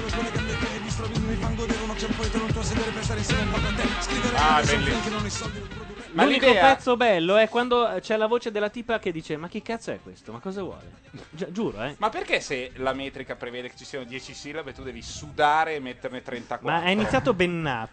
Ah, bellissimo. Ma L'unico l'idea... pezzo bello è quando c'è la voce della tipa che dice: ma chi cazzo è questo? Ma cosa vuole? Giuro, Ma perché se la metrica prevede che ci siano 10 sillabe tu devi sudare e metterne 34? Ma è iniziato Bennato.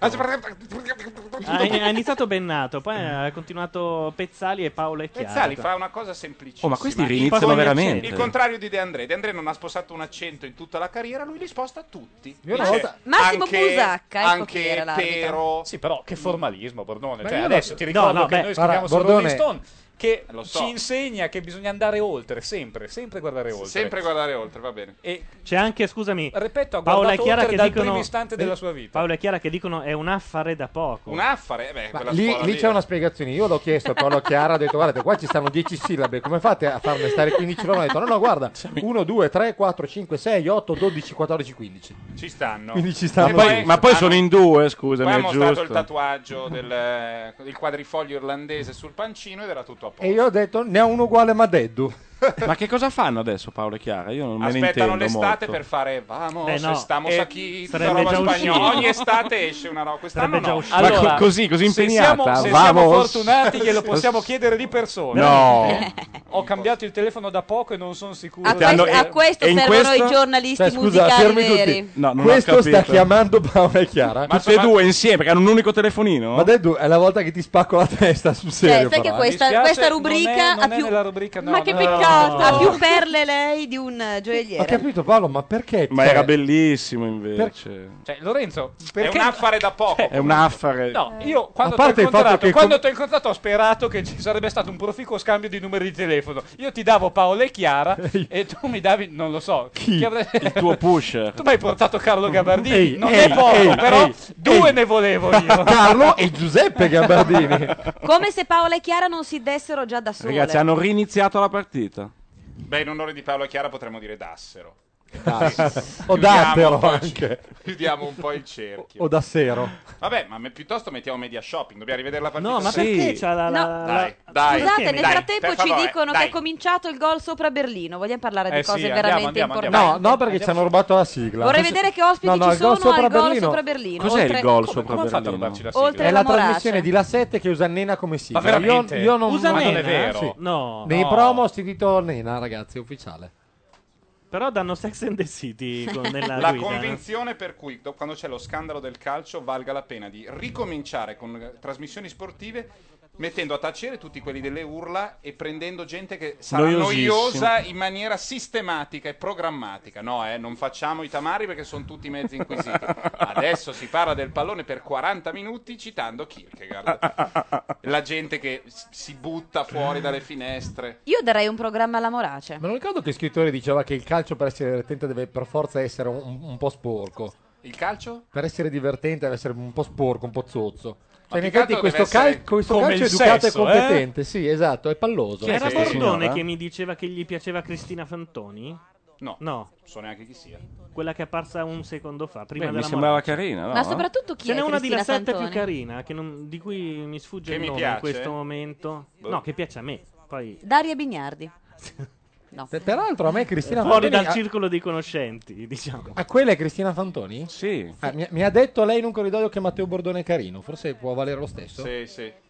Ha iniziato Bennato, poi ha continuato Pezzali e Paola e Chiara. Pezzali fa una cosa semplicissima. Oh, ma questi Il riniziano fatto- veramente. Il contrario di De André. De André non ha spostato un accento in tutta la carriera, lui li sposta tutti. Io una Dice volta- Massimo anche, Busacca, ecco anche chi era l'arbitro. Pero. Sì, però che formalismo, Bordone. Ma Cioè, io adesso no- ti ricordo no, che beh, noi scriviamo guarda, su Bordone- Rolling Stone che Lo so. ci insegna che bisogna andare oltre, sempre guardare oltre. Sempre guardare oltre, va bene. E C'è anche, scusami, ripeto, ha Paola e guardato Chiara oltre che dal dicono primo istante della sua vita. Paola e Chiara che dicono è un affare da poco. Un affare? Beh, Ma quella lì, scuola lì c'è una spiegazione. Io l'ho chiesto a Paolo Chiara, ho detto guardate qua ci stanno 10 sillabe, come fate a farne stare 15 loro? Ho detto no guarda 1, 2, 3, 4, 5, 6, 8, 12, 14, 15. Ci stanno. Quindi ci E stanno. Ma poi sono in due, scusami, Poi ha è mostrato giusto. il tatuaggio del quadrifoglio irlandese sul pancino ed era tutto a posto. E io ho detto ne ha uno uguale ma Deddu. Ma che cosa fanno adesso Paolo e Chiara? Io non me ne Aspettano intendo l'estate molto. per fare vamos, no, estamos e aquí, tutta sarebbe roba già spagnola. uscito. Ogni estate esce una roba, quest'anno Sarebbe già no. uscito. Ma Allora, così se impegnata? siamo Vamos. fortunati glielo possiamo chiedere di persona. No. Ho cambiato il telefono da poco e non sono sicuro. A, Ti hanno- a questo e in servono questo? i giornalisti Cioè, scusa, musicali fermi veri. tutti. No, non ho Questo sta capito. chiamando Paola e Chiara. Tutte e due insieme, perché hanno un unico telefonino? Ma Deddu è la volta che ti spacco la testa sul serio. Sai che però, questa, Mi spiace, questa rubrica non ha è più nella rubrica, no, Ma che no, peccato! ha più perle lei di un gioielliere. Ho capito Paolo, ma perché? Ma cioè, era bellissimo invece. Cioè, Lorenzo, È perché un affare da poco. È un affare. No, io quando A ti ho parte il fatto incontrato, che quando t'ho incontrato ho sperato che ci sarebbe stato un proficuo scambio di numeri di telefono. Io ti davo Paola e Chiara e tu mi davi, non lo so, chi Il tuo pusher. Tu mi hai portato Carlo Gabardini, Ehi, non ehi, è poco, ehi, però ehi, due ehi. ne volevo io. Carlo e Giuseppe Gabardini. Come se Paola e Chiara non si dessero già da sole. Ragazzi, hanno riniziato la partita. Beh, in onore di Paolo e Chiara potremmo dire dassero. O dattero anche. Chiudiamo un po' il cerchio. O da sero. Vabbè, ma piuttosto mettiamo media shopping. Dobbiamo rivedere la partita. No, ma perché c'ha la... No. Dai. Scusate, Dai, nel dai, frattempo per ci favore, dicono dai. che è cominciato il gol sopra Berlino. Vogliamo parlare di Sì, cose andiamo, veramente andiamo. importanti? No, perché ci hanno rubato la sigla. Vorrei vedere che ospiti No, ci il gol sono al sopra gol Berlino. sopra Berlino. Cos'è oltre, il gol sopra Come ha fatto a Berlino? rubarci la sigla? oltre È la la Moraccia. trasmissione di La 7 che usa Nena come sigla. Ma veramente? Io non Usa Ma non Nena? è vero. Sì. No. Nei No. promo ho sentito Nena, ragazzi, è ufficiale. Però danno Sex and the City nella La guida. convinzione per cui quando c'è lo scandalo del calcio valga la pena di ricominciare con trasmissioni sportive mettendo a tacere tutti quelli delle urla e prendendo gente che sarà Noiosissimo. noiosa in maniera sistematica e programmatica. No, non facciamo i tamari perché sono tutti mezzi inquisiti. Adesso si parla del pallone per 40 minuti citando Kierkegaard. La gente che si butta fuori dalle finestre. Io darei un programma alla Morace. Ma non ricordo che il scrittore diceva che il calcio per essere divertente deve per forza essere un po' sporco. Il calcio? Per essere divertente deve essere un po' sporco, un po' zozzo. Cioè, Ma in più che effetti altro questo, deve essere questo come calcio è il educato sesso, e competente. Sì, esatto, è palloso. Chi è Era questa Bordone signora? che mi diceva che gli piaceva Cristina Fantoni? No, No, non so neanche chi sia. quella che è apparsa un secondo fa, prima Beh, mi della sembrava Moraccia. carina, no? Ma soprattutto chi Ce è n'è una di Cristina La 7 più Fantoni? carina, di cui mi sfugge Che il mi nome piace? in questo momento. Boh. No, che piace a me. Poi Daria Bignardi. No. Peraltro a me Cristina fuori Fantoni dal circolo dei conoscenti, diciamo. A quella è Cristina Fantoni? Sì. Mi ha detto lei in un corridoio che Matteo Bordone è carino. Forse può valere lo stesso? Sì, sì.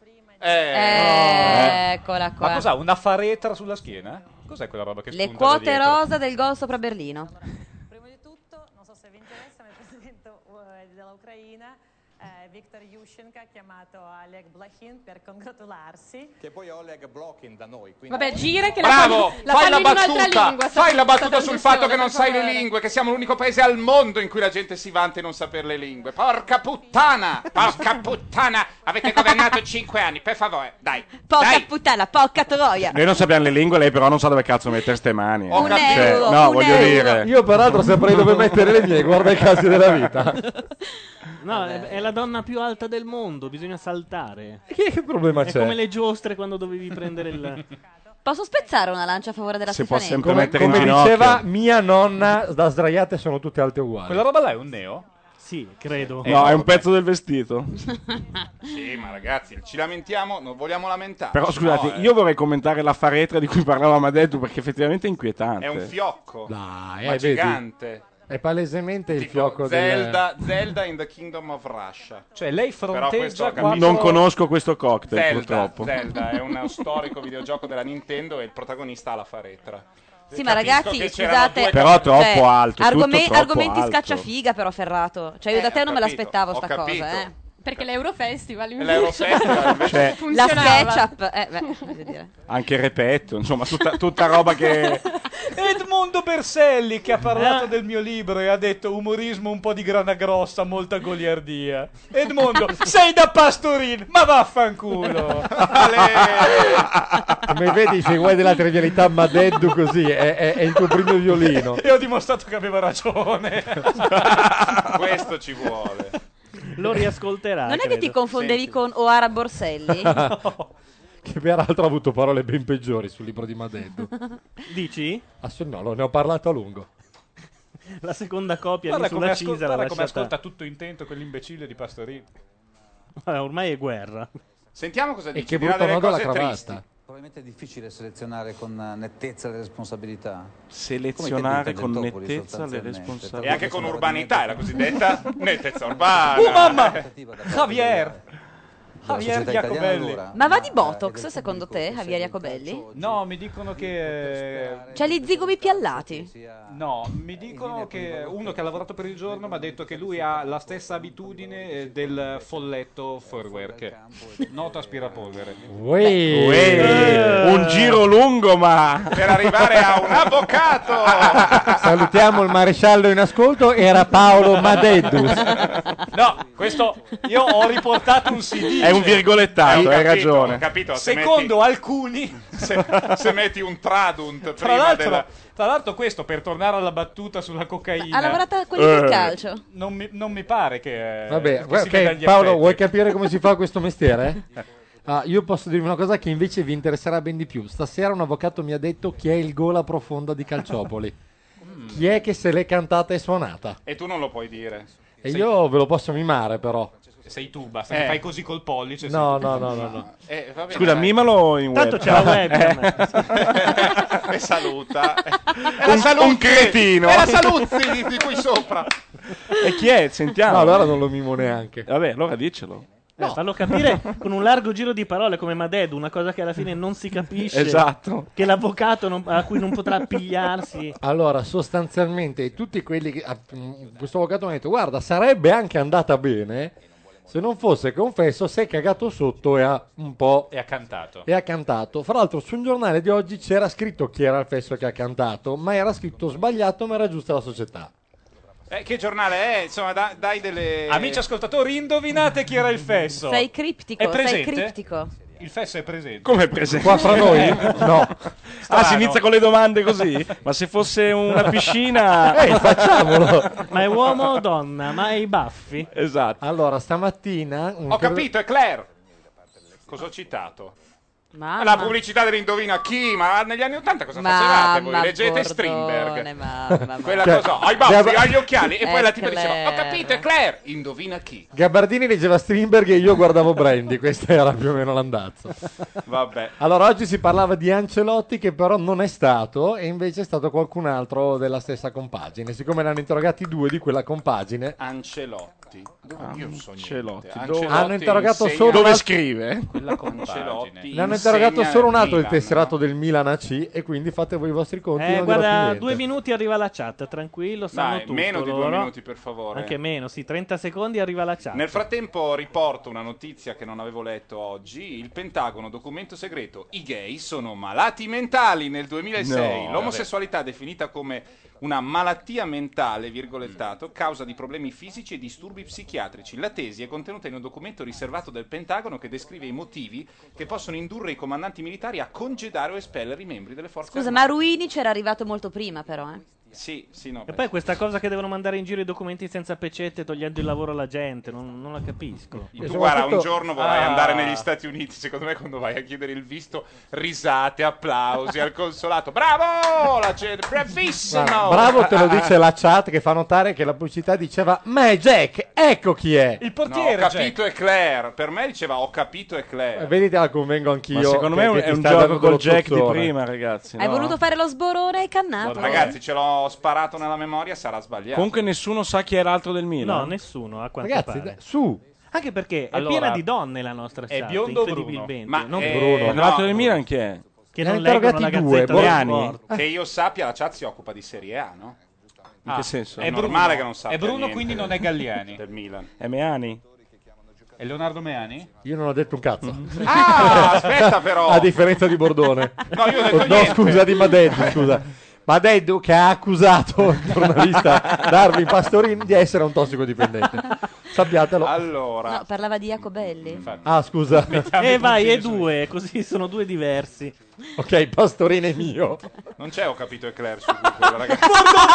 Eccola qua. Ma cos'ha? Una faretra sulla schiena? Cos'è quella roba che Le spunta da quote dietro? rosa del gol sopra Berlino. Prima di tutto, non so se vi interessa, ma il presidente dell'Ucraina, Viktor Yushchenko, ha chiamato Oleg Blokhin per congratularsi. Che poi è Oleg Blokhin da noi. Vabbè, Gire che Bravo, la fai fanno la in un'altra battuta, lingua. fai la battuta sta sul fatto che non sai trasmissione, le per lingue, che siamo l'unico paese al mondo in cui la gente si vanta di non sapere le lingue. Porca puttana, avete governato 5 anni, per favore, dai. Porca puttana, porca troia. Noi non sappiamo le lingue, lei però non sa dove cazzo mettere ste mani. Un euro, no, un voglio euro. dire. Io peraltro saprei dove mettere le mie, guarda i casi della vita. No, è la donna più alta del mondo, bisogna saltare. Che problema È c'è? come le giostre quando dovevi prendere il... Posso spezzare una lancia a favore della Si può Stefanelli? sempre mettere in Come ginocchio. diceva mia nonna, da sdraiate sono tutte alte uguali. Quella roba là è un neo? Sì, credo. No, è un pezzo del vestito. Sì, ma ragazzi, ci lamentiamo, non vogliamo lamentare. Però scusate, No, io vorrei commentare la faretra di cui parlava Amadetto perché effettivamente è inquietante. è un fiocco, Dai, ma vedi? gigante. È palesemente il Tipo fiocco Zelda in the Kingdom of Russia. Cioè lei Però questo ho fronteggia capito. Non conosco questo cocktail, purtroppo. Zelda è uno storico videogioco della Nintendo e il protagonista ha la faretra. Sì, ma Capisco ragazzi, che c'erano scusate. due Però troppo alto, tutto troppo argomenti alto. scacciafiga, però, Ferrato. Cioè, io da te ho non me capito, l'aspettavo ho sta capito. cosa, eh. Perché l'Eurofestival invece L'Eurofestival invece La funzionava. SketchUp, voglio dire. Anche Repetto, insomma, tutta roba che... Edmondo Berselli che ha parlato del mio libro e ha detto umorismo un po' di grana grossa, molta goliardia. Edmondo, sei da Pastorin, ma vaffanculo. Come vedi, se vuoi della trivialità Madeddu così, è il tuo primo violino. E ho dimostrato che aveva ragione. Questo ci vuole. Lo riascolterà. Non è che ti confondevi con Oara Borselli? Che peraltro ha avuto parole ben peggiori sul libro di Madeddu. Dici? No, ne ho parlato a lungo. La seconda copia Guarda lì sulla come, Cisa l'ha guarda come lasciata... ascolta tutto intento quell'imbecille di Pastorin. Ormai è guerra. Sentiamo cosa dice. che dirà brutto delle nodo la cose cravatta. tristi. Probabilmente è difficile selezionare con nettezza le responsabilità. Selezionare con Come i tempi del nettezza le Topoli, responsabilità. E anche con urbanità, è la cosiddetta nettezza urbana. Mamma! Javier società Jacobelli. italiana, Ma va di Botox, secondo te, Javier Jacobelli? No, mi dicono che... C'ha gli zigomi piallati. No, mi dicono che uno che ha lavorato per il giorno mi ha detto che lui ha la stessa abitudine del folletto Forwerk. Noto aspirapolvere. Un giro lungo, ma... Per arrivare a un avvocato! Salutiamo il maresciallo in ascolto, era Paolo Madeddu. No, questo io ho riportato un CD. È un virgolettato, hai ragione. Ho capito, Secondo alcuni, se metti un tradunt tra prima l'altro, della... tra l'altro questo per tornare alla battuta sulla cocaina. Ha lavorato a quelli del calcio. Non mi pare che Vabbè, che si veda ok, gli Paolo, effetti. vuoi capire come si fa questo mestiere? Io posso dirvi una cosa che invece vi interesserà ben di più. Stasera un avvocato mi ha detto chi è il gola profonda di Calciopoli. Chi è che se l'è cantata e suonata? E tu non lo puoi dire. E io ve lo posso mimare però. Sei tu, basta che fai così col pollice. No, sei tu. no. Va bene, Scusa, dai. mimalo in web. Tanto c'è la webcam. E saluta. Un cretino. È la Saluzzi di qui sopra. E chi è? Sentiamo. No, allora non lo mimo neanche. Vabbè, allora dicelo. Fallo capire con un largo giro di parole come Madeddu, una cosa che alla fine non si capisce. Esatto. Che l'avvocato a cui non potrà pigliarsi. Allora, sostanzialmente, tutti quelli che... questo avvocato mi ha detto, guarda, sarebbe anche andata bene se non fosse confesso, si è cagato sotto e ha un po'... E ha cantato. E ha cantato. Fra l'altro, su un giornale di oggi c'era scritto chi era il fesso che ha cantato, ma era scritto sbagliato, ma era giusta la società. Che giornale è? Insomma, dai delle... Amici ascoltatori, indovinate chi era il fesso. Sei criptico, È presente? sei criptico. Il fesso è presente. Come è presente? Qua fra noi? No. Ah, si inizia con le domande così? Ma se fosse una piscina... Facciamolo. Ma è uomo o donna? Ma hai i baffi? Esatto. Allora, stamattina... Ho capito, è Claire. Cosa ho citato? La pubblicità dell'Indovina chi? Ma negli anni 80 cosa facevate voi? Leggete Strindberg. Quella cosa, ai baffi, agli occhiali. E poi la tipa diceva, ho capito, è Claire. Indovina chi? Gabardini leggeva Strindberg e io guardavo Brandy. Questo era più o meno l'andazzo. Vabbè. Allora, oggi si parlava di Ancelotti, che però non è stato, e invece è stato qualcun altro della stessa compagine. Siccome ne hanno interrogati 2 di quella compagine. Ancelotti. Io so niente. Hanno interrogato solo dove l'alt- scrive? Quella Ancelotti. Ne hanno interrogato solo un altro del Milan, tesserato del Milan AC, e quindi fate voi i vostri conti. io non dirò più Guarda, niente. 2 minuti arriva la chat, tranquillo, sanno Dai, tutto meno di 2 loro. minuti, per favore. Anche meno, sì, 30 secondi arriva la chat. Nel frattempo riporto una notizia che non avevo letto oggi. Il Pentagono, documento segreto. I gay sono malati mentali nel 2006. No, L'omosessualità definita come una malattia mentale, virgolettato, causa di problemi fisici e disturbi psichiatrici. La tesi è contenuta in un documento riservato del Pentagono che descrive i motivi che possono indurre i comandanti militari a congedare o espellere i membri delle forze Scusa, armate. ma Ruini c'era arrivato molto prima, però, Sì, no. E poi questa cosa che devono mandare in giro i documenti senza pecette togliendo il lavoro alla gente, non la capisco. Tu guarda, un giorno vorrai andare negli Stati Uniti, secondo me quando vai a chiedere il visto, risate, applausi al consolato. Bravo! La gente, bravissimo! Bravo, te lo dice la chat, che fa notare che la pubblicità diceva ma è Jack, ecco chi è. Il No, ho capito è Claire. Per me diceva ho capito è Claire. Vedete la convengo anch'io. Ma secondo me che è ti un sta gioco dando col dello Jack di zozzone. prima, ragazzi. Hai voluto fare lo sborone e hai cannato. Ragazzi, ce l'ho sparato nella memoria, sarà sbagliato. Comunque nessuno sa chi era l'altro del Milan. No, nessuno, a quanto Ragazzi, pare. su. Anche perché è Allora, piena di donne la nostra è chat, biondo o incredibilmente. Ma non Bruno. L'altro del Milan chi è? Che Ne ha non leggono la interrogati due, Gazzetta dello Borani? Sport. Che io sappia, la chat si occupa di Serie A, no? In che senso? È normale che non sappia È Bruno, niente quindi non è Galliani. del Milan. È Meani? È Leonardo Meani? Io non ho detto un cazzo. Ah, aspetta però. A differenza di Bordone. No, io ho detto No, niente. scusa, di Madeddu, scusa. Madeddu che ha accusato il giornalista Darwin Pastorini di essere un tossicodipendente. Sappiatelo. Allora. No, parlava di Jacobelli. Ah, scusa. E vai, è 2, così sono 2 diversi. Ok, Pastorini è mio. Non c'è, ho capito, Eclair su Google, ragazzi.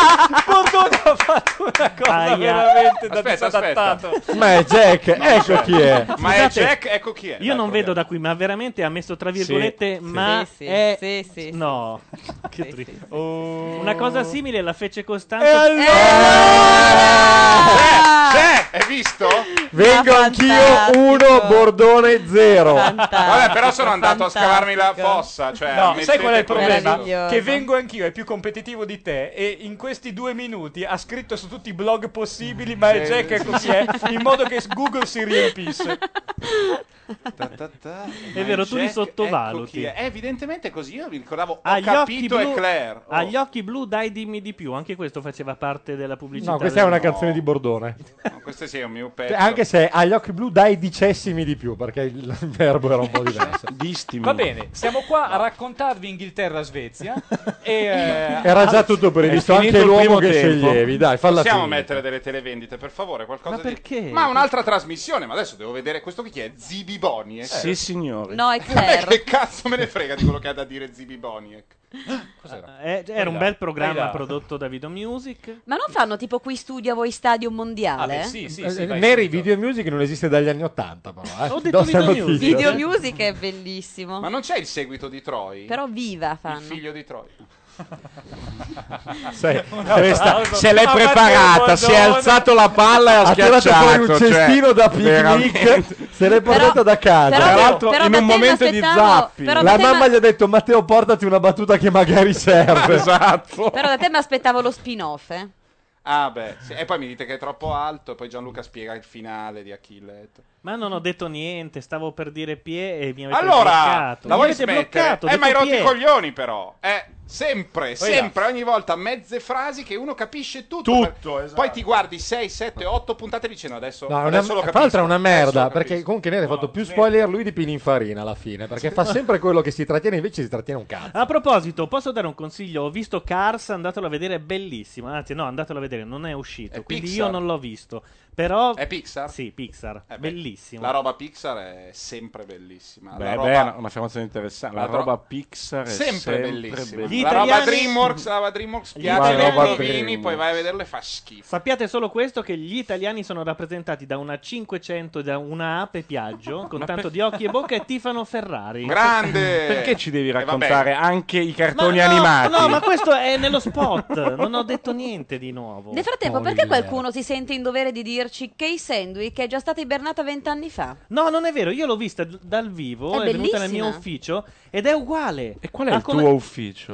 Bordone ha fatto una cosa veramente da disadattato. Ma è Jack, ecco chi è. Ma è Jack, ecco chi è. Io non vedo da qui, ma veramente ha messo tra virgolette, Sì. ma Sì, sì, è... sì, sì, sì. No. Che Sì, triste. sì. Una cosa simile la fece Costanzo. Hai visto? Vengo anch'io 1, Bordone 0. Vabbè, però sono andato a scavarmi la fossa. Cioè, No, sai qual è il problema? Meraviglioso. Che vengo anch'io, è più competitivo di te e in questi 2 minuti ha scritto su tutti i blog possibili ma è Jack ecco chi è, in modo che Google si riempisse. È vero, tu li sottovaluti. Evidentemente così, io mi ricordavo, ho Agli occhi capito blu, Eclair. Oh. agli occhi blu dai dimmi di più, anche questo faceva parte della pubblicità. No, questa è una del- canzone di Bordone. No, questo sì è un mio pezzo. Anche se agli occhi blu dai dicessimi di più, perché il verbo era un po' diverso. Distimi. Va bene, siamo qua a raccontarvi Inghilterra-Svezia e Era già tutto previsto, finito anche il l'uomo primo che tempo. sceglievi. Dai, falla Possiamo finire. mettere delle televendite, per favore? Qualcosa Ma perché? Ma un'altra trasmissione, ma adesso devo vedere questo chi è? Zibi Boniek. Sì, signori. No, è Claire. Che cazzo me ne frega di quello che ha da dire Zibi Boniek? Era un bel programma Vai là. prodotto da Video Music. Ma non fanno tipo qui studio a voi Stadium Mondiale? Ah, beh, sì, vai Neri subito. Video Music non esiste dagli anni 80, però. Ho detto Do sta Video notizia. Music. Video Music è bellissimo. Ma non c'è il seguito di Troy? Però viva Il fanno. figlio di Troy. Se Se l'è preparata, si è alzato la palla e ha ha tirato schiacciato. fuori un cestino cioè, da picnic, veramente. se l'è portato da casa. però- Tra l'altro però in da un te momento di m'aspettavo- zappi. però- La da te mamma ma- gli ha detto Matteo portati una battuta che magari serve. Esatto. Però da te mi aspettavo lo spin-off, Ah beh, sì. E poi mi dite che è troppo alto, e poi Gianluca spiega il finale di Achille. Ma non ho detto niente, stavo per dire Pie e mi avete Allora, bloccato. la Mi vuoi avete smettere? bloccato, ho Ma hai detto rotto i Pie. coglioni però. Sempre, Poi sempre, ogni volta mezze frasi che uno capisce tutto. esatto. Poi ti guardi 6, 7, 8 puntate dicendo adesso, No, adesso lo tra capisco. l'altro è una adesso merda, lo perché capisco. comunque Neri ha fatto più spoiler lui di Pininfarina alla fine, perché fa sempre quello che si trattiene, invece si trattiene un cazzo. A proposito, posso dare un consiglio? Ho visto Cars, andatelo a vedere, è bellissimo. Anzi, no, andatelo a vedere, non è uscito. È quindi Pixar. io non l'ho visto. Però È Pixar? Sì, Pixar, beh, bellissimo. La roba Pixar è sempre bellissima. Beh, La è roba... un'affermazione interessante. La La roba Pixar è sempre bellissima. Gli La roba italiani- DreamWorks Gli piace italiani- ai bambini, poi vai a vederlo e fa schifo. Sappiate solo questo, che gli italiani sono rappresentati da una 500, da una Ape Piaggio, con tanto di occhi e bocca, e tifano Ferrari. Grande! Perché ci devi vabbè. raccontare anche i cartoni Ma no, animati? No, ma questo è nello spot, non ho detto niente di nuovo. Nel frattempo, perché qualcuno si sente in dovere di dirci che i Sandwich è già stata ibernata 20 anni fa? No, non è vero, io l'ho vista dal vivo, È è venuta nel mio bellissima. ufficio ed è uguale. E qual è il tuo ufficio?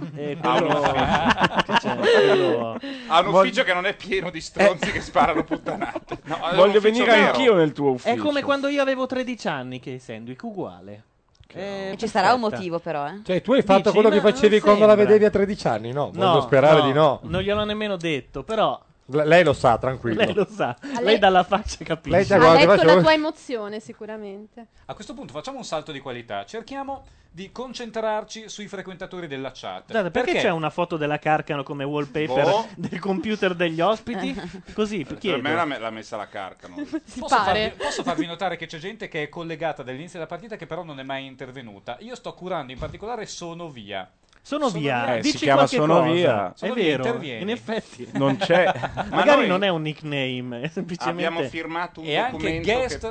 Ha un ufficio che non è pieno di stronzi che sparano puttanate. No, ha un Voglio ufficio venire vero. anch'io nel tuo ufficio. È come quando io avevo 13 anni che i Sandwich, uguale. E ci sarà un motivo, però, eh? Cioè, tu hai fatto Dici? quello che Ma facevi non quando la sembra. vedevi a 13 anni, no? Voglio sperare di no. Non gliel'ho nemmeno detto, però Lei lo sa, tranquillo. lei lo sa. lei- Lei dalla faccia capisce. Lei ti Ha guarda, letto faccio- la tua emozione, sicuramente. A questo punto facciamo un salto di qualità. Cerchiamo di concentrarci sui frequentatori della chat. Scusate, perché c'è una foto della Carcano come wallpaper Boh. del computer degli ospiti? Così, Per chiedo. me l'ha messa la Carcano. Posso farvi notare che c'è gente che è collegata dall'inizio della partita che però non è mai intervenuta. Io sto curando in particolare Sono Via. Sono via, si dici chiama qualche Sono cosa. Via. È Sono Via, vero, intervieni. in effetti. Non c'è. Magari noi non è un nickname, è semplicemente abbiamo firmato un E anche documento guest che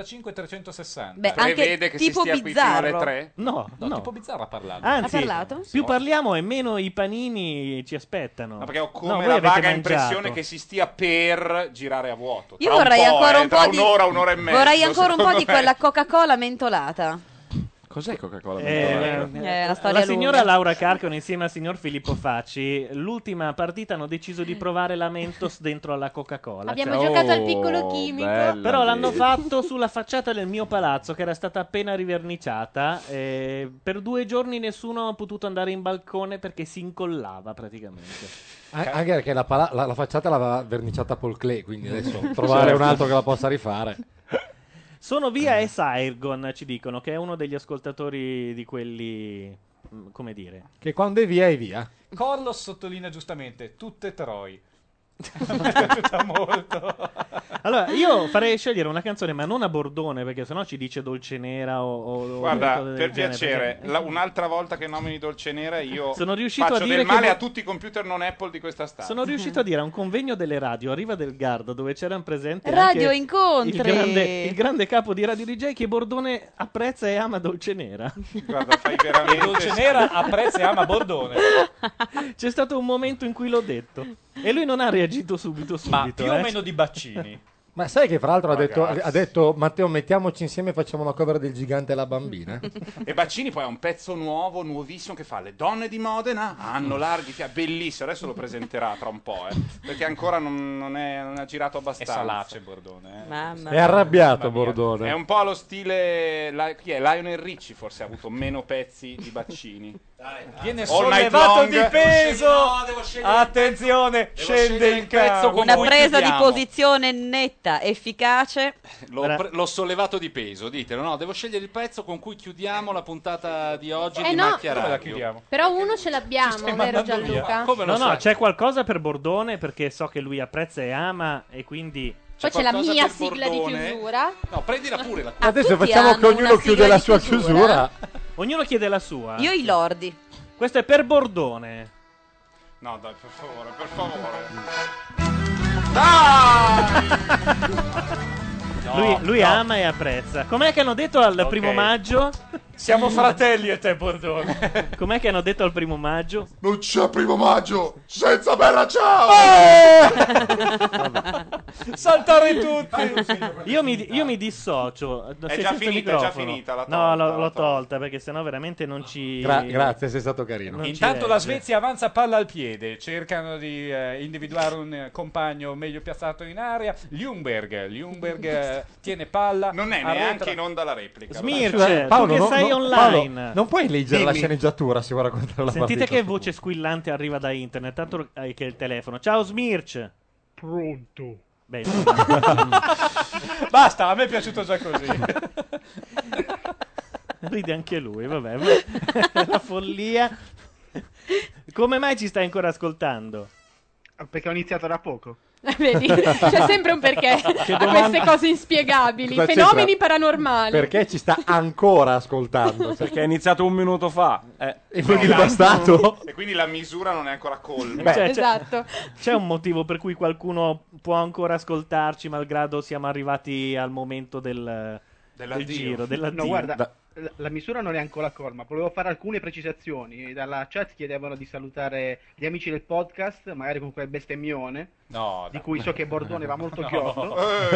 75360. Beh, prevede anche che si tipo stia qui fino alle bizzarro. 3. No, No, no. tipo bizzarro ha parlato. Anzi, Ha parlato? più parliamo e meno i panini ci aspettano. No, perché ho No, come voi la avete vaga mangiato. impressione che si stia per girare a vuoto. Io Tra vorrei un po', ancora un tra po' di un'ora e mezza. vorrei ancora un po' secondo di me. quella Coca-Cola mentolata. Cos'è Coca-Cola? la storia la signora lunga. Laura Carcano insieme al signor Filippo Facci l'ultima partita hanno deciso di provare la Mentos dentro alla Coca-Cola. Abbiamo giocato al piccolo chimico. Però l'hanno fatto sulla facciata del mio palazzo che era stata appena riverniciata. Per 2 giorni nessuno ha potuto andare in balcone perché si incollava praticamente. Anche perché la facciata l'aveva verniciata Paul Klee, quindi adesso trovare un altro che la possa rifare. Sono via e Saigon, ci dicono, che è uno degli ascoltatori di quelli, come dire. Che quando è via è via. Corlos sottolinea giustamente tutte Troy. Mi è piaciuta molto. Allora, io farei scegliere una canzone, ma non a Bordone, perché sennò ci dice Dolce Nera o Guarda, cose del per genere, piacere, perché- un'altra volta che nomini Dolce Nera io Sono riuscito faccio a dire del male che- a tutti i computer non Apple di questa stanza. Sono riuscito a dire a un convegno delle radio a Riva del Garda, dove c'erano presenti Radio anche Incontri. il grande capo di Radio DJ, che Bordone apprezza e ama Dolce Nera. Guarda, fai veramente E Dolce Nera apprezza e ama Bordone. C'è stato un momento in cui l'ho detto e lui non ha reagito subito. Ma più o meno di Baccini. Ma sai che fra l'altro Ragazzi. ha detto Matteo, mettiamoci insieme e facciamo una cover del Gigante e la bambina? E Baccini poi ha un pezzo nuovo, nuovissimo, che fa Le donne di Modena hanno larghi fianchi. Bellissimo, adesso lo presenterà tra un po', perché ancora non ha girato È abbastanza. salace Bordone. Mamma È arrabbiato Bordone. È un po' allo stile chi è? Lionel Richie forse ha avuto meno pezzi di Baccini. Viene All night sollevato long. di peso. devo scegliere- Attenzione, scende il pezzo con Una cui presa di chiudiamo. posizione netta, efficace. L'ho sollevato di peso, ditelo, no? Devo scegliere il pezzo con cui chiudiamo la puntata di oggi di no. Macchia Dove la Radio. chiudiamo? Però uno ce l'abbiamo, vero mandando Gianluca? Come lo No, no, sai? c'è qualcosa per Bordone perché so che lui apprezza e ama e quindi Poi c'è la qualcosa mia per sigla di Bordone? chiusura. No, prendila pure la Adesso tutti facciamo che hanno ognuno una chiude sigla la di sua chiusura. chiusura. ognuno chiede la sua. Io i lordi. Questo è per Bordone. No, dai, per favore, per favore. Lui ama e apprezza. Com'è che hanno detto al primo maggio? Siamo fratelli e te Bordone. Com'è che hanno detto al primo maggio? Non c'è primo maggio senza Bella Ciao! Saltare tutti. Io mi dissocio. È Sei già senza finita, microfono. è già finita, l'ha No, tolta, l'ho tolta perché sennò veramente non ci. Grazie, sei stato carino. Non ci Intanto la regge. Svezia avanza palla al piede, cercano di individuare un compagno meglio piazzato in area. Ljungberg tiene palla. Non è arretra. neanche in onda la replica. Smirce, Paolo, tu che no, sei no, online. Paolo, non puoi leggere la Dimmi. sceneggiatura se vuoi raccontare la Sentite partita. che voce squillante arriva da internet, tanto che il telefono. Ciao Smirce. Pronto. Beh, Basta, a me è piaciuto già così. ride anche lui, vabbè. La follia. Come mai ci stai ancora ascoltando? Perché ho iniziato da poco. Vedi, c'è sempre un perché a queste cose inspiegabili, Cosa fenomeni c'entra? paranormali. Perché ci sta ancora ascoltando? Perché è iniziato un minuto fa. E quindi è bastato? E quindi la misura non è ancora colma. Cioè, Esatto. C'è un motivo per cui qualcuno può ancora ascoltarci, malgrado siamo arrivati al momento del giro, dell'addio. No, guarda, la misura non è ancora colma. Volevo fare alcune precisazioni. Dalla chat chiedevano di salutare gli amici del podcast, magari con quel bestemmione. No, di cui so che Bordone va molto chiodo.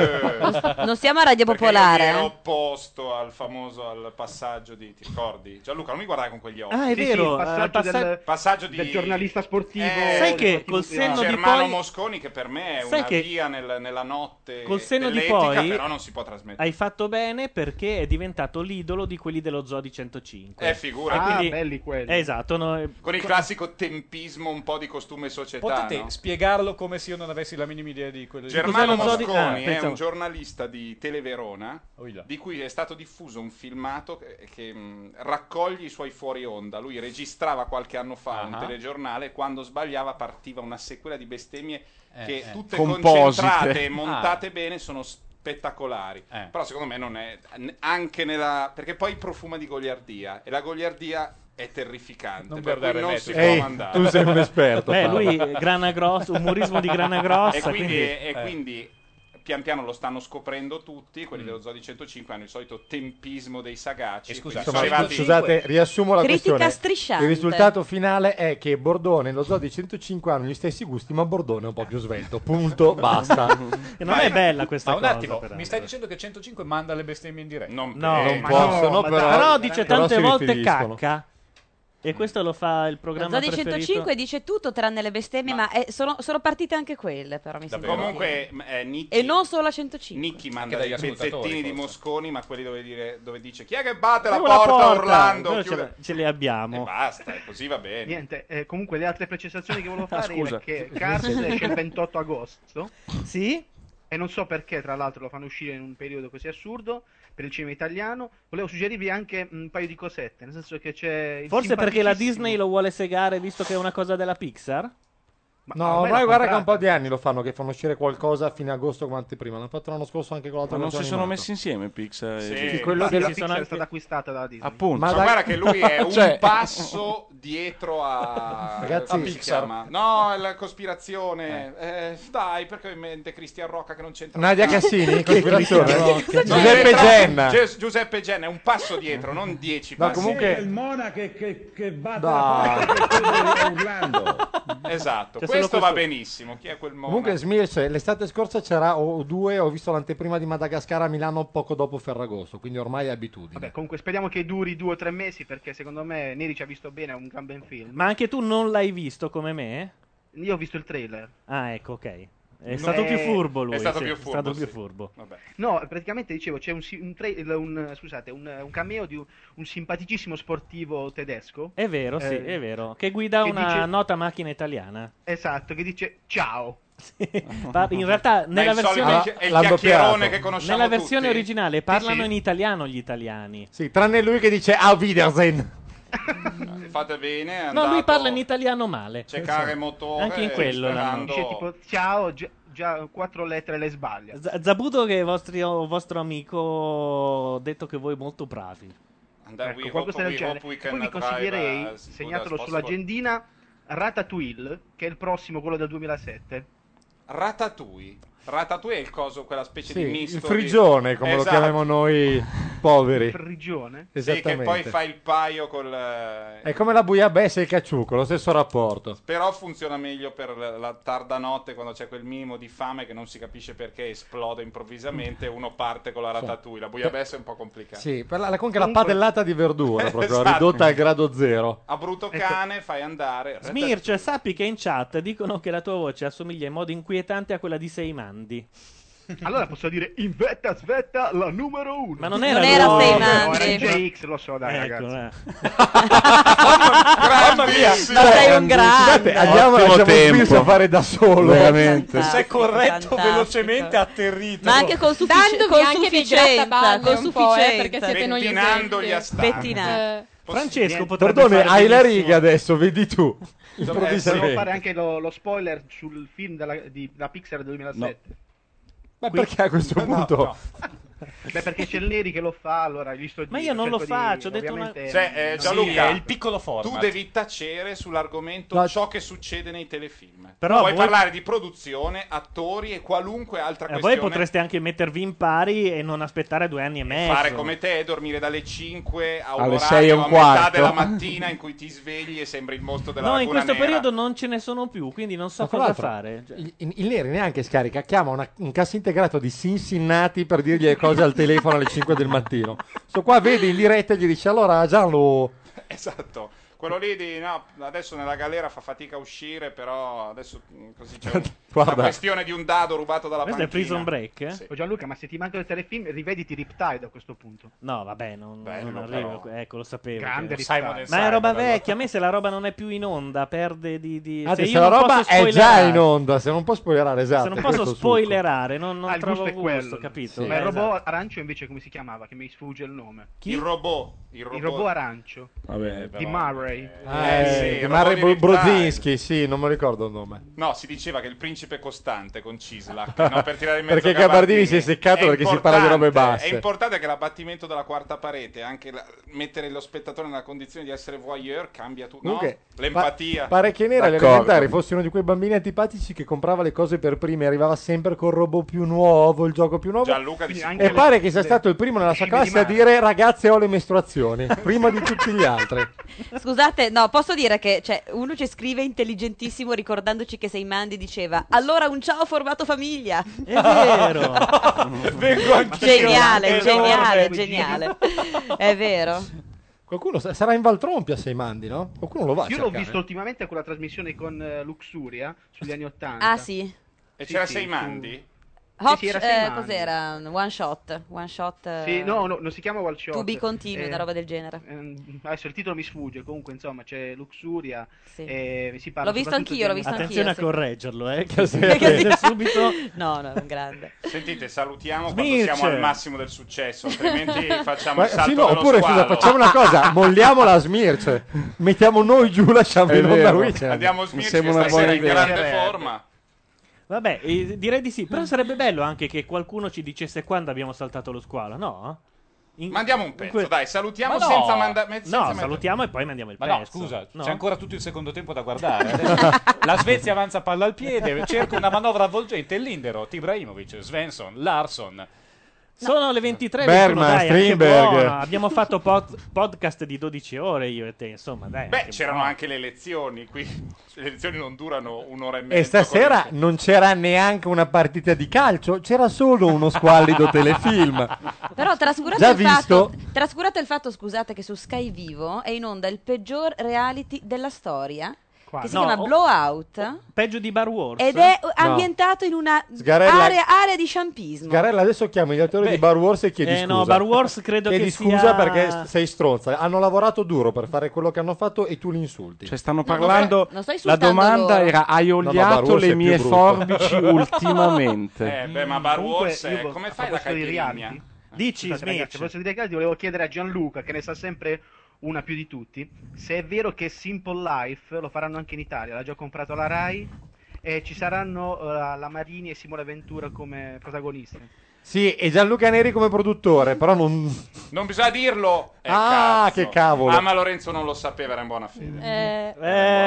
Non siamo a Radio Perché Popolare. io mi ero opposto al famoso al passaggio di. Ti ricordi? Gianluca, non mi guardare con quegli occhi. Ah, è vero, il passaggio, passaggio del giornalista sportivo. Sai che col senno di Germano poi Mosconi, che per me è sai una che via nella notte col senno di dell'etica, poi però non si può trasmettere. hai fatto bene perché è diventato l'idolo di quelli dello Zoo di 105. Figurati. Ah, belli quelli. Esatto, con il classico tempismo un po' di costume società. Potete no? spiegarlo come se io non avessi la minima idea di quello Germano Cos'è lo Zoo di- Mosconi è pensavo- un giornalista di Televerona Oh, là. di cui è stato diffuso un filmato che raccoglie i suoi fuori onda. Lui registrava qualche anno fa un telegiornale e quando sbagliava partiva una sequela di bestemmie che tutte Composite. concentrate e montate bene sono spettacolari. Però secondo me non è anche nella perché poi profuma di goliardia e la goliardia è terrificante, Non per cui guardare non me, si tu. può mandare. tu sei un esperto. Beh, Paolo. lui grana grossa, umorismo di grana grossa. Quindi pian piano lo stanno scoprendo tutti. Quelli dello Zoo di 105 hanno il solito tempismo dei sagaci. E scusa, quindi sono Insomma, arrivati- scusate, riassumo la Critica questione. strisciante. Il risultato finale è che Bordone e lo Zoo di 105 hanno gli stessi gusti, ma Bordone è un po' più svelto. Punto, basta. E non è bella questa Ma un cosa. attimo, peraltro. mi stai dicendo che 105 manda le bestemmie in diretta? Non non possono, Però dice però tante si volte riferiscono. cacca. E questo lo fa il Lo programma Zoo di preferito. 105 dice tutto tranne le bestemmie, ma sono partite anche quelle, però mi sembra. Comunque E non solo a 105. Nicky manda Anche dei dagli ascoltatori, pezzettini di forse. Mosconi, ma quelli dove dice chi è che batte la Chiude porta Orlando? Noi Chiude- ce le abbiamo. E basta, così va bene. Niente, comunque le altre precisazioni che volevo fare scusa. è che Cars esce il 28 agosto. Sì? E non so perché, tra l'altro, lo fanno uscire in un periodo così assurdo per il cinema italiano. Volevo suggerirvi anche un paio di cosette, nel senso che c'è il Forse perché la simpaticissimo- Disney lo vuole segare visto che è una cosa della Pixar? No, ormai guarda che un po' di anni lo fanno, che fanno uscire qualcosa a fine agosto come anteprima. L'hanno fatto l'anno scorso anche con l'altra Ma non si cartone sono animato. messi insieme Pixar e Sì, Disney? quello Infatti che la si Pixar sono è stata acquistata dalla Disney. Appunto. Ma Ma dai- guarda che lui è un Cioè- passo dietro a Ragazzi- come si chiama? No, è la cospirazione. Dai, perché ho in mente Cristian Rocca che non c'entra. Nadia un cazzo. Cassini, cospirazione. No, Giuseppe c'entra- Genna. Giuseppe Genna è un passo dietro, non 10 No, passi. comunque- dietro. Il Mona che batte Dai. la porta urlando. Esatto, C'è questo solo va questo. benissimo. Chi è quel Mona? Comunque Smirce, l'estate scorsa c'era o due, ho visto l'anteprima di Madagascar a Milano poco dopo Ferragosto, quindi ormai è abitudine. Vabbè, comunque speriamo che duri 2 o 3 mesi, perché secondo me Neri ci ha visto bene, è un gran ben film. Ma anche tu non l'hai visto come me? Io ho visto il trailer. Ah, ecco, ok. È No, stato più furbo lui. è stato sì, più è furbo, stato sì. più furbo. Vabbè. No, praticamente dicevo, c'è un cameo di un simpaticissimo sportivo tedesco. È vero, sì, è vero. Che guida che una dice- nota macchina italiana. Esatto, che dice ciao. In realtà nella il solito versione, è il chiacchierone che conosciamo nella versione tutti. originale parlano sì. in italiano gli italiani. Sì, tranne lui che dice Auf Wiedersehen. Fate bene. È No, lui andato- parla in italiano male. Cercare motore. Anche in quello sperando- Dice tipo ciao, già 4 lettere le sbaglia. Zabuto che è vostro amico ha detto che voi molto bravi. Ecco, qualcosa del genere. Poi vi consiglierei, segnatelo sull'agendina, Ratatouille, che è il prossimo, quello del 2007. Ratatouille. Ratatouille è il coso, quella specie di Sì, misto il frigione, come lo Esatto. chiamiamo noi poveri. Il frigione? Sì, che Esattamente. poi fa il paio col... È come la bouillabaisse e il cacciucco, lo stesso rapporto. Però funziona meglio per la tarda notte, quando c'è quel minimo di fame che non si capisce perché esplode improvvisamente, uno parte con la ratatouille. La bouillabaisse è un po' complicata. Sì, per comunque la padellata di verdura, proprio Esatto. ridotta al grado zero. A brutto cane, fai andare. Smirch, sappi che in chat dicono che la tua voce assomiglia in modo inquietante a quella di Seimandi. Allora posso dire Invetta Svetta la numero 1. Ma non era Non lui. era No, Seimandi. era JX, lo so, dai Ecco, ragazzi. Mamma mia, Ma sei un grande. Scusate, andiamo, Ottimo lasciamo tempo. Smirce a fare da solo. Veramente. Si è corretto Fantastico. velocemente, atterrito. Ma anche con, Dandovi con anche dei sufficienza, grattaballe con un po', sufficienza. perché siete Pettinandoli a noiosenti. stanco. Pettinando. Francesco potrebbe Perdone, fare hai la benissimo. riga adesso, vedi tu. Volevo Improvvisamente. fare anche lo spoiler sul film da Pixar del 2007. Ma perché a questo punto? Beh, perché c'è il Neri che lo fa, allora gli sto Ma io non lo faccio, ho detto una- ovviamente- Gianluca, è il piccolo format. tu devi tacere sull'argomento No. ciò che succede nei telefilm. Però Puoi voi- parlare di produzione, attori e qualunque altra Voi questione. potreste anche mettervi in pari e non aspettare 2 anni e mezzo. Fare come te, dormire dalle 5 a un Alle orario 6 e un a quarto. metà della mattina in cui ti svegli e sembri il mostro della No, in Laguna questo Nera. periodo non ce ne sono più, quindi non so Ma tra cosa l'altro, fare. Cioè, il Neri neanche scarica, chiama un cassa integrato di Cincinnati per dirgli le cose al telefono alle 5 del mattino. Sto qua, vede in diretta e gli dice: allora Gianlo, Esatto. Quello lì di no, adesso nella galera fa fatica a uscire, però adesso così c'è Guarda. una questione di un dado rubato dalla Questo è panchina. Prison Break? Eh? Sì. Oh, Gianluca, ma se ti mancano i telefilm, rivediti Riptide a questo punto. No, vabbè, non Bello, arrivo. però. Ecco, lo sapevo. Grande che- Simon Ma Simon, è roba allora. vecchia. A me se la roba non è più in onda, perde di... adesso io la non roba posso è già spoilerare- in onda, se non può spoilerare, esatto. Se non è posso questo il succo. spoilerare, non Ah, il trovo gusto è gusto, quello. capito? Ma il Esatto. robot arancio invece come si chiamava? Che mi sfugge il nome. Il robot. Il robot arancio. Vabbè, Di Murray. sì, di il Murray robot di Brozinski, sì, non mi ricordo il nome. No, si diceva che il principe costante con Cislak, no, per tirare in mezzo Perché Gabardini si è seccato È perché si parla di robe importante, basse. È importante che l'abbattimento della quarta parete, anche mettere lo spettatore nella condizione di essere voyeur, cambia tutto. No? Comunque, L'empatia. pare che Nera alle D'accordo. elementari fossi uno di quei bambini antipatici che comprava le cose per prima e arrivava sempre col robot più nuovo, il gioco più nuovo. Gianluca di E pare che sia stato il primo nella sua scimmie di classe a mare. dire: ragazze, ho le mestruazioni, prima di tutti gli altri. Scusate, no, posso dire che uno ci scrive intelligentissimo ricordandoci che Seimandi diceva allora un ciao formato famiglia. È vero. Vengo anch'io. Geniale, Enorme. geniale. È vero. Qualcuno sarà in Valtrompia se mandi, no? Qualcuno lo va a Io l'ho cercare. visto ultimamente quella trasmissione con Luxuria sugli anni 80. Ah sì. E c'era Seimandi? Hot, sì, era Seimandi. cos'era? One shot. Sì, no, non si chiama Wall Shot. To be continue, una roba del genere. Adesso il titolo mi sfugge, comunque insomma c'è Luxuria. Sì. E si parla L'ho visto soprattutto anch'io, l'ho di- visto Attenzione anch'io, a sì. correggerlo, che Che sì. subito. No, no, è un grande. Sentite, salutiamo Smirce. quando siamo al massimo del successo, altrimenti facciamo Ma, il salto sì, no, dello oppure squalo. scusa, facciamo una cosa, molliamo la Smirce, mettiamo noi giù, lasciamo È in onda vero. lui. Andiamo a Mi Smirci sembra che una stasera buona è in idea. grande forma. Vabbè, direi di sì. Però sarebbe bello anche che qualcuno ci dicesse quando abbiamo saltato lo squalo, no? Mandiamo un pezzo, dai, salutiamo Ma no. senza mandare. No, salutiamo e poi mandiamo il Ma pezzo. no, scusa, No? c'è ancora tutto il secondo tempo da guardare. Adesso la Svezia avanza palla al piede, cerca una manovra avvolgente. Linderoth, Ibrahimovic, Svensson, Larsson. Sono le 23, Berman, dai, anche Strindberg. buono. Abbiamo fatto podcast di 12 ore io e te, insomma, dai. Beh, anche c'erano buono. anche le elezioni, qui le lezioni non durano un'ora e mezza. E stasera non c'era neanche una partita di calcio, c'era solo uno squallido telefilm. Però trascurate Già il, visto? trascurate il fatto, scusate, che su Sky Vivo è in onda il peggior reality della storia. Che si No, chiama Blowout Peggio di Bar Wars. ed è ambientato in una Sgarella- area di sciampismo. Sgarella, adesso chiamo gli autori di Bar Wars e chiedi scusa. no, Bar Wars credo chiedi che scusa sia- perché sei stronza. Hanno lavorato duro per fare quello che hanno fatto e tu li insulti. Cioè, stanno parlando. non sto La insultando domanda loro. era: hai No, Bar oliato Wars è le più mie brutto. forbici ultimamente? Beh, ma Bar Comunque, Wars io, come a fai la proposito di caipirinha? reality? Dici, Scusate, ragazzi, a Smirce. proposito di reality, volevo chiedere a Gianluca, che ne sa sempre una più di tutti, se è vero che Simple Life lo faranno anche in Italia, l'ha già comprato la Rai e ci saranno la Marini e Simone Ventura come protagonisti. Sì, e Gianluca Neri come produttore, però non... Non bisogna dirlo. Ah, cazzo. che cavolo. Ah, ma Lorenzo non lo sapeva, era in buona fede.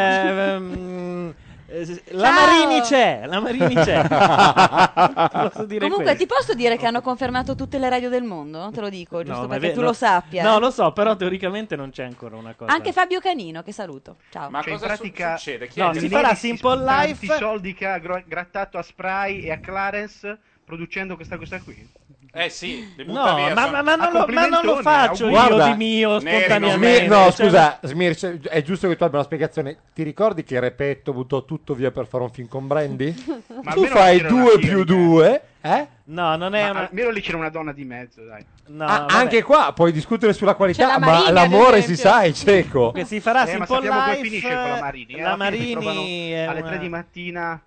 La Marini c'è, la Marini c'è. Posso dire Comunque, questo. ti posso dire che hanno confermato tutte le radio del mondo? Te lo dico, giusto No, ma è perché tu vero- lo sappia. No, lo so, però teoricamente non c'è ancora una cosa. Anche Fabio Canino, che saluto. Ciao. Ma Cioè, cosa in pratica succede? Chi No, è che si li- farà Neri Simple sputa Life. tutti i soldi che ha grattato a Spray e a Clarence producendo questa qui. sì, li butta No, via. ma sono- non lo faccio Guarda, io di mio Neri, spontaneamente. No, Cioè, scusa, Smirce, è giusto che tu abbia una spiegazione. Ti ricordi che Repetto buttò tutto via per fare un film con Brandy? Ma Tu almeno fai c'era una 2 figlia più di me. 2, eh? No, non è Ma una... almeno lì c'era una donna di mezzo, dai. No, Ah, vabbè. anche qua puoi discutere sulla C'è qualità, la ma Marini, ad l'amore si esempio. sa, è cieco. Che si farà Ma Simple sappiamo come Life. finisce con la Marini. La Alla fine si Marini trovano è alle una- 3 di mattina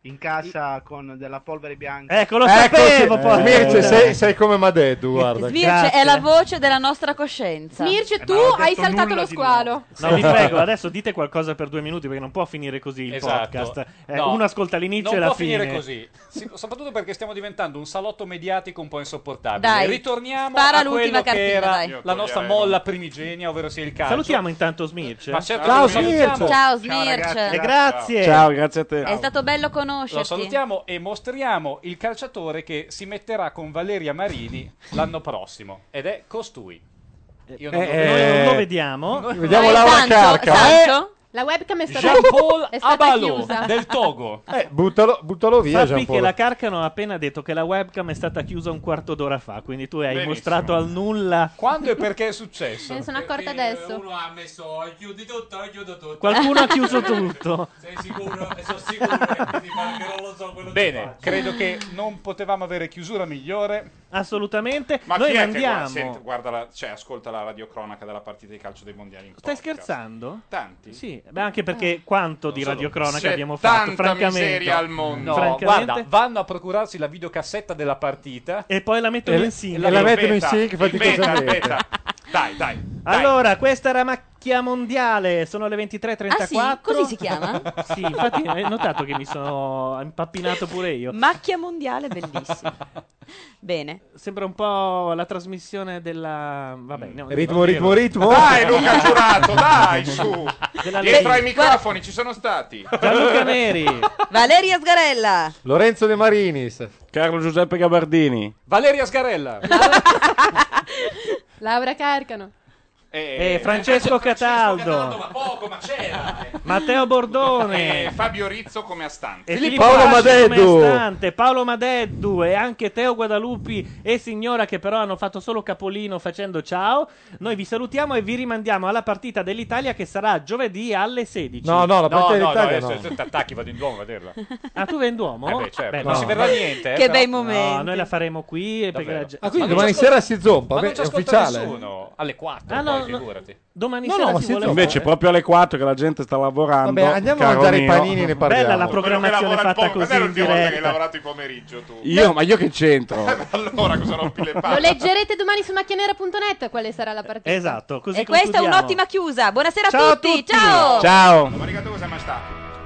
in casa con della polvere bianca. Ecco, lo sapevo poi. Smirce, sei come Madeddu, guarda. Smirce è la voce della nostra coscienza. Smirce, tu hai saltato lo squalo. No, vi prego, adesso dite qualcosa per 2 minuti perché non può finire così il Esatto. podcast. No, uno ascolta l'inizio non e la può fine. finire così. Soprattutto perché stiamo diventando un salotto mediatico un po' insopportabile. Dai, ritorniamo spara a l'ultima quello che cartina, era dai. la nostra molla primigenia, ovvero sia il calcio. Salutiamo intanto Smirce. Ma certo Ciao che lo Smirce. salutiamo. Ciao Smirce. E grazie. Ciao, grazie a te. È stato bello conoscerti. Lo salutiamo e mostriamo il calciatore che si metterà con Valeria Marini l'anno prossimo. Ed è costui. Io non Noi non lo vediamo. Vediamo Laura Carca. Sancho? La webcam è stata, Jean-Paul è stata Abalo chiusa. del Togo. Buttalo via, Sappi Jean-Paul. che la Carcano ha appena detto che la webcam è stata chiusa un quarto d'ora fa, quindi tu hai Benissimo. mostrato al nulla. Quando e perché è successo? Me ne sono accorta adesso. Uno ha messo chiudi tutto, chiudo tutto. Qualcuno ha chiuso tutto. Sei sicuro? E sono sicuro, quindi che non lo so quello che Bene, faccio. credo che non potevamo avere chiusura migliore. Assolutamente. Ma Noi chi è mandiamo. che ascolta la radiocronaca della partita di calcio dei mondiali in Stai podcast? scherzando? Tanti? Sì, beh, anche perché quanto di solo. radiocronaca C'è abbiamo fatto, tanta francamente. miseria al mondo. No, Francamente. guarda, vanno a procurarsi la videocassetta della partita E poi la mettono in sync. e la mettono in sync, faticosamente. Dai. Allora, questa era Macchia Mondiale, sono le 23:34. Ah sì? Così si chiama? Sì, infatti hai notato che mi sono impappinato pure io. Macchia mondiale, bellissimo. Bene. Sembra un po' la trasmissione della... Vabbè, no, Ritmo. Dai, Luca Giurato, dai, su. Della Dietro ai Lei. microfoni ci sono stati. Gianluca Neri. Valeria Sgarella. Lorenzo De Marinis. Carlo Giuseppe Gabardini. Valeria Sgarella. Laura Carcano. E Francesco Cataldo. Ma poco, ma c'era. Matteo Bordone. Fabio Rizzo come astante. E Filippo Filippo Paolo Asci come Madeddu. astante, Paolo Madeddu e anche Teo Guadalupi e Signora che però hanno fatto solo capolino facendo ciao. Noi vi salutiamo e vi rimandiamo alla partita dell'Italia che sarà giovedì alle 16. No, la partita dell'Italia no. Tu t'attacchi, vado in Duomo a vederla. Ah, tu vai in Duomo? Beh, certo. Beh, Non no. si vedrà niente. Che però. bei momenti. No, noi la faremo qui perché Davvero? la gente... Ah, quindi Ma non domani ci ascolta- sera si zompa, Ma non beh, ci è ascolta ufficiale. nessuno. Alle 4, Ah, no, poi, no. figurati. Domani No, sera ma si si vuole zomba. Invece proprio alle 4 che la gente sta lavorando. Vabbè, andiamo a caro mangiare i mio. panini, ne parliamo. Bella la Quello che programmazione lavora fatta poco. così Quando è in l'ultima volta che hai diretta. lavorato il pomeriggio tu? Ma io che c'entro? Allora cosa rompi le Lo palle? leggerete domani su macchianera.net quale sarà la partita. Esatto, così E questa è concludiamo. un'ottima chiusa. Buonasera Ciao a tutti. a tutti. Ciao. Ciao. Arigato gozaimasu.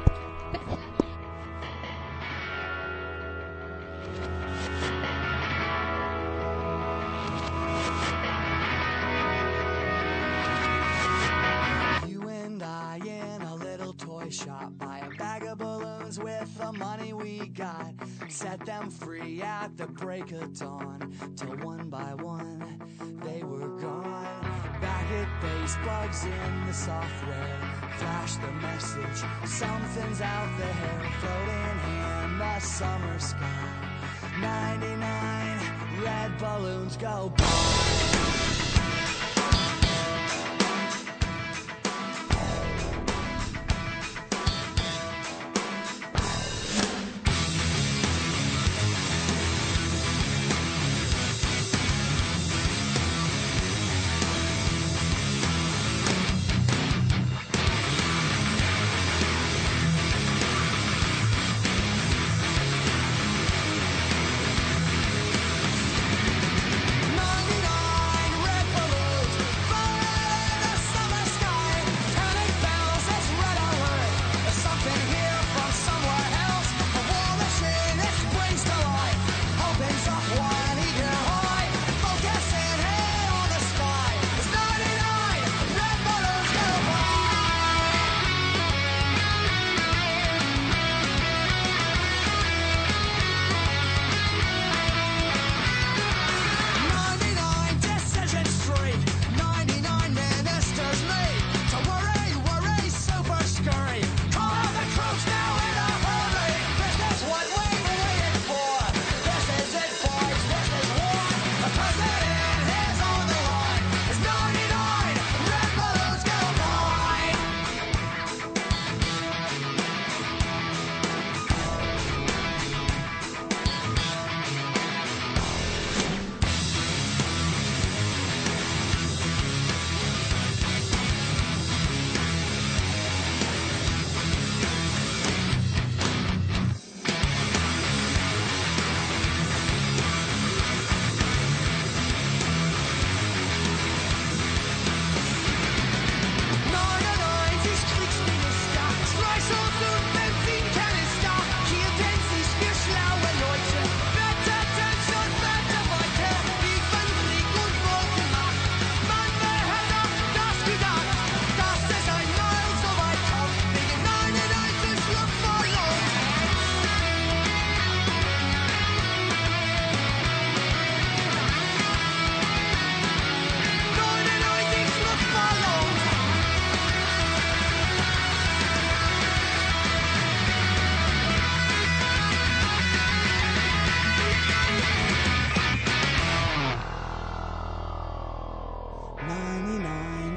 You and I in a little toy shop, buy a bag of balloons with the money we got, set them free at the break of dawn, till one by one they were gone. Back at base, bugs in the software, flash the message, something's out there, floating in the summer sky. 99 red balloons go by.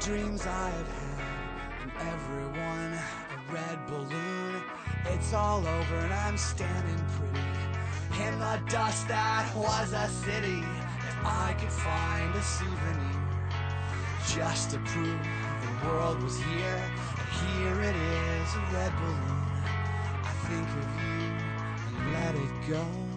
dreams I've had, and everyone a red balloon. It's all over and I'm standing pretty in the dust that was a city. If I could find a souvenir just to prove the world was here, and here it is, a red balloon. I think of you and let it go.